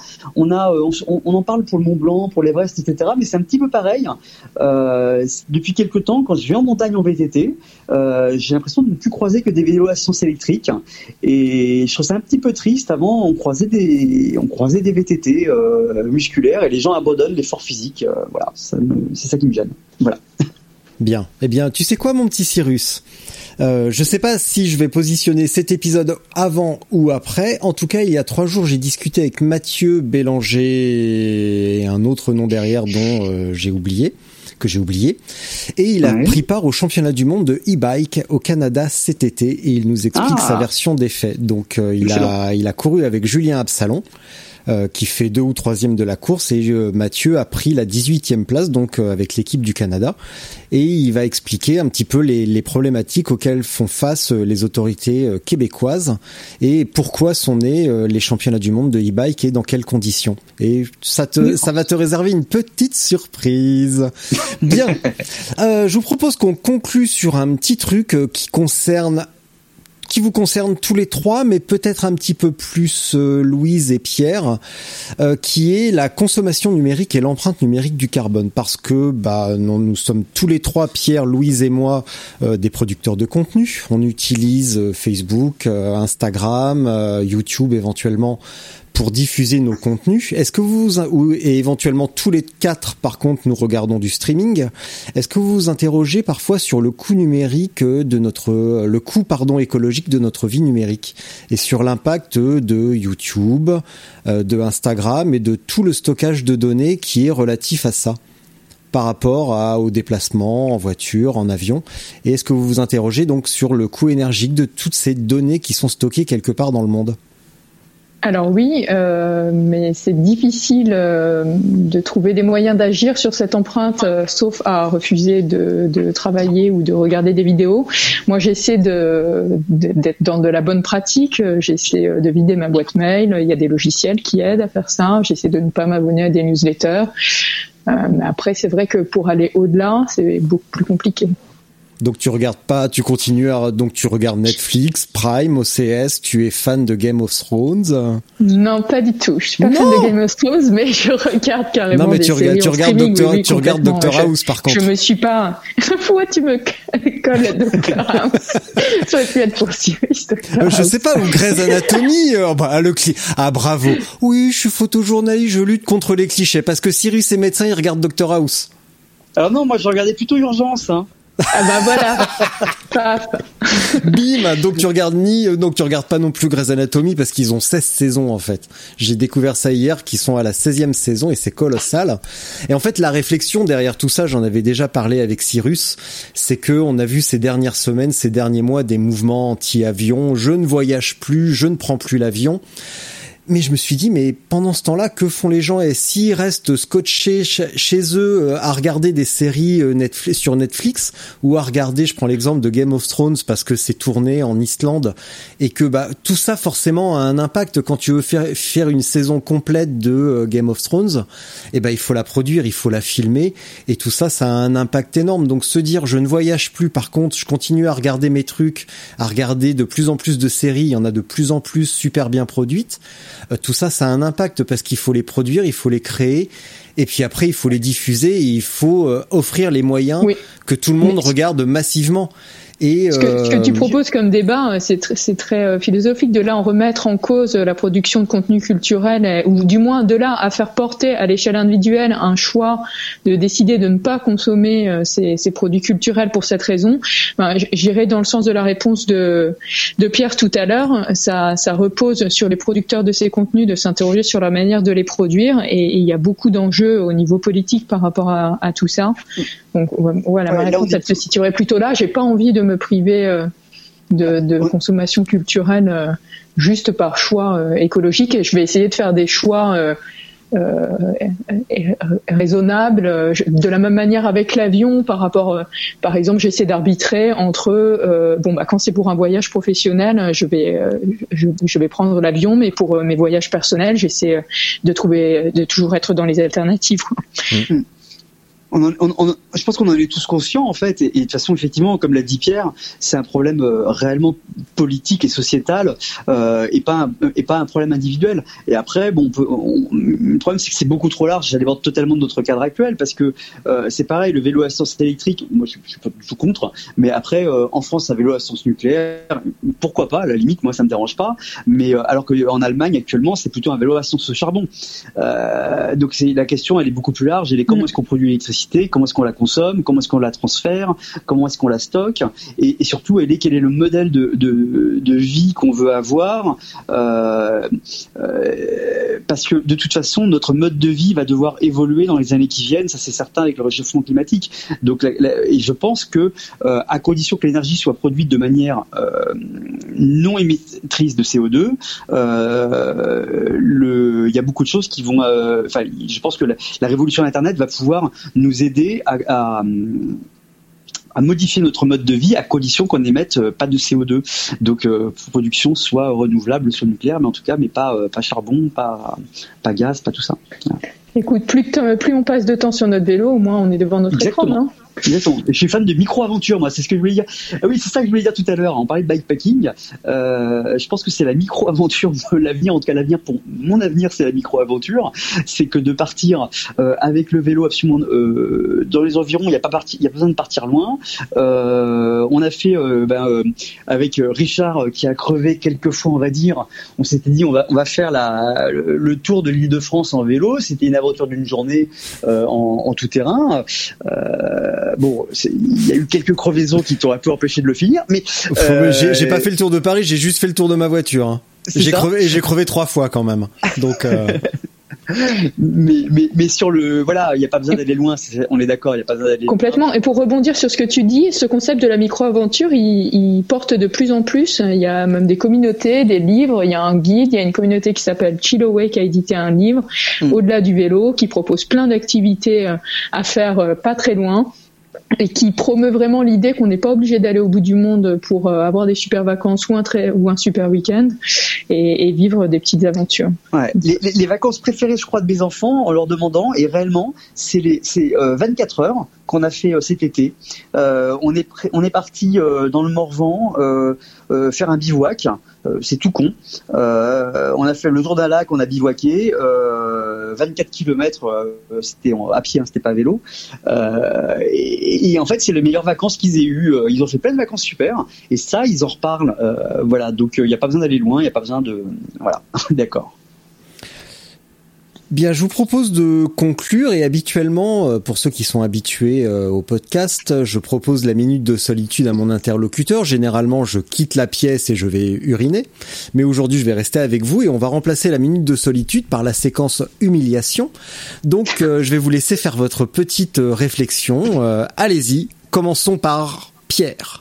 On a, on, on en parle pour le Mont Blanc, pour l'Everest, et cetera. Mais c'est un petit peu pareil. Euh, depuis quelques temps, quand je vais en montagne en V T T, euh, j'ai l'impression de ne plus croiser que des vélos à sens électrique. Et je trouve ça un petit peu triste. Avant, on croisait des, on croisait des V T T euh, musculaires et les gens abandonnent l'effort physique. Euh, voilà, ça me, c'est ça qui me gêne. Voilà.
Bien. Eh bien, tu sais quoi, mon petit Cyrus ? Euh, je sais pas si je vais positionner cet épisode avant ou après. En tout cas, il y a trois jours, j'ai discuté avec Mathieu Bélanger et un autre nom derrière dont euh, j'ai oublié, que j'ai oublié. Et il a ouais. pris part au championnat du monde de e-bike au Canada cet été et il nous explique ah. sa version des faits. Donc, euh, il a, il a couru avec Julien Absalon. Euh, qui fait deux ou troisième de la course et euh, Mathieu a pris la dix-huitième place donc euh, avec l'équipe du Canada et il va expliquer un petit peu les, les problématiques auxquelles font face euh, les autorités euh, québécoises et pourquoi sont nés euh, les championnats du monde de e-bike et dans quelles conditions. Et ça te ça va te réserver une petite surprise. Bien. Euh, je vous propose qu'on conclue sur un petit truc euh, qui concerne qui vous concerne tous les trois, mais peut-être un petit peu plus euh, Louise et Pierre, euh, qui est la consommation numérique et l'empreinte numérique du carbone. Parce que bah non, nous sommes tous les trois, Pierre, Louise et moi, euh, des producteurs de contenu. On utilise euh, Facebook, euh, Instagram, euh, YouTube éventuellement pour diffuser nos contenus. Est-ce que vous, ou, et éventuellement tous les quatre, par contre, nous regardons du streaming. Est-ce que vous vous interrogez parfois sur le coût numérique de notre, le coût, pardon, écologique de notre vie numérique et sur l'impact de YouTube, de Instagram et de tout le stockage de données qui est relatif à ça par rapport à, au déplacement en voiture, en avion. Et est-ce que vous vous interrogez donc sur le coût énergique de toutes ces données qui sont stockées quelque part dans le monde ?
Alors oui, euh, mais c'est difficile euh, de trouver des moyens d'agir sur cette empreinte, euh, sauf à refuser de, de travailler ou de regarder des vidéos. Moi, j'essaie de, de, d'être dans de la bonne pratique. J'essaie de vider ma boîte mail. Il y a des logiciels qui aident à faire ça. J'essaie de ne pas m'abonner à des newsletters. Euh, mais après, c'est vrai que pour aller au-delà, c'est beaucoup plus compliqué.
Donc tu regardes pas, tu continues à, donc tu regardes Netflix, Prime, O C S, tu es fan de Game of Thrones?
Non, pas du tout. Je suis pas non. fan de Game of Thrones, mais je regarde carrément
non, mais
des
tu
séries
regardes, tu
en
regardes
streaming.
Doctor,
oui, oui,
tu regardes Doctor
je,
House par contre.
Je me suis pas, pourquoi tu me colles Doctor House? J'aurais pu être poursuivi, Doctor House.
Je sais pas, ou Grey's Anatomy, euh, bah, le cli- ah, bravo. Oui, je suis photojournaliste, je lutte contre les clichés, parce que Cyrus est médecin, il regarde Doctor House.
Alors non, moi je regardais plutôt Urgence, hein.
Ah bah voilà.
Bim. Donc tu regardes ni, donc tu regardes pas non plus Grey's Anatomy parce qu'ils ont seize saisons en fait. J'ai découvert ça hier, qu'ils sont à la seizième saison et c'est colossal. Et en fait la réflexion derrière tout ça, j'en avais déjà parlé avec Cyrus, c'est que on a vu ces dernières semaines, ces derniers mois des mouvements anti-avion. Je ne voyage plus, je ne prends plus l'avion. Mais je me suis dit, mais pendant ce temps-là, que font les gens? Et s'ils restent scotchés chez eux à regarder des séries Netflix, sur Netflix, ou à regarder, je prends l'exemple de Game of Thrones parce que c'est tourné en Islande, et que bah tout ça forcément a un impact quand tu veux faire, faire une saison complète de Game of Thrones, et ben il faut la produire, il faut la filmer, et tout ça, ça a un impact énorme. Donc se dire, je ne voyage plus, par contre, je continue à regarder mes trucs, à regarder de plus en plus de séries, il y en a de plus en plus super bien produites. Tout ça, ça a un impact parce qu'il faut les produire, il faut les créer, et puis après, il faut les diffuser, et il faut euh, offrir les moyens oui. que tout le monde Mais... regarde massivement. Et
ce, que,
euh...
ce que tu proposes comme débat, c'est, tr- c'est très euh, philosophique de là en remettre en cause la production de contenu culturel, et, ou du moins de là à faire porter à l'échelle individuelle un choix de décider de ne pas consommer euh, ces, ces produits culturels pour cette raison. Ben, j'irai dans le sens de la réponse de, de Pierre tout à l'heure. Ça, ça repose sur les producteurs de ces contenus de s'interroger sur la manière de les produire, et il y a beaucoup d'enjeux au niveau politique par rapport à, à tout ça. Donc voilà, ma ouais, réponse elle se situerait plutôt là. J'ai pas envie de me priver euh, de, de ouais. consommation culturelle euh, juste par choix euh, écologique, et je vais essayer de faire des choix euh, euh, raisonnables. De la même manière avec l'avion, par rapport, euh, par exemple, j'essaie d'arbitrer entre euh, bon bah quand c'est pour un voyage professionnel, je vais euh, je, je vais prendre l'avion, mais pour euh, mes voyages personnels, j'essaie de trouver de toujours être dans les alternatives. Quoi.
Mmh.
On en, on, on, je pense qu'on en est tous conscients en fait, et, et de toute façon effectivement, comme l'a dit Pierre, c'est un problème euh, réellement politique et sociétal, euh, et pas un, et pas un problème individuel. Et après, bon, on peut, on, le problème c'est que c'est beaucoup trop large, ça déborde totalement de notre cadre actuel, parce que euh, c'est pareil, le vélo à essence électrique, moi je, je suis pas du tout contre, mais après euh, en France un vélo à essence nucléaire, pourquoi pas, à la limite, moi ça me dérange pas, mais euh, alors qu'en Allemagne actuellement c'est plutôt un vélo à essence charbon. Euh, donc c'est la question, elle est beaucoup plus large, elle est comment est-ce qu'on produit l'électricité, comment est-ce qu'on la consomme, comment est-ce qu'on la transfère, comment est-ce qu'on la stocke, et, et surtout, elle est, quel est le modèle de, de, de vie qu'on veut avoir, euh, euh, parce que de toute façon, notre mode de vie va devoir évoluer dans les années qui viennent, ça c'est certain avec le réchauffement climatique. Donc, la, la, et je pense que, euh, à condition que l'énergie soit produite de manière euh, non émettrice de C O deux, euh, le, il y a beaucoup de choses qui vont, enfin, euh, je pense que la, la révolution Internet va pouvoir nous nous aider à, à, à modifier notre mode de vie à condition qu'on n'émette pas de C O deux. Donc euh, production soit renouvelable, soit nucléaire, mais en tout cas, mais pas pas charbon, pas pas gaz, pas tout ça. Voilà.
Écoute, plus, plus on passe de temps sur notre vélo, au moins on est devant notre
Exactement.
écran, non ?
Exactement. Je suis fan de micro-aventure, moi. C'est ce que je voulais dire. Ah oui, c'est ça que je voulais dire tout à l'heure. On parlait de bikepacking. Euh, je pense que c'est la micro-aventure de l'avenir. En tout cas, l'avenir pour mon avenir, c'est la micro-aventure. C'est que de partir euh, avec le vélo absolument euh, dans les environs. Il n'y a pas parti, il y a besoin de partir loin. Euh, on a fait euh, ben, euh, avec Richard euh, qui a crevé quelques fois, on va dire. On s'était dit on va on va faire la le, le tour de l'Île-de-France en vélo. C'était une aventure d'une journée euh, en, en tout terrain. Euh, Bon, il y a eu quelques crevaisons qui t'auraient pu empêcher de le finir, mais
euh... j'ai, j'ai pas fait le tour de Paris, j'ai juste fait le tour de ma voiture. Hein. J'ai
ça
crevé, j'ai crevé trois fois quand même. Donc. Euh...
mais, mais, mais sur le, voilà, il n'y a pas besoin d'aller loin, c'est, on est d'accord, il n'y a pas besoin d'aller
complètement. Loin. Et pour rebondir sur ce que tu dis, ce concept de la micro-aventure, il, il porte de plus en plus. Il y a même des communautés, des livres, il y a un guide, il y a une communauté qui s'appelle Chilloway qui a édité un livre, mmh. Au-delà du vélo, qui propose plein d'activités à faire pas très loin. Et qui promeut vraiment l'idée qu'on n'est pas obligé d'aller au bout du monde pour euh, avoir des super vacances ou un très ou un super week-end et, et vivre des petites aventures.
Ouais. Les, les, les vacances préférées, je crois, de mes enfants, en leur demandant, et réellement, c'est les c'est euh, vingt-quatre heures qu'on a fait euh, cet été. Euh, on est pré- on est parti euh, dans le Morvan euh, euh, faire un bivouac. Euh, c'est tout con. Euh, on a fait le tour d'un lac, on a bivouaqué, euh, vingt-quatre kilomètres, euh, c'était en, à pied, hein, c'était pas à vélo. Euh, et, et en fait, c'est les meilleures vacances qu'ils aient eues. Ils ont fait plein de vacances super, et ça, ils en reparlent. Euh, voilà, donc il euh, n'y a pas besoin d'aller loin, il n'y a pas besoin de... Voilà, d'accord.
Bien, je vous propose de conclure et habituellement, pour ceux qui sont habitués au podcast, je propose la minute de solitude à mon interlocuteur. Généralement, je quitte la pièce et je vais uriner. Mais aujourd'hui, je vais rester avec vous et on va remplacer la minute de solitude par la séquence humiliation. Donc, je vais vous laisser faire votre petite réflexion. Euh, allez-y, commençons par Pierre.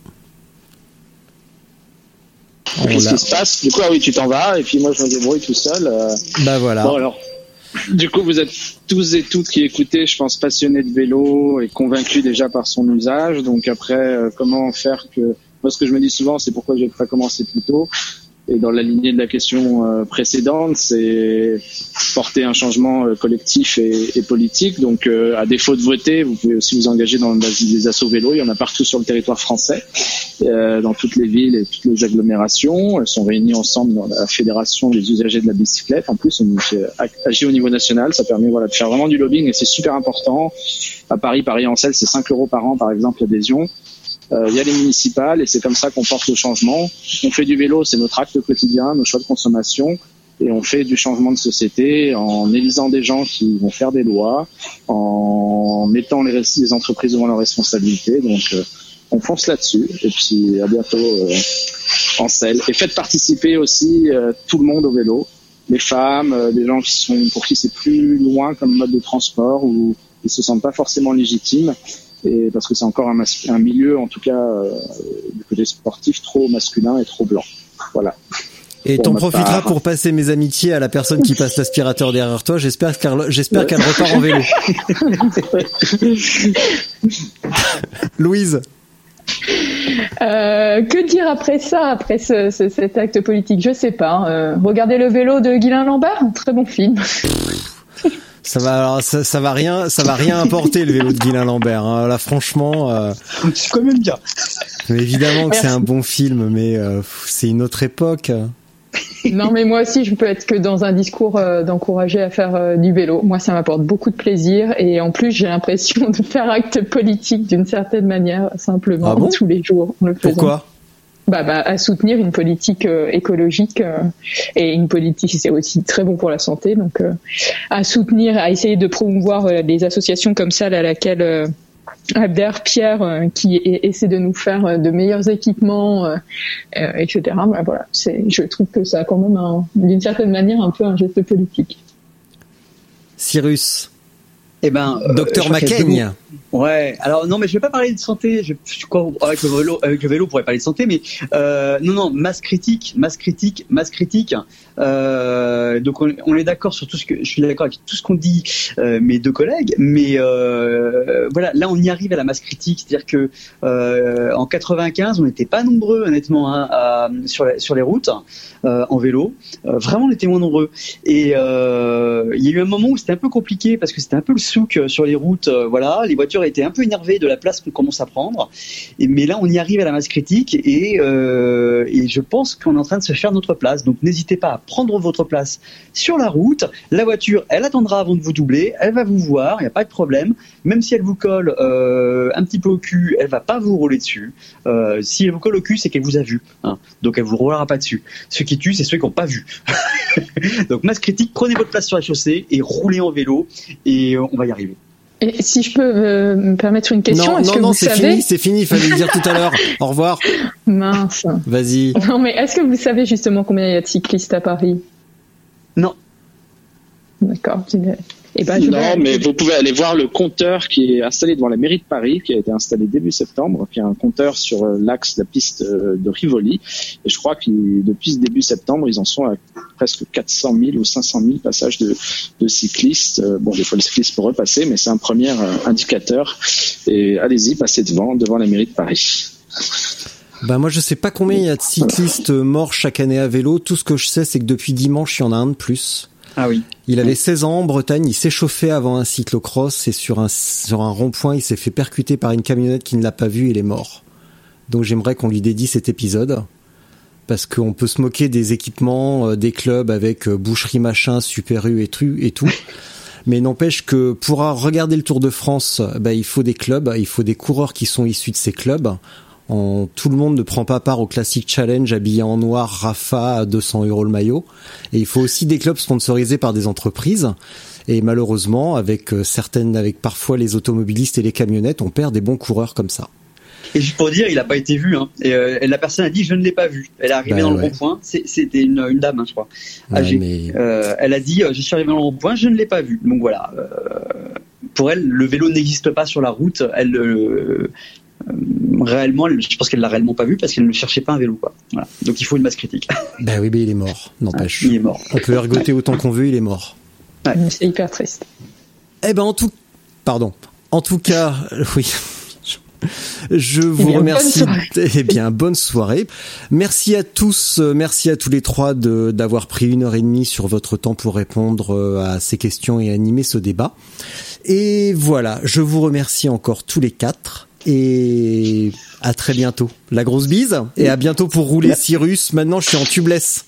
Qu'est-ce qui se passe ? Du coup, ah oui, tu t'en vas, et puis moi, je me débrouille tout seul. Euh...
Bah voilà.
Bon, alors, du coup, vous êtes tous et toutes qui écoutez, je pense, passionnés de vélo et convaincus déjà par son usage. Donc après, euh, comment faire que... Moi, ce que je me dis souvent, c'est pourquoi j'ai pas commencé plus tôt. Et dans la lignée de la question euh, précédente, c'est porter un changement euh, collectif et, et politique. Donc, euh, à défaut de voter, vous pouvez aussi vous engager dans des assos vélo. Il y en a partout sur le territoire français, euh, dans toutes les villes et toutes les agglomérations. Elles sont réunies ensemble dans la fédération des usagers de la bicyclette. En plus, on agit au niveau national. Ça permet voilà de faire vraiment du lobbying et c'est super important. À Paris, Paris-Ancel, c'est cinq euros par an, par exemple, l'adhésion. Euh, il y a les municipales et c'est comme ça qu'on porte le changement. On fait du vélo, c'est notre acte quotidien, nos choix de consommation, et on fait du changement de société en élisant des gens qui vont faire des lois, en mettant les, les entreprises devant leurs responsabilités. Donc euh, on fonce là-dessus et puis à bientôt euh, en selle. Et faites participer aussi euh, tout le monde au vélo, les femmes, euh, des gens qui sont pour qui c'est plus loin comme mode de transport ou ils se sentent pas forcément légitimes. Et parce que c'est encore un, mas- un milieu, en tout cas, euh, du côté sportif, trop masculin et trop blanc. Voilà.
Et bon, t'en profiteras part. Pour passer mes amitiés à la personne qui passe l'aspirateur derrière toi. J'espère qu'elle, j'espère ouais. qu'elle repart en vélo. Louise.
Euh, que dire après ça, après ce, ce, cet acte politique ? Je sais pas. Euh, regardez Le Vélo de Guylain Lambert, un très bon film.
Ça va, alors, ça, ça va rien, ça va rien apporter le vélo de Guylain Lambert. Hein. Là, franchement, euh...
c'est quand même bien.
Mais évidemment que Merci. C'est un bon film, mais euh, c'est une autre époque.
Non, mais moi aussi, je peux être que dans un discours euh, d'encourager à faire euh, du vélo. Moi, ça m'apporte beaucoup de plaisir, et en plus, j'ai l'impression de faire acte politique d'une certaine manière, simplement, ah bon tous les jours. En le faisant.
Pourquoi ?
Bah, bah, à soutenir une politique euh, écologique euh, et une politique, c'est aussi très bon pour la santé, donc euh, à soutenir, à essayer de promouvoir euh, des associations comme ça, à laquelle euh, Abder, Pierre, euh, qui e- essaie de nous faire euh, de meilleurs équipements, euh, euh, et cetera. Bah, voilà, c'est, je trouve que ça a quand même, un, d'une certaine manière, un peu un geste politique.
Cyrus.
Eh ben, euh,
Docteur Macaigne.
Ouais. Alors non, mais je vais pas parler de santé. Je, je crois avec le vélo, avec le vélo, on pourrait parler de santé, mais euh, non, non, masse critique, masse critique, masse critique. Euh, donc on, on est d'accord sur tout ce que je suis d'accord avec tout ce qu'ont dit euh, mes deux collègues, mais euh, voilà, là on y arrive à la masse critique, c'est-à-dire que euh, en quatre-vingt-quinze, on n'était pas nombreux honnêtement hein, à, sur la, sur les routes euh, en vélo. Euh, vraiment, on était moins nombreux. Et euh, il y a eu un moment où c'était un peu compliqué parce que c'était un peu le souk sur les routes. Euh, voilà, les voitures étaient un peu énervées de la place qu'on commence à prendre. Et, mais là, on y arrive à la masse critique et, euh, et je pense qu'on est en train de se faire notre place. Donc n'hésitez pas à prendre votre place sur la route. La voiture, elle attendra avant de vous doubler, elle va vous voir, il n'y a pas de problème. Même si elle vous colle euh, un petit peu au cul, elle va pas vous rouler dessus. Euh, si elle vous colle au cul, c'est qu'elle vous a vu. Hein. Donc elle vous roulera pas dessus. Ceux qui tuent, c'est ceux qui n'ont pas vu. Donc masse critique, prenez votre place sur la chaussée et roulez en vélo et on va y arriver.
Et si je peux euh, me permettre une question,
non,
est-ce
non,
que
non,
vous
c'est
savez...
fini, c'est fini, il fallait le dire tout à l'heure. Au revoir.
Mince.
Vas-y.
Non, mais est-ce que vous savez justement combien il y a de cyclistes à Paris ?
Non.
D'accord. Eh ben, je
non,
vais...
mais vous pouvez aller voir le compteur qui est installé devant la mairie de Paris, qui a été installé début septembre, qui est un compteur sur l'axe de la piste de Rivoli. Et je crois que depuis ce début septembre, ils en sont à presque quatre cent mille ou cinq cent mille passages de, de cyclistes. Bon, des fois le cycliste peut repasser, mais c'est un premier indicateur. Et allez-y, passez devant, devant la mairie de Paris.
Bah moi je sais pas combien il y a de cyclistes morts chaque année à vélo. Tout ce que je sais, c'est que depuis dimanche, il y en a un de plus.
Ah oui.
Il avait seize ans en Bretagne, il s'est chauffé avant un cyclocross et sur un, sur un rond-point, il s'est fait percuter par une camionnette qui ne l'a pas vu et il est mort. Donc j'aimerais qu'on lui dédie cet épisode parce qu'on peut se moquer des équipements, des clubs avec boucherie machin, Super U et, tru, et tout. Mais n'empêche que pour regarder le Tour de France, bah, il faut des clubs, il faut des coureurs qui sont issus de ces clubs. En, tout le monde ne prend pas part au Classic Challenge habillé en noir, Rafa à deux cents euros le maillot. Et il faut aussi des clubs sponsorisés par des entreprises. Et malheureusement, avec certaines, avec parfois les automobilistes et les camionnettes, on perd des bons coureurs comme ça.
Et juste pour dire, il n'a pas été vu. Hein. Et, euh, et la personne a dit, je ne l'ai pas vu. Elle est arrivée bah, dans ouais. le rond-point. C'est, c'était une, une dame, hein, je crois.
Ouais, mais...
euh, elle a dit, je suis arrivée dans le rond-point, je ne l'ai pas vu. Donc voilà. Euh, pour elle, le vélo n'existe pas sur la route. Elle... Euh, Euh, réellement, je pense qu'elle l'a réellement pas vu parce qu'elle ne cherchait pas un vélo, quoi. Voilà. Donc il faut une masse critique.
Ben oui, mais il est mort, n'empêche.
Ah, il est mort.
On peut ergoter autant qu'on veut, il est mort.
Ouais. C'est hyper triste.
Eh ben en tout, pardon. En tout cas, oui. Je vous eh bien, remercie. Bonne eh bien, bonne soirée. Merci à tous, merci à tous les trois de, d'avoir pris une heure et demie sur votre temps pour répondre à ces questions et animer ce débat. Et voilà, je vous remercie encore tous les quatre. Et à très bientôt. La grosse bise. Et à bientôt pour rouler Cyrus. Maintenant, je suis en tubeless.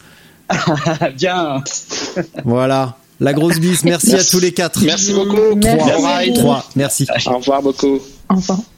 Bien.
Voilà. La grosse bise. Merci, merci à tous les quatre.
Merci beaucoup.
Trois.
Merci.
Trois. Merci.
Au revoir beaucoup.
Au revoir.